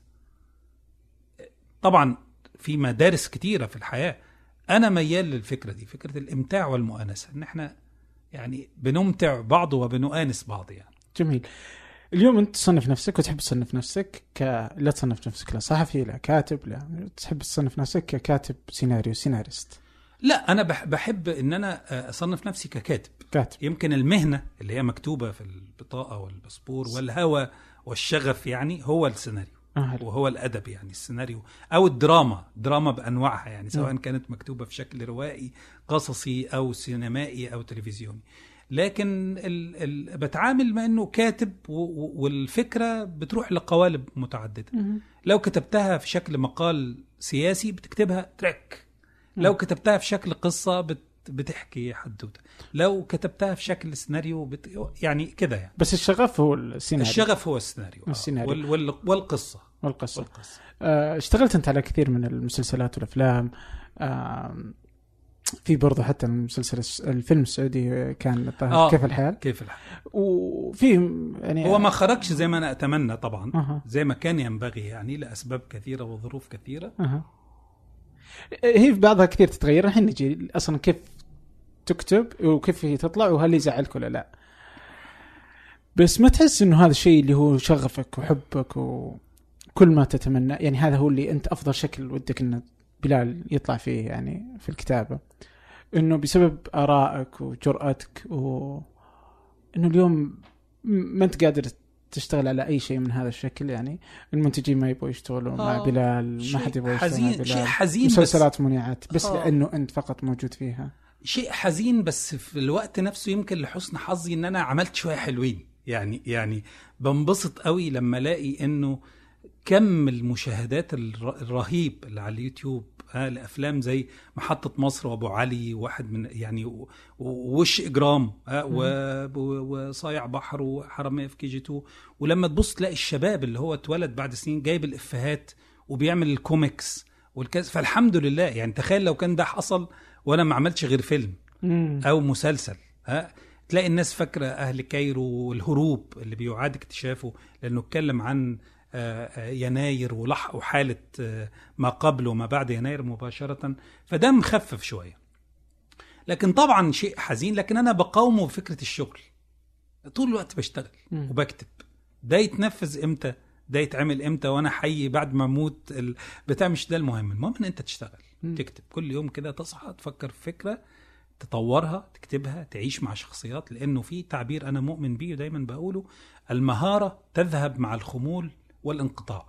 طبعا في مدارس كتيرة في الحياة، أنا ميال للفكرة دي، فكرة الإمتاع والمؤانسة، إن إحنا يعني بنمتع بعض وبنؤانس بعض. يعني جميل. اليوم أنت تصنف نفسك وتحب تصنف نفسك ك لا تصنف نفسك لا صحفي لا كاتب، لا تحب تصنف نفسك ككاتب سيناريو سيناريست؟ لا، أنا بحب إن أنا أصنف نفسي ككاتب. كاتب. يمكن المهنة اللي هي مكتوبة في البطاقة والباسبور والهوى والشغف يعني هو السيناريو، أهل. وهو الأدب، يعني السيناريو أو الدراما، دراما بأنواعها، يعني سواء م. كانت مكتوبة في شكل روائي قصصي أو سينمائي أو تلفزيوني. لكن ال ال بتعامل مع أنه كاتب، والفكرة بتروح لقوالب متعددة. م. لو كتبتها في شكل مقال سياسي بتكتبها تراك، م. لو كتبتها في شكل قصة بت بتحكي حدوته، لو كتبتها في شكل سيناريو بت... يعني كده يعني. بس الشغف هو السيناريو. الشغف هو السيناريو, السيناريو. وال... وال... والقصة والقصة, والقصة. آه اشتغلت أنت على كثير من المسلسلات والأفلام. آه في برضه حتى المسلسل الفيلم السعودي كان آه كيف الحال كيف الحال وفي يعني هو ما خرجش زي ما أنا أتمنى طبعا. آه. زي ما كان ينبغي، يعني لأسباب كثيرة وظروف كثيرة. آه. هي في بعضها كثير تتغير. الحين نجي أصلا كيف تكتب وكيف هي تطلع وهل يزعلك ولا لا. بس ما تحس إنه هذا الشيء اللي هو شغفك وحبك وكل ما تتمنى، يعني هذا هو اللي أنت أفضل شكل ودك إنه بلال يطلع فيه يعني في الكتابة، إنه بسبب آرائك وجرأتك وإنه اليوم ما أنت قادر تشتغل على أي شيء من هذا الشكل. يعني المنتجين ما يبغوا يشتغلوا مع بلال، ما حد يبغى يشتغل مع بلال. شيء حزين، مسلسلات منيعات بس آه. لأنه أنت فقط موجود فيها. شيء حزين، بس في الوقت نفسه يمكن لحسن حظي إن أنا عملت شوية حلوين. يعني يعني بنبسط قوي لما الاقي إنه كم المشاهدات الرهيب اللي على اليوتيوب ها لأفلام زي محطة مصر وأبو علي، واحد من يعني ووش إجرام ها وصايع بحر وحرامية في كي جي تو. ولما تبص تلاقي الشباب اللي هو اتولد بعد سنين جايب الإفيهات وبيعمل الكوميكس والكاس. فالحمد لله، يعني تخيل لو كان ده حصل وأنا ما عملتش غير فيلم أو مسلسل، ها تلاقي الناس فاكرة أهل كايرو والهروب اللي بيعاد اكتشافه، لأنه اتكلم عن يناير ولحق وحالة ما قبل وما بعد يناير مباشرة، فده مخفف شوية. لكن طبعا شيء حزين، لكن أنا بقاومه بفكرة الشغل. طول الوقت بشتغل وبكتب، ده يتنفذ إمتى، ده يتعمل إمتى وأنا حي بعد ما أموت بتاع، مش ده المهم. المهم أن أنت تشتغل، تكتب كل يوم كده، تصحى تفكر في فكرة تطورها، تكتبها، تعيش مع شخصيات. لأنه في تعبير أنا مؤمن بيه ودايما بقوله، المهارة تذهب مع الخمول والانقطاع.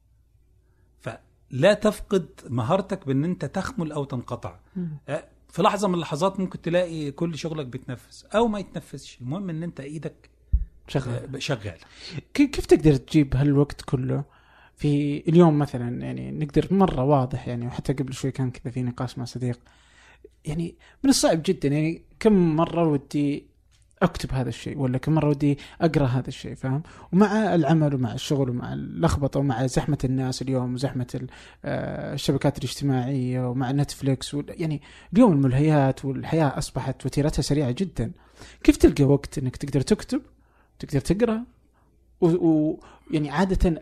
فلا تفقد مهارتك بأن أنت تخمل أو تنقطع. في لحظة من اللحظات ممكن تلاقي كل شغلك بيتنفس أو ما يتنفسش، المهم أن أنت إيدك شغال. شغال. كيف تقدر تجيب هالوقت كله في اليوم مثلا؟ يعني نقدر مرة واضح، يعني وحتى قبل شوي كان كذا في نقاش مع صديق، يعني من الصعب جدا، يعني كم مرة ودي أكتب هذا الشيء ولا كم مرة ودي أقرأ هذا الشيء، فاهم؟ ومع العمل ومع الشغل ومع اللخبطة ومع زحمة الناس اليوم وزحمة الشبكات الاجتماعية ومع نتفليكس، يعني اليوم الملهيات والحياة أصبحت وتيرتها سريعة جدا. كيف تلقى وقت أنك تقدر تكتب، تقدر تقرأ؟ ويعني عادة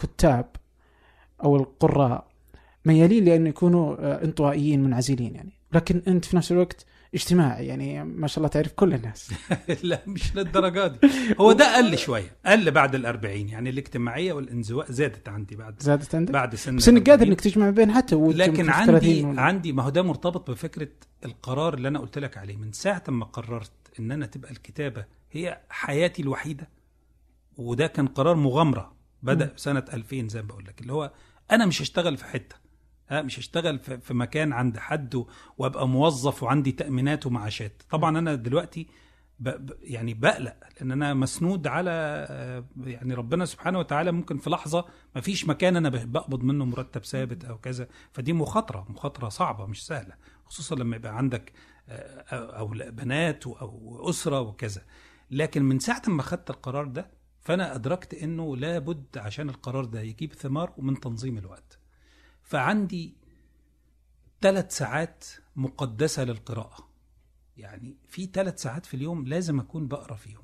الكتاب أو القراء ميالين لأن يكونوا انطوائيين منعزلين، يعني لكن أنت في نفس الوقت اجتماعي، يعني ما شاء الله تعرف كل الناس. لا مش للدرجة دي. هو ده قل شوية، قل بعد الأربعين، يعني الاجتماعية والانزواء زادت عندي بعد زادت عندك بعد سن بس انك قادر انك تجمع بين حتى. لكن عندي عندي ما هو ده مرتبط بفكرة القرار اللي أنا قلت لك عليه من ساعة ما قررت إن أنا تبقى الكتابة هي حياتي الوحيدة. وده كان قرار مغامرة بدأ م. سنة ألفين زي ما بقول لك، اللي هو أنا مش هشتغل في حتة، ها مش هشتغل في مكان عند حد وابقى موظف وعندي تأمينات ومعاشات. طبعا انا دلوقتي ب يعني بقلق لان انا مسنود على يعني ربنا سبحانه وتعالى. ممكن في لحظة ما فيش مكان انا بقبض منه مرتب ثابت او كذا، فدي مخاطرة مخاطرة صعبة مش سهلة، خصوصا لما يبقى عندك او بنات او أسرة وكذا. لكن من ساعة ما خدت القرار ده فانا ادركت انه لابد عشان القرار ده يجيب ثمار ومن تنظيم الوقت. فعندي ثلاث ساعات مقدسة للقراءة، يعني في ثلاث ساعات في اليوم لازم أكون بقرأ فيهم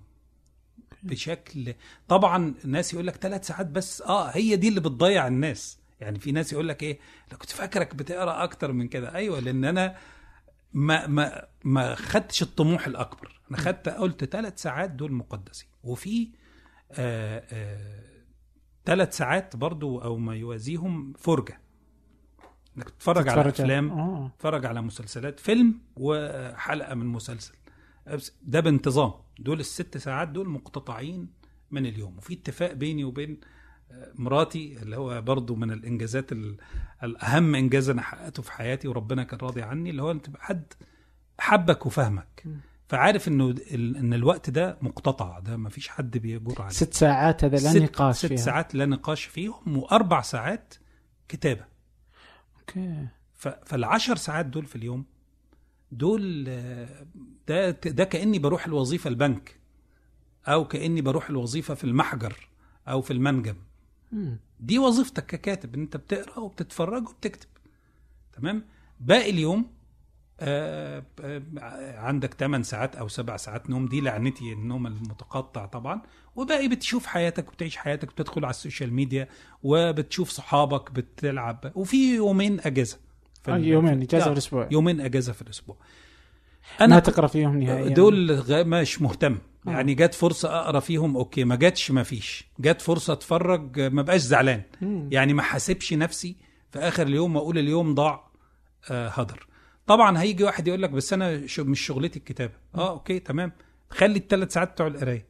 بشكل. طبعا الناس يقول لك ثلاث ساعات بس، آه هي دي اللي بتضيع الناس. يعني في ناس يقول لك إيه، لو كنت فاكرك بتقرأ أكتر من كده. أيوة، لأن أنا ما ما ما خدتش الطموح الأكبر، أنا خدت قلت ثلاث ساعات دول مقدسين. وفي آه آه ثلاث ساعات برضو أو ما يوازيهم فرجة، انك تتفرج على افلام، آه. تتفرج على مسلسلات، فيلم وحلقه من مسلسل، ده بانتظام. دول الست ساعات دول مقتطعين من اليوم. وفي اتفاق بيني وبين مراتي اللي هو برضو من الانجازات الاهم انجاز انا حققته في حياتي وربنا كان راضي عني، اللي هو انت حد حبك وفهمك فعارف انه ان الوقت ده مقتطع، ده ما فيش حد بيجور عليه. ست ساعات هذا لا نقاش فيها، ست ساعات لا نقاش فيهم، واربع ساعات كتابه. اوكي. فالعشر ساعات دول في اليوم دول ده ده كأني بروح الوظيفة البنك، او كأني بروح الوظيفة في المحجر او في المنجم. م. دي وظيفتك ككاتب، ان انت بتقرأ وبتتفرج وبتكتب. تمام. باقي اليوم آه آه عندك ثمان ساعات او سبع ساعات نوم، دي لعنتي النوم المتقطع طبعا. وباقي بتشوف حياتك وبتعيش حياتك، بتدخل على السوشيال ميديا وبتشوف صحابك، بتلعب. وفي يومين اجازه في يومين اجازه في الاسبوع، يومين اجازه في الاسبوع. انا ما تقرا فيهم نهائيا دول مش مهتم. آه. يعني جات فرصه اقرا فيهم اوكي، ما جاتش ما فيش. جات فرصه اتفرج ما بقاش زعلان. م. يعني ما حاسبش نفسي في اخر اليوم واقول اليوم ضاع آه هدر. طبعا هيجي واحد يقول لك بس انا شو مش شغلتي الكتابه. اه اوكي تمام، خلي الثلاث ساعات بتوع القرايه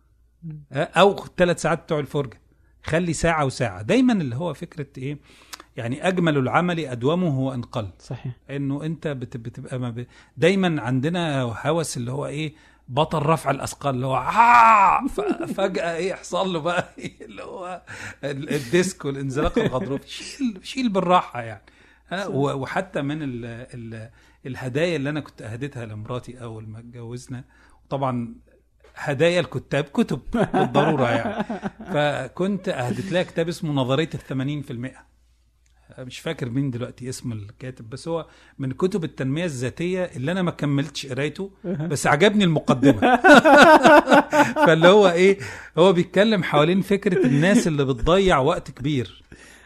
او الثلاث ساعات بتوع الفرجه، خلي ساعه وساعه. دايما اللي هو فكره ايه، يعني اجمل العمل ادومه وان قل. صحيح. انه انت بتبقى ما ب... دايما عندنا هوس اللي هو ايه، بطل رفع الاثقال اللي هو آه فجاه ايه يحصل له بقى إيه اللي هو الديسك والانزلاق الغضروفي. شيل شيل بالراحه يعني. وحتى من ال ال الهدايا اللي انا كنت اهديتها لمراتي اول ما اتجوزنا، طبعا هدايا الكتاب كتب بالضروره يعني، فكنت اهدت لها كتاب اسمه نظريه الثمانين في المئة. مش فاكر مين دلوقتي اسم الكاتب، بس هو من كتب التنميه الذاتيه اللي انا ما كملتش قرايته بس عجبني المقدمه. فاللي هو ايه، هو بيتكلم حوالين فكره الناس اللي بتضيع وقت كبير،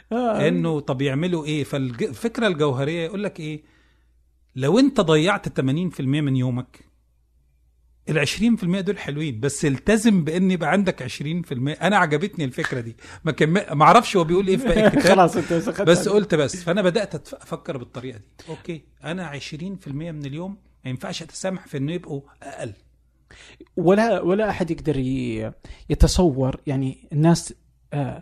انه طب يعملوا ايه. فالفكره الجوهريه يقول لك ايه، لو انت ضيعت ثمانين في المئة من يومك، العشرين في المئة دول حلوين، بس التزم بان يبقى عندك عشرين في المئة. انا عجبتني الفكره دي، ما كم... ما اعرفش هو بيقول ايه في باقي الكتاب. خلاص انت بس قلت بس. فانا بدات افكر بالطريقه دي. اوكي انا عشرين في المئة من اليوم ما ينفعش اتسامح في انه يبقوا اقل. ولا ولا احد يقدر يتصور يعني الناس آه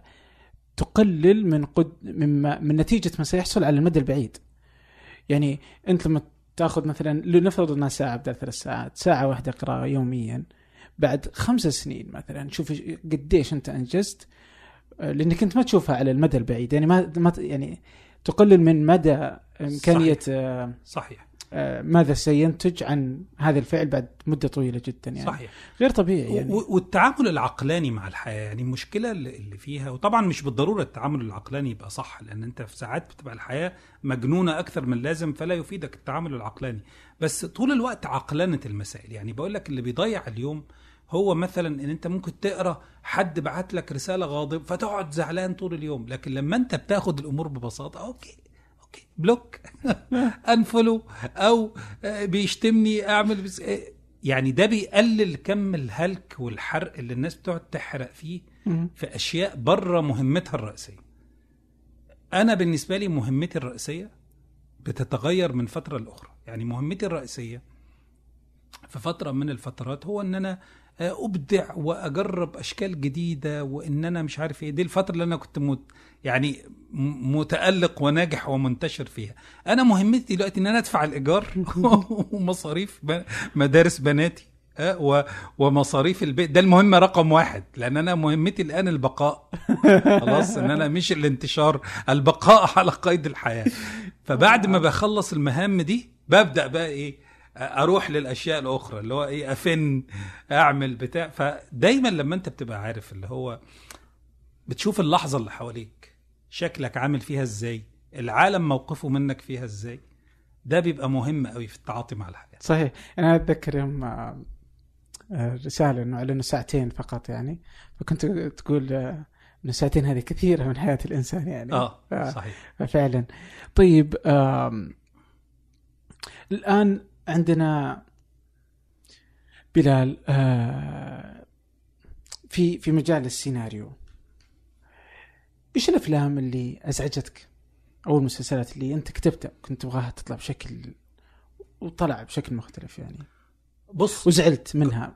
تقلل من قد مما من نتيجه ما سيحصل على المدى البعيد. يعني انت لما تاخذ مثلا لنفرض انها ساعه بدل ثلاث ساعات، ساعه واحده قراءه يوميا، بعد خمس سنين مثلا شوف قديش انت انجزت، لانك انت ما تشوفها على المدى البعيد. يعني ما ما يعني تقلل من مدى امكانيه. صحيح, صحيح. ماذا سينتج عن هذا الفعل بعد مدة طويلة جدا يعني. صحيح. غير طبيعي يعني. والتعامل العقلاني مع الحياة، يعني المشكلة اللي فيها، وطبعا مش بالضرورة التعامل العقلاني يبقى صح، لأن أنت في ساعات بتبقى الحياة مجنونة أكثر من لازم فلا يفيدك التعامل العقلاني. بس طول الوقت عقلانة المسائل. يعني بقول لك اللي بيضيع اليوم هو مثلا ان انت ممكن تقرأ حد بعت لك رسالة غاضب فتقعد زعلان طول اليوم، لكن لما انت بتاخد الامور ببساطة، اوكي اوكي بلوك انفلو او بيشتمني اعمل بس يعني ده بيقلل كم الهلك والحرق اللي الناس بتقعد تحرق فيه في اشياء بره مهمتها الرئيسيه. انا بالنسبه لي مهمتي الرئيسيه بتتغير من فتره لاخرى. يعني مهمتي الرئيسيه في فتره من الفترات هو ان انا ابدع واجرب اشكال جديده، وان انا مش عارف ايه. دي الفتره اللي انا كنت مت يعني متالق وناجح ومنتشر فيها. انا مهمتي دلوقتي ان انا ادفع الايجار ومصاريف مدارس بناتي ومصاريف البيت. ده المهمه رقم واحد، لان انا مهمتي الان البقاء. خلاص ان انا مش الانتشار، البقاء على قيد الحياه. فبعد ما بخلص المهام دي ببدا بقى ايه، اروح للاشياء الاخرى اللي هو ايه، افن اعمل بتاع. فدايما لما انت بتبقى عارف اللي هو بتشوف اللحظه اللي حواليك شكلك عامل فيها ازاي، العالم موقفه منك فيها ازاي، ده بيبقى مهم قوي في التعاطي مع الحياه. صحيح. انا اتذكر يوم رساله انه على ساعتين فقط يعني، فكنت تقول ان الساعتين هذه كثيره من حياه الانسان يعني. اه صحيح فعلا. طيب الان عندنا بلال آه في في مجال السيناريو، ايش الافلام اللي ازعجتك او المسلسلات اللي انت كتبتها كنت تبغاها تطلع بشكل وطلع بشكل مختلف يعني؟ بص، وزعلت منها.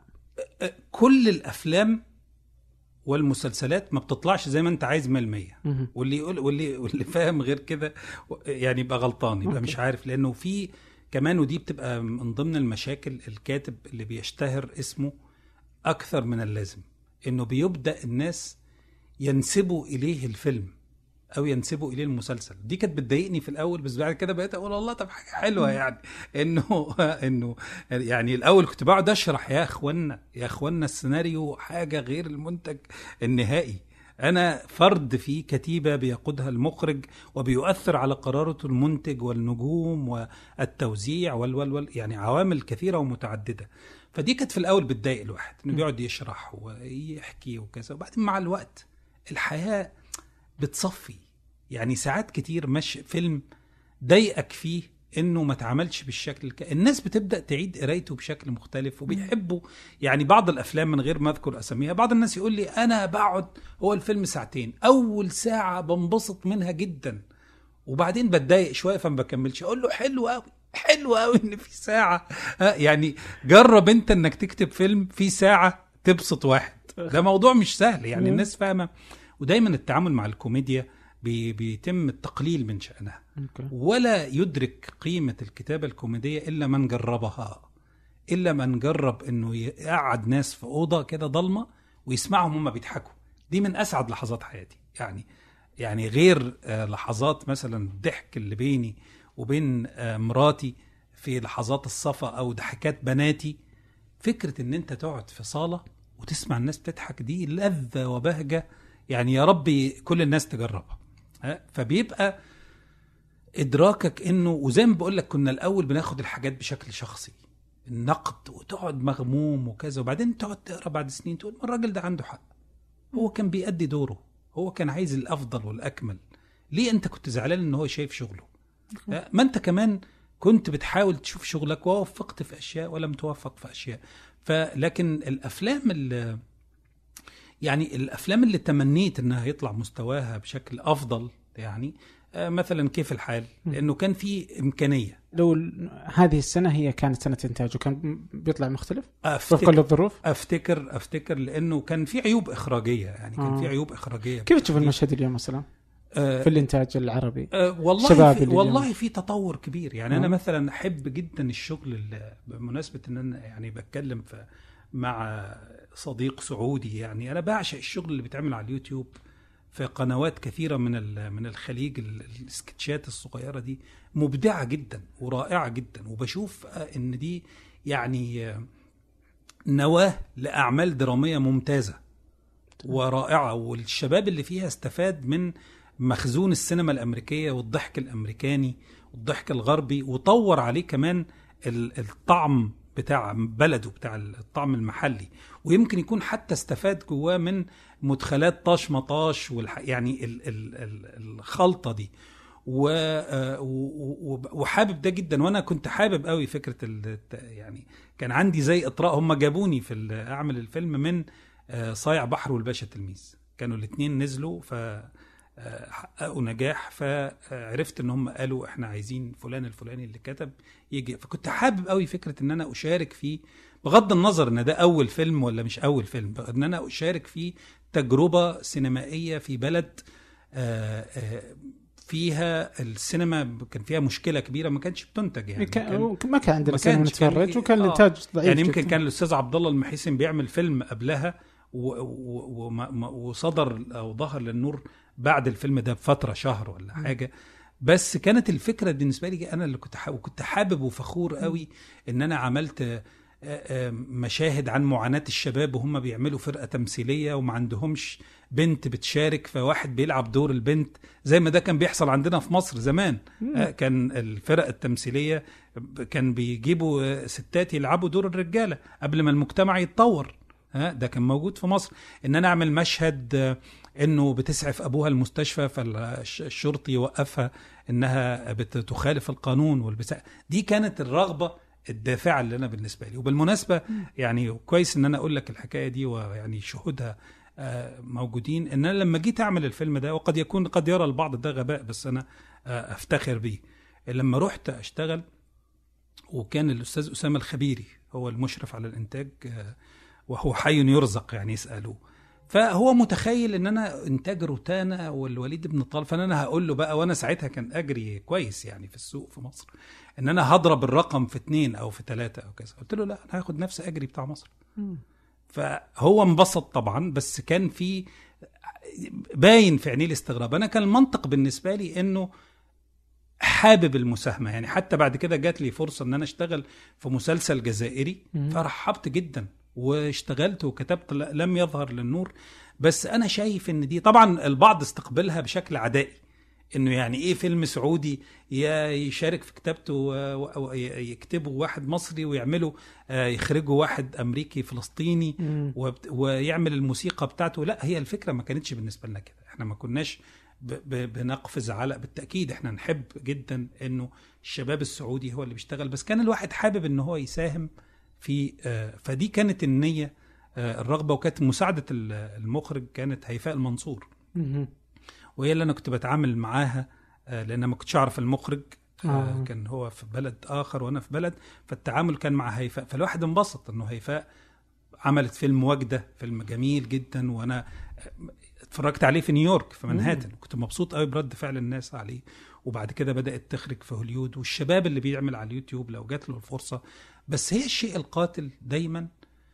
كل الافلام والمسلسلات ما بتطلعش زي ما انت عايز مية بالمية، واللي يقول واللي واللي فاهم غير كده يعني يبقى غلطان، يبقى مش عارف. لانه في كمان، ودي بتبقى من ضمن المشاكل، الكاتب اللي بيشتهر اسمه أكثر من اللازم، إنه بيبدأ الناس ينسبوا إليه الفيلم أو ينسبوا إليه المسلسل. دي كانت بتضايقني في الأول، بس بعد كده بقيت أقول الله طب حاجة حلوة يعني. إنه إنه يعني الأول كنت بقعد أشرح يا أخوانا يا أخوانا السيناريو حاجة غير المنتج النهائي. أنا فرد في كتيبة بيقودها المخرج وبيؤثر على قرارة المنتج والنجوم والتوزيع والوالوال يعني عوامل كثيرة ومتعددة. فدي كانت في الأول بتضايق الواحد إنه بيقعد يشرح ويحكي وكذا، وبعدين مع الوقت الحياة بتصفي. يعني ساعات كتير مش فيلم ضايقك فيه انه ما تعملش بالشكل الك... الناس بتبدا تعيد قرايته بشكل مختلف وبيحبوا. يعني بعض الافلام من غير ما اذكر اساميها، بعض الناس يقول لي انا بقعد هو الفيلم ساعتين، اول ساعه بنبسط منها جدا وبعدين بتضايق شويه فما بكملش. اقول له حلو قوي حلو قوي ان في ساعه. يعني جرب انت انك تكتب فيلم في ساعه تبسط واحد، ده موضوع مش سهل يعني. الناس فاهمه. ودايما التعامل مع الكوميديا بيتم التقليل من شأنها، ولا يدرك قيمة الكتابة الكوميدية إلا من جربها، إلا من جرب إنه يقعد ناس في أوضة كده ضلمة ويسمعهم هم بيضحكوا. دي من أسعد لحظات حياتي يعني. يعني غير لحظات مثلا الضحك اللي بيني وبين مراتي في لحظات الصفا أو ضحكات بناتي، فكرة إن أنت تقعد في صالة وتسمع الناس بتضحك دي لذة وبهجة يعني. يا ربي كل الناس تجربها. فبيبقى إدراكك إنه، وزي ما بقول لك كنا الأول بناخد الحاجات بشكل شخصي، النقد، وتقعد مغموم وكذا، وبعدين تقعد تقرأ بعد سنين تقول ما الراجل ده عنده حق، هو كان بيأدي دوره، هو كان عايز الأفضل والأكمل. ليه أنت كنت زعلان إنه هو شايف شغله؟ ما أنت كمان كنت بتحاول تشوف شغلك ووفقت في أشياء ولم توفق في أشياء. فلكن الأفلام اللي يعني الأفلام اللي تمنيت إنها يطلع مستواها بشكل أفضل يعني مثلا كيف الحال، لأنه كان في إمكانية. لو هذه السنة هي كانت سنة إنتاجه كان بيطلع مختلف وفقا للظروف. أفتكر أفتكر لأنه كان في عيوب إخراجية يعني. كان آه. في عيوب إخراجية. كيف تشوف المشهد اليوم مثلا آه في الإنتاج العربي؟ آه والله في والله في تطور كبير يعني. آه. أنا مثلا أحب جدا الشغل اللي بمناسبة إن أنا يعني بتكلم في مع صديق سعودي يعني. أنا بعشق الشغل اللي بيتعمل على اليوتيوب في قنوات كثيرة من من الخليج. السكتشات الصغيرة دي مبدعة جدا ورائعة جدا، وبشوف إن دي يعني نواة لأعمال درامية ممتازة ورائعة، والشباب اللي فيها استفاد من مخزون السينما الأمريكية والضحك الأمريكاني والضحك الغربي، وطور عليه كمان الطعم بتاع بلده، بتاع الطعم المحلي، ويمكن يكون حتى استفاد جواه من مدخلات طاش مطاش والح... يعني ال... ال... ال... الخلطة دي. وحابب ده جدا. وانا كنت حابب قوي فكره يعني كان عندي زي اطراء، هم جابوني في اعمل الفيلم من صايع بحر والباشا تلميذ، كانوا الاثنين نزلوا فحققوا نجاح، فعرفت ان هم قالوا احنا عايزين فلان الفلاني اللي كتب يجي. فكنت حابب قوي فكره ان انا اشارك فيه، بغض النظر ان ده اول فيلم ولا مش اول فيلم، ان انا اشارك فيه تجربه سينمائيه في بلد فيها السينما كان فيها مشكله كبيره، ما كانش بتنتج يعني كان ما كان عندنا سينما نتفرج، وكان الانتاج آه ضعيف يعني يمكن كان الاستاذ عبد الله المحيسن بيعمل فيلم قبلها وصدر او ظهر للنور بعد الفيلم ده بفتره شهر ولا حاجه. بس كانت الفكره بالنسبه لي انا اللي كنت كنت حابب وفخور قوي ان انا عملت مشاهد عن معاناة الشباب وهم بيعملوا فرقة تمثيلية وما عندهمش بنت بتشارك، فواحد بيلعب دور البنت زي ما ده كان بيحصل عندنا في مصر زمان. مم. كان الفرق التمثيلية كان بيجيبوا ستات يلعبوا دور الرجالة قبل ما المجتمع يتطور. ده كان موجود في مصر. ان انا اعمل مشهد انه بتسعف ابوها المستشفى فالشرطي يوقفها انها بتخالف القانون والبساء، دي كانت الرغبة الدافعة اللي أنا بالنسبة لي. وبالمناسبة يعني كويس إن أنا أقول لك الحكاية دي ويعني شهودها موجودين، إن أنا لما جيت أعمل الفيلم ده، وقد يكون قد يرى البعض ده غباء بس أنا أفتخر بيه، لما رحت أشتغل وكان الأستاذ أسامة الخبيري هو المشرف على الإنتاج وهو حي يرزق يعني يسألوه، فهو متخيل ان انا انتاج روتانا والوليد بن طلال، فانا هقول له بقى، وانا ساعتها كان اجري كويس يعني في السوق في مصر، ان انا هضرب الرقم في اتنين او في تلاتة او كذا. قلت له لا، انا هاخد نفس اجري بتاع مصر. م. فهو انبسط طبعا، بس كان في باين في عينيه الاستغراب. انا كان المنطق بالنسبة لي انه حابب المساهمة يعني، حتى بعد كده جات لي فرصة ان انا اشتغل في مسلسل جزائري، م. فرحبت جدا واشتغلت وكتبت، لم يظهر للنور. بس انا شايف ان دي طبعا البعض استقبلها بشكل عدائي، انه يعني ايه فيلم سعودي يشارك في كتابته ويكتبوا واحد مصري ويعملوا يخرجوا واحد امريكي فلسطيني ويعمل الموسيقى بتاعته. لا، هي الفكرة ما كانتش بالنسبة لنا كده، احنا ما كناش بنقفز على، بالتأكيد احنا نحب جدا انه الشباب السعودي هو اللي بيشتغل، بس كان الواحد حابب انه هو يساهم في. فدي كانت النية الرغبة، وكانت مساعدة المخرج كانت هيفاء المنصور، وهي اللي أنا كنت بتعامل معاها لأن ما كنتش أعرف المخرج. آه. كان هو في بلد آخر وأنا في بلد، فالتعامل كان مع هيفاء، فالواحد انبسط أنه هيفاء عملت فيلم وجدة، فيلم جميل جدا، وأنا اتفرجت عليه في نيويورك في منهاتن، كنت مبسوط قوي برد فعل الناس عليه. وبعد كده بدأت تخرج في هوليود، والشباب اللي بيعمل على اليوتيوب لو جات له الفرصة. بس هي الشيء القاتل دايما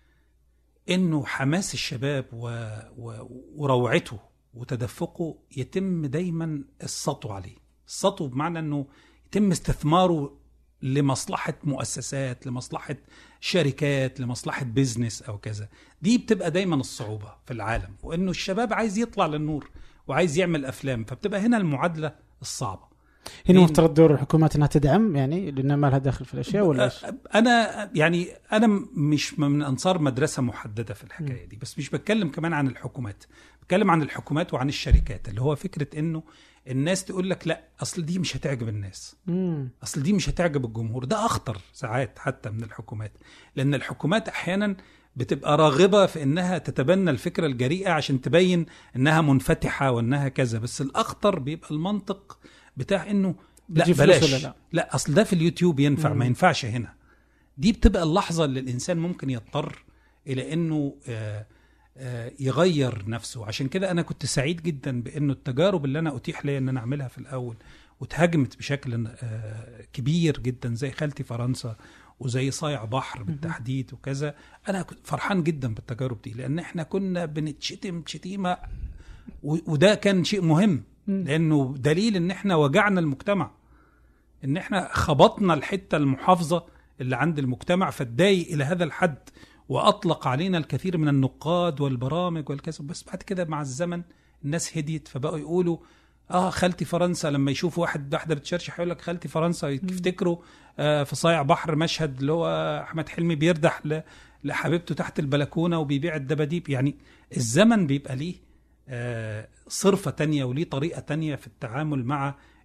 انه حماس الشباب و... و... وروعته وتدفقه يتم دايما السطو عليه، السطو بمعنى انه يتم استثماره لمصلحة مؤسسات، لمصلحة شركات، لمصلحة بيزنس او كذا. دي بتبقى دايما الصعوبة في العالم، وانه الشباب عايز يطلع للنور وعايز يعمل افلام، فبتبقى هنا المعادلة الصعبة. هنا مفترض دور الحكومات انها تدعم يعني، لان ما لها دخل في الاشياء ولا ايش؟ انا يعني انا مش من انصار مدرسه محدده في الحكايه دي، بس مش بتكلم كمان عن الحكومات، بتكلم عن الحكومات وعن الشركات، اللي هو فكره انه الناس تقول لك لا اصل دي مش هتعجب الناس، مم. اصل دي مش هتعجب الجمهور. ده اخطر ساعات حتى من الحكومات، لان الحكومات احيانا بتبقى راغبة في انها تتبنى الفكرة الجريئة عشان تبين انها منفتحة وانها كذا، بس الاخطر بيبقى المنطق بتاع انه لا بلاش، لا. لا اصل ده في اليوتيوب ينفع، مم. ما ينفعش هنا. دي بتبقى اللحظة اللي الانسان ممكن يضطر الى انه آآ آآ يغير نفسه. عشان كده انا كنت سعيد جدا بانه التجارب اللي انا اتيح لي ان انا اعملها في الاول وتهاجمت بشكل كبير جدا، زي خالتي فرنسا وزي صايع بحر بالتحديد وكذا. انا كنت فرحان جدا بالتجارب دي، لان احنا كنا بنتشتم شتيمة، وده كان شيء مهم، لانه دليل ان احنا وجعنا المجتمع، ان احنا خبطنا الحتة المحافظة اللي عند المجتمع، فاتضايق الى هذا الحد واطلق علينا الكثير من النقاد والبرامج والكذا. بس بعد كده مع الزمن الناس هديت، فبقوا يقولوا اه خالتي فرنسا، لما يشوفوا واحد واحده بتشرشح يقول لك خالتي فرنسا، يفتكروا آه في صايع بحر مشهد اللي هو احمد حلمي بيردح لحبيبته تحت البلكونه وبيبيع الدباديب. يعني الزمن بيبقى ليه آه صرفه تانية وليه طريقه تانية في التعامل مع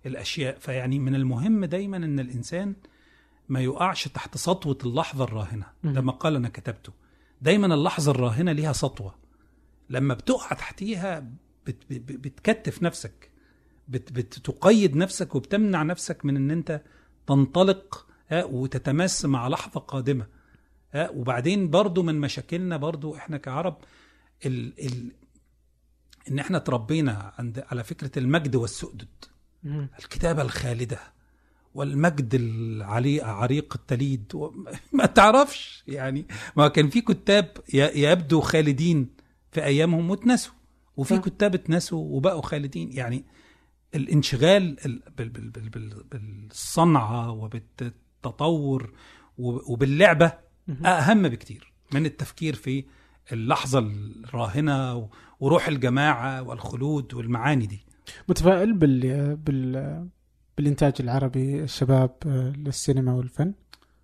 الاشياء. فيعني من المهم دايما ان الانسان ما يقعش تحت سطوة اللحظة الراهنة. ده مقال انا كتبته، دايما اللحظة الراهنة ليها سطوة، لما بتقع تحتيها بت بت بتكتف نفسك، بت بتقيد نفسك وبتمنع نفسك من ان انت تنطلق وتتماس مع لحظة قادمة. وبعدين برضو من مشاكلنا برضو احنا كعرب ال ال ان احنا تربينا عند على فكرة المجد والسؤدد، الكتابة الخالدة والمجد العلي عريق التليد. ما تعرفش يعني، ما كان في كتاب يبدو خالدين في ايامهم واتنسوا، وفي كتاب اتنسوا وبقوا خالدين. يعني الانشغال بالصنعة وبالتطور وباللعبة أهم بكتير من التفكير في اللحظة الراهنة وروح الجماعة والخلود والمعاني دي. متفائل بال... بال... بالإنتاج العربي الشباب للسينما والفن؟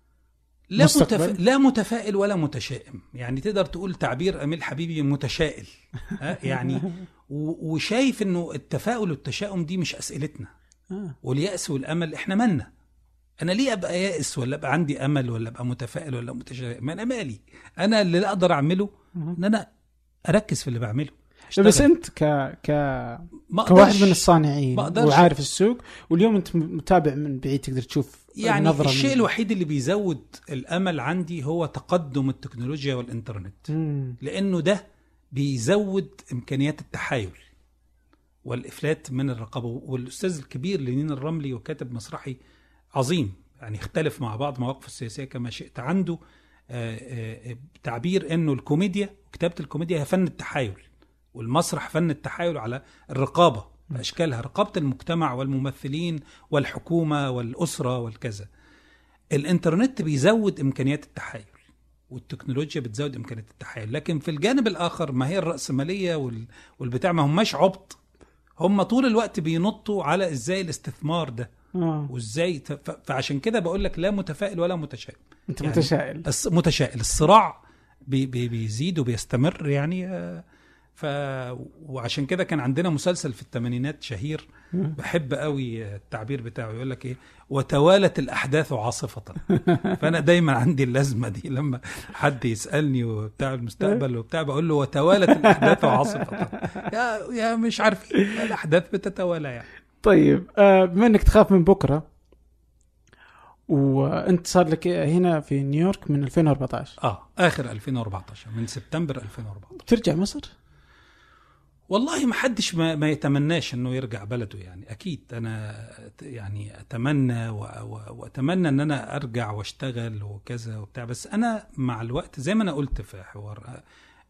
لا, متف... لا متفائل ولا متشائم، يعني تقدر تقول تعبير أميل حبيبي متشائل. يعني و... وشايف أنه التفاؤل والتشاؤم دي مش أسئلتنا، واليأس والأمل إحنا مالنا. أنا ليه أبقى يائس ولا أبقى عندي أمل ولا أبقى متفائل ولا متشائم؟ ما أنا مالي، أنا اللي أقدر أعمله أن أنا أركز في اللي بعمله. بس أنت ك... ك... كواحد من الصانعين وعارف السوق، واليوم أنت متابع من بعيد تقدر تشوف يعني الشيء من... الوحيد اللي بيزود الأمل عندي هو تقدم التكنولوجيا والإنترنت. مم. لأنه ده بيزود إمكانيات التحايل والإفلات من الرقابة. والأستاذ الكبير لينين الرملي وكاتب مسرحي عظيم، يعني اختلف مع بعض مواقف السياسية كما شئت، عنده آآ آآ تعبير أنه الكوميديا وكتابة الكوميديا هي فن التحايل، والمسرح فن التحايل على الرقابة بأشكالها، رقابة المجتمع والممثلين والحكومة والأسرة والكذا. الإنترنت بيزود إمكانيات التحايل والتكنولوجيا بتزود إمكانيات التحايل، لكن في الجانب الآخر ما هي الرأسمالية والبتاع ما هماش عبط، هم طول الوقت بينطوا على إزاي الاستثمار ده آه. وإزاي ت... فعشان كده بقول لك لا متفائل ولا متشائم. أنت يعني متشائل. الص... متشائل. الصراع بي... بي... بيزيد وبيستمر يعني آه ف... وعشان كده كان عندنا مسلسل في الثمانينات شهير بحب قوي التعبير بتاعه، يقول لك ايه، وتوالت الاحداث عاصفه. فانا دايما عندي اللازمه دي لما حد يسالني وبتاع المستقبل وبتاع بقول له وتوالت الاحداث عاصفه. يا يا مش عارف الاحداث بتتوالى يعني. طيب بما انك تخاف من بكره، وانت صار لك هنا في نيويورك من ألفين وأربعة عشر اه اخر ألفين وأربعة عشر من سبتمبر ألفين وأربعة عشر ترجع مصر؟ والله ما حدش ما, ما يتمناش انه يرجع بلده، يعني اكيد انا يعني اتمنى واتمنى ان انا ارجع واشتغل وكذا وبتاع، بس انا مع الوقت زي ما انا قلت في حوار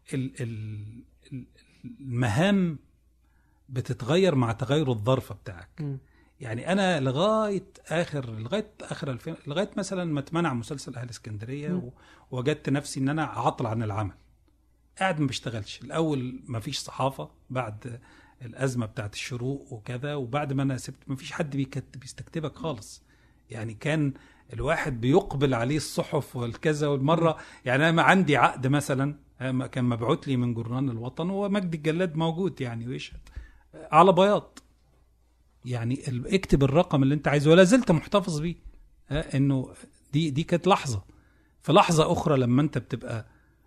المهام بتتغير مع تغير الظرف بتاعك. م. يعني انا لغايه اخر لغايه اخر الفين لغايه مثلا ما اتمنع مسلسل اهل اسكندريه ووجدت نفسي ان انا عاطل عن العمل، قاعد ما بشتغلش. الاول ما فيش صحافه، بعد الازمه بتاعت الشروق وكذا، وبعد ما انا سبت ما فيش حد بيستكتبك خالص. يعني كان الواحد بيقبل عليه الصحف والكذا والمره، يعني انا ما عندي عقد مثلا كان مبعوث لي من جورنال الوطن ومجدي الجلاد موجود يعني ويشهد على بياض، يعني اكتب الرقم اللي انت عايزه، ولا زلت محتفظ بيه. انه دي دي كانت لحظه، في لحظه اخرى لما انت بتبقى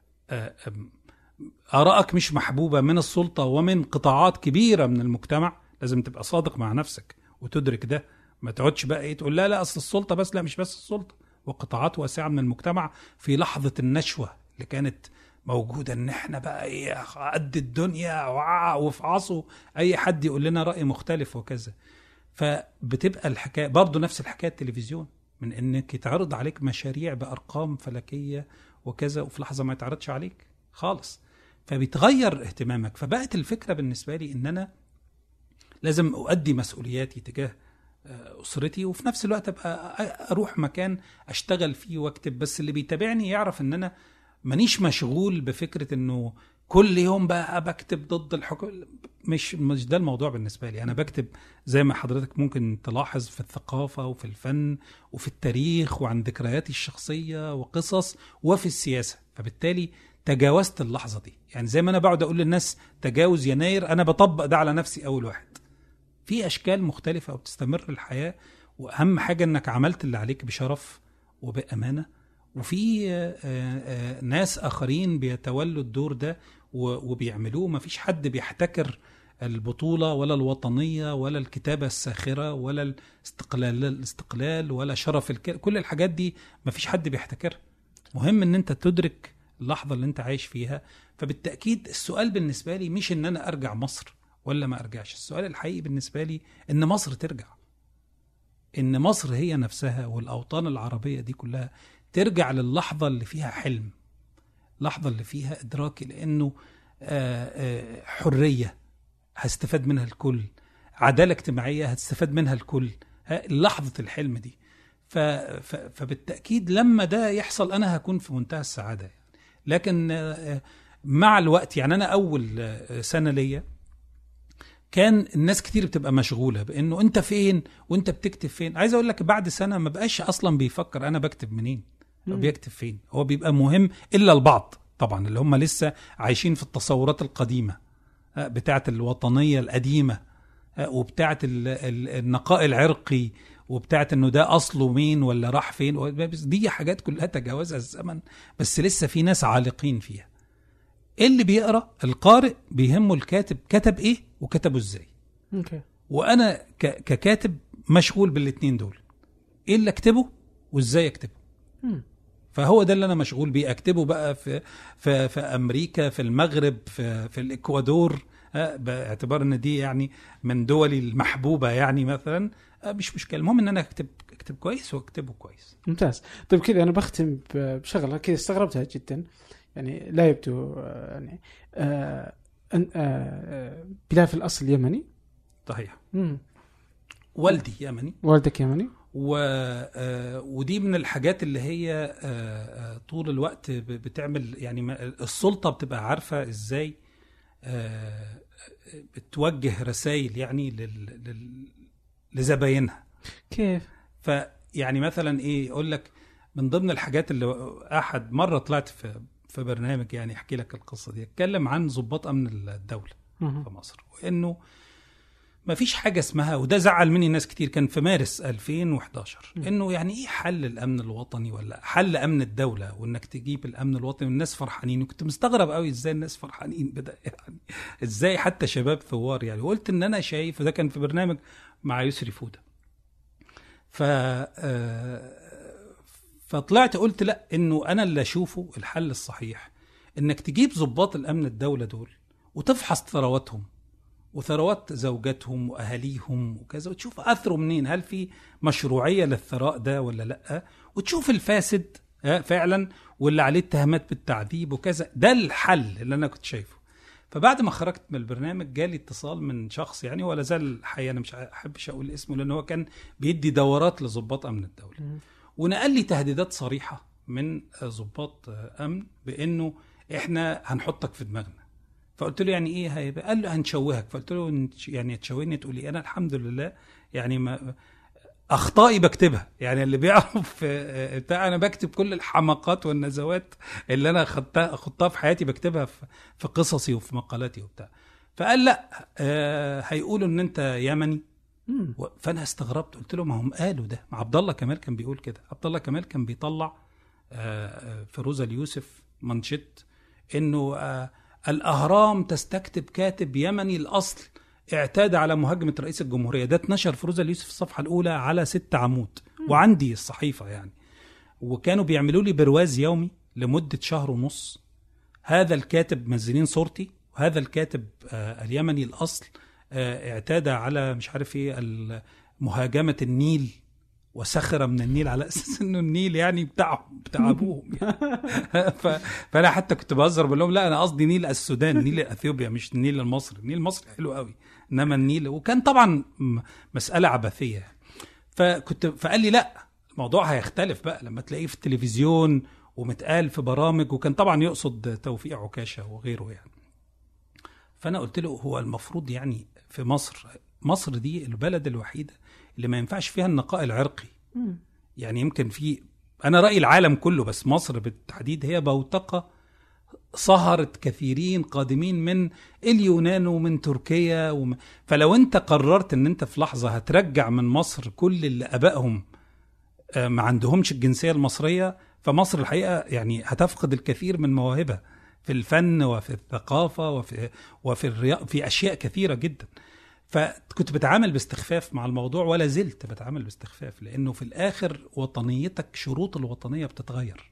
آرائك مش محبوبة من السلطة ومن قطاعات كبيرة من المجتمع، لازم تبقى صادق مع نفسك وتدرك ده. ما تقعدش بقى ايه تقول لا لا أصل السلطة بس، لا مش بس السلطة، وقطاعات واسعة من المجتمع في لحظة النشوة اللي كانت موجودة ان احنا بقى ايه قد الدنيا وفعصوا اي حد يقول لنا رأي مختلف وكذا. فبتبقى الحكاية برضو نفس الحكاية التلفزيون، من انك يتعرض عليك مشاريع بأرقام فلكية وكذا وفي لحظة ما يتعرضش عليك خالص، فبيتغير اهتمامك. فبقت الفكرة بالنسبة لي ان انا لازم اؤدي مسؤولياتي تجاه اسرتي، وفي نفس الوقت ابقى اروح مكان اشتغل فيه واكتب، بس اللي بيتابعني يعرف ان انا مانيش مشغول بفكرة انه كل يوم بقى بكتب ضد الحكم. مش مش ده الموضوع بالنسبة لي. انا بكتب زي ما حضرتك ممكن تلاحظ في الثقافة وفي الفن وفي التاريخ وعن ذكرياتي الشخصية وقصص وفي السياسة، فبالتالي تجاوزت اللحظة دي. يعني زي ما أنا بقعد أقول للناس تجاوز يناير، أنا بطبق ده على نفسي أول واحد. في اشكال مختلفه وبتستمر الحياه، واهم حاجه انك عملت اللي عليك بشرف وبامانه، وفي ناس اخرين بيتولوا الدور ده وبيعملوه. ما فيش حد بيحتكر البطوله ولا الوطنيه ولا الكتابه الساخره ولا الاستقلال الاستقلال ولا شرف الك... كل الحاجات دي ما فيش حد بيحتكرها. مهم ان انت تدرك اللحظه اللي انت عايش فيها. فبالتاكيد السؤال بالنسبه لي مش ان انا ارجع مصر ولا ما ارجعش، السؤال الحقيقي بالنسبه لي ان مصر ترجع، ان مصر هي نفسها والاوطان العربيه دي كلها ترجع للحظه اللي فيها حلم، لحظه اللي فيها ادراك، لانه حريه هستفاد منها الكل، عداله اجتماعيه هتستفاد منها الكل، لحظه الحلم دي. فبالتاكيد لما ده يحصل انا هكون في منتهى السعاده يعني. لكن مع الوقت يعني انا اول سنه ليا كان الناس كتير بتبقى مشغوله بانه انت فين وانت بتكتب فين. عايز اقول لك بعد سنه ما بقاش اصلا بيفكر انا بكتب منين او بيكتب فين، هو بيبقى مهم الا البعض طبعا اللي هم لسه عايشين في التصورات القديمه بتاعه الوطنيه القديمه وبتاعه النقاء العرقي وبتاعه انه ده اصله مين ولا راح فين. دي حاجات كلها تجاوزها الزمن، بس لسه في ناس عالقين فيها. اللي بيقرأ القارئ بيهمه الكاتب كتب ايه وكتبه ازاي. okay. وانا ككاتب مشغول بالاتنين دول، ايه اللي اكتبه وازاي اكتبه. hmm. فهو ده اللي انا مشغول بيه، اكتبه بقى في في في امريكا، في المغرب، في في الاكوادور، باعتبار ان دي يعني من دولي المحبوبه يعني مثلا، مش مشكله، المهم ان انا اكتب اكتب كويس واكتبه كويس. ممتاز. طيب كذا انا بختم بشغله كذا استغربتها جدا، يعني لا يبدو يعني آه آه بلا في الأصل يمني. صحيح. مم. والدي يمني. والدك يمني. و آه ودي من الحاجات اللي هي آه طول الوقت بتعمل يعني السلطة بتبقى عارفة ازاي آه بتوجه رسائل يعني لل... لل... لزباينها. كيف؟ فيعني مثلا ايه اقول لك من ضمن الحاجات اللي احد مرة طلعت في في برنامج يعني احكي لك القصه دي، اتكلم عن ضباط امن الدوله في مصر، وانه ما فيش حاجه اسمها، وده زعل مني ناس كتير، كان في مارس ألفين وإحداشر، انه يعني ايه حل الامن الوطني ولا حل امن الدوله وانك تجيب الامن الوطني والناس فرحانين. وكنت مستغرب قوي ازاي الناس فرحانين بدا يعني، ازاي حتى شباب ثوار يعني. وقلت ان انا شايف، وده كان في برنامج مع يسري فوده، ف فطلعت قلت لا، انه انا اللي اشوفه الحل الصحيح انك تجيب ضباط الامن الدولة دول وتفحص ثرواتهم وثروات زوجاتهم واهاليهم وكذا، وتشوف اثره منين، هل في مشروعية للثراء ده ولا لا، وتشوف الفاسد فعلا واللي عليه اتهامات بالتعذيب وكذا. ده الحل اللي انا كنت شايفه. فبعد ما خرجت من البرنامج جالي اتصال من شخص يعني، ولا زال الحقيقة انا مش احبش اقول اسمه لان هو كان بيدي دورات لضباط امن الدولة، ونقل لي تهديدات صريحة من ضباط أمن بأنه إحنا هنحطك في دماغنا. فقلت له يعني إيه هيبقى؟ قال له هنشوهك. فقلت له يعني تشوهني تقولي أنا الحمد لله يعني ما أخطائي بكتبها، يعني اللي بيعرف بتاع أنا بكتب كل الحماقات والنزوات اللي أنا خدتها خدتها في حياتي بكتبها في قصصي وفي مقالاتي وبتاع. فقال لا آه هيقولوا إن أنت يمني. مم. فانا استغربت، قلت له ما هم قالوا ده، ما عبد الله كمال كان بيقول كده. عبد الله كمال كان بيطلع فيروزة اليوسف منشط انه الاهرام تستكتب كاتب يمني الاصل اعتاد على مهاجمه رئيس الجمهوريه. ده اتنشر فيروزة اليوسف الصفحه الاولى على ست عمود، مم. وعندي الصحيفه يعني، وكانوا بيعملوا لي برواز يومي لمده شهر ونص. هذا الكاتب منزلين صورتي، وهذا الكاتب اليمني الاصل اعتاد على مش عارف ايه مهاجمة النيل وسخر من النيل على اساس انه النيل يعني بتاعهم بتاع ابوهم يعني. فانا حتى كنت بهزر بقول لهم لا انا قصدي نيل السودان، نيل اثيوبيا، مش النيل المصري. النيل المصري حلو قوي، انما النيل، وكان طبعا مسألة عبثية. فكنت فقال لي لا الموضوع هيختلف بقى لما تلاقيه في التلفزيون ومتقال في برامج، وكان طبعا يقصد توفيق عكاشة وغيره يعني. فانا قلت له هو المفروض يعني في مصر، مصر دي البلد الوحيدة اللي ما ينفعش فيها النقاء العرقي. م. يعني يمكن في، أنا رأي العالم كله، بس مصر بالتحديد هي بوتقة صهرت كثيرين قادمين من اليونان ومن تركيا وم... فلو انت قررت ان انت في لحظة هترجع من مصر كل اللي ابائهم ما عندهمش الجنسية المصرية، فمصر الحقيقة يعني هتفقد الكثير من مواهبها في الفن وفي الثقافة وفي وفي الرياضة، في أشياء كثيرة جدا. فكنت بتعامل باستخفاف مع الموضوع ولا زلت بتعامل باستخفاف، لأنه في الآخر وطنيتك، شروط الوطنية بتتغير.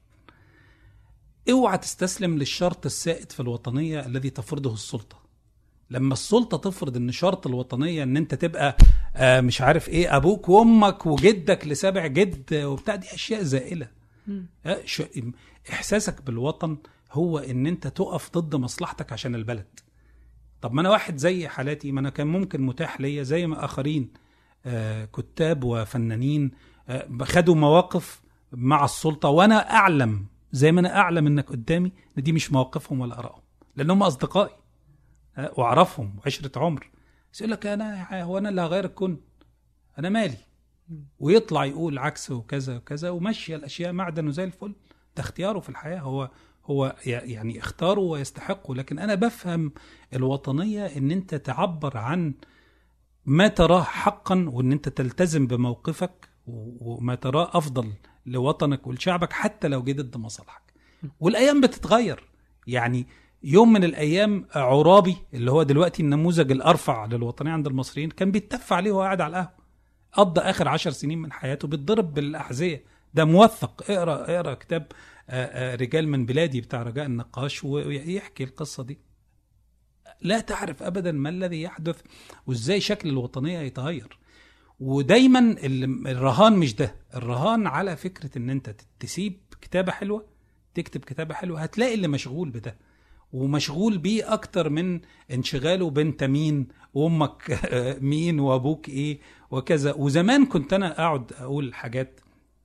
اوعى تستسلم للشرط السائد في الوطنية الذي تفرضه السلطة. لما السلطة تفرض ان شرط الوطنية ان انت تبقى آه مش عارف ايه ابوك وامك وجدك لسابع جد وبتاع، دي اشياء زائلة. آه احساسك بالوطن هو ان انت تقف ضد مصلحتك عشان البلد. طب ما انا واحد زي حالاتي، ما انا كان ممكن متاح ليا زي ما اخرين آه كتاب وفنانين آه خدوا مواقف مع السلطة، وانا اعلم زي ما انا اعلم انك قدامي ان دي مش مواقفهم ولا ارائهم، لانهم اصدقائي واعرفهم وعشرة عمر. بس يقول لك انا هو انا اللي هغير الكون، انا مالي، ويطلع يقول عكس وكذا وكذا ومشي الاشياء معدن وزي الفل. ده اختياره في الحياة، هو هو يعني اختاره ويستحقه. لكن انا بفهم الوطنية ان انت تعبر عن ما تراه حقا، وان انت تلتزم بموقفك وما تراه افضل لوطنك ولشعبك حتى لو جه ضد مصالحك. والايام بتتغير. يعني يوم من الايام عرابي اللي هو دلوقتي النموذج الارفع للوطنية عند المصريين كان بيتف عليه وهو قاعد على القهوة، قضى اخر عشر سنين من حياته بيتضرب بالاحذية. ده موثق، اقرا اقرا كتاب رجال من بلادي بتاع رجاء النقاش ويحكي القصة دي. لا تعرف ابدا ما الذي يحدث وازاي شكل الوطنية يتغير. ودايما الرهان مش ده، الرهان على فكرة ان انت تسيب كتابة حلوة، تكتب كتابة حلوة، هتلاقي اللي مشغول بده ومشغول بيه اكتر من انشغاله بنت مين وامك مين وابوك ايه وكذا. وزمان كنت انا اقعد اقول حاجات،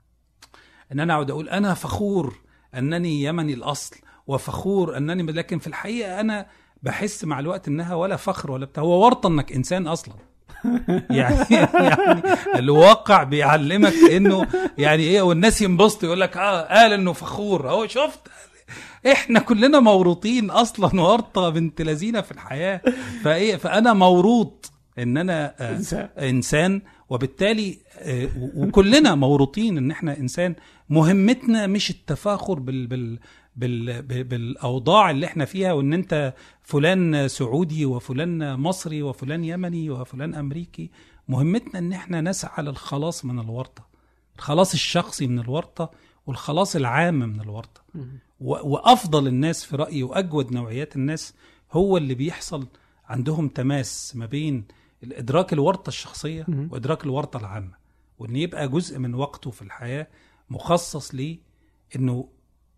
ان انا اقعد اقول انا فخور انني يمني الاصل وفخور انني، لكن في الحقيقة انا بحس مع الوقت انها ولا فخر ولا بتاع، هو ورطة انك انسان اصلا. يعني يعني الواقع بيعلمك انه يعني ايه، والناس ينبسطوا يقول لك اه قال انه فخور اهو، شفت احنا كلنا موروطين اصلا، ورطة بنت لذينة في الحياة. فايه فانا موروط ان انا آه انسان، وبالتالي آه وكلنا موروطين ان احنا انسان. مهمتنا مش التفاخر بال بال بال بالاوضاع اللي احنا فيها، وان انت فلان سعودي وفلان مصري وفلان يمني وفلان امريكي. مهمتنا ان احنا نسعى للخلاص من الورطة، الخلاص الشخصي من الورطة والخلاص العام من الورطة. وافضل الناس في رأيي واجود نوعيات الناس هو اللي بيحصل عندهم تماس ما بين الادراك الورطة الشخصية وادراك الورطة العامة، وان يبقى جزء من وقته في الحياة مخصص ليه انه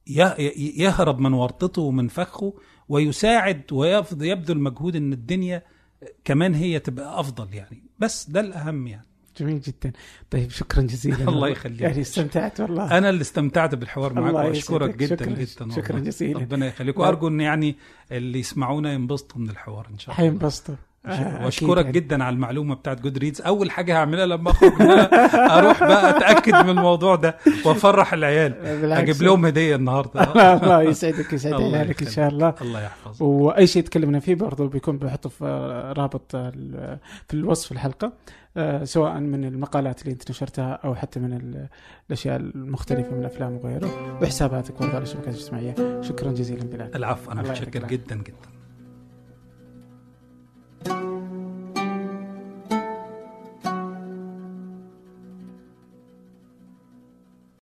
يهرب من ورطته ومن فخه ويساعد ويبذل مجهود ان الدنيا كمان هي تبقى افضل. يعني بس ده الاهم يعني. جميل جدا. طيب شكرا جزيلا. الله يخليك. يعني استمتعت والله. انا اللي استمتعت بالحوار معك واشكرك جدا شكرا جدا. شكرا جزيلا. ربنا يخليك، وارجو ان يعني اللي يسمعونا ينبسطوا من الحوار ان شاء الله. حينبسطوا. آه واشكرك جدا على المعلومه بتاعت جود ريدز. اول حاجه هعملها لما اخرج اروح بقى اتاكد من الموضوع ده وافرح العيال، اجيب لهم هديه النهارده. الله يسعدك يسعد عيالك ان شاء الله. الله يحفظك. واي شيء تكلمنا فيه برضو بيكون بحطه في رابط في الوصف الحلقه، سواء من المقالات اللي انت نشرتها او حتى من الاشياء المختلفه من افلام وغيره، وحساباتك برضو على الشبكات الاجتماعيه. شكرا جزيلا بلال. العفو، انا متشكر جدا جدا.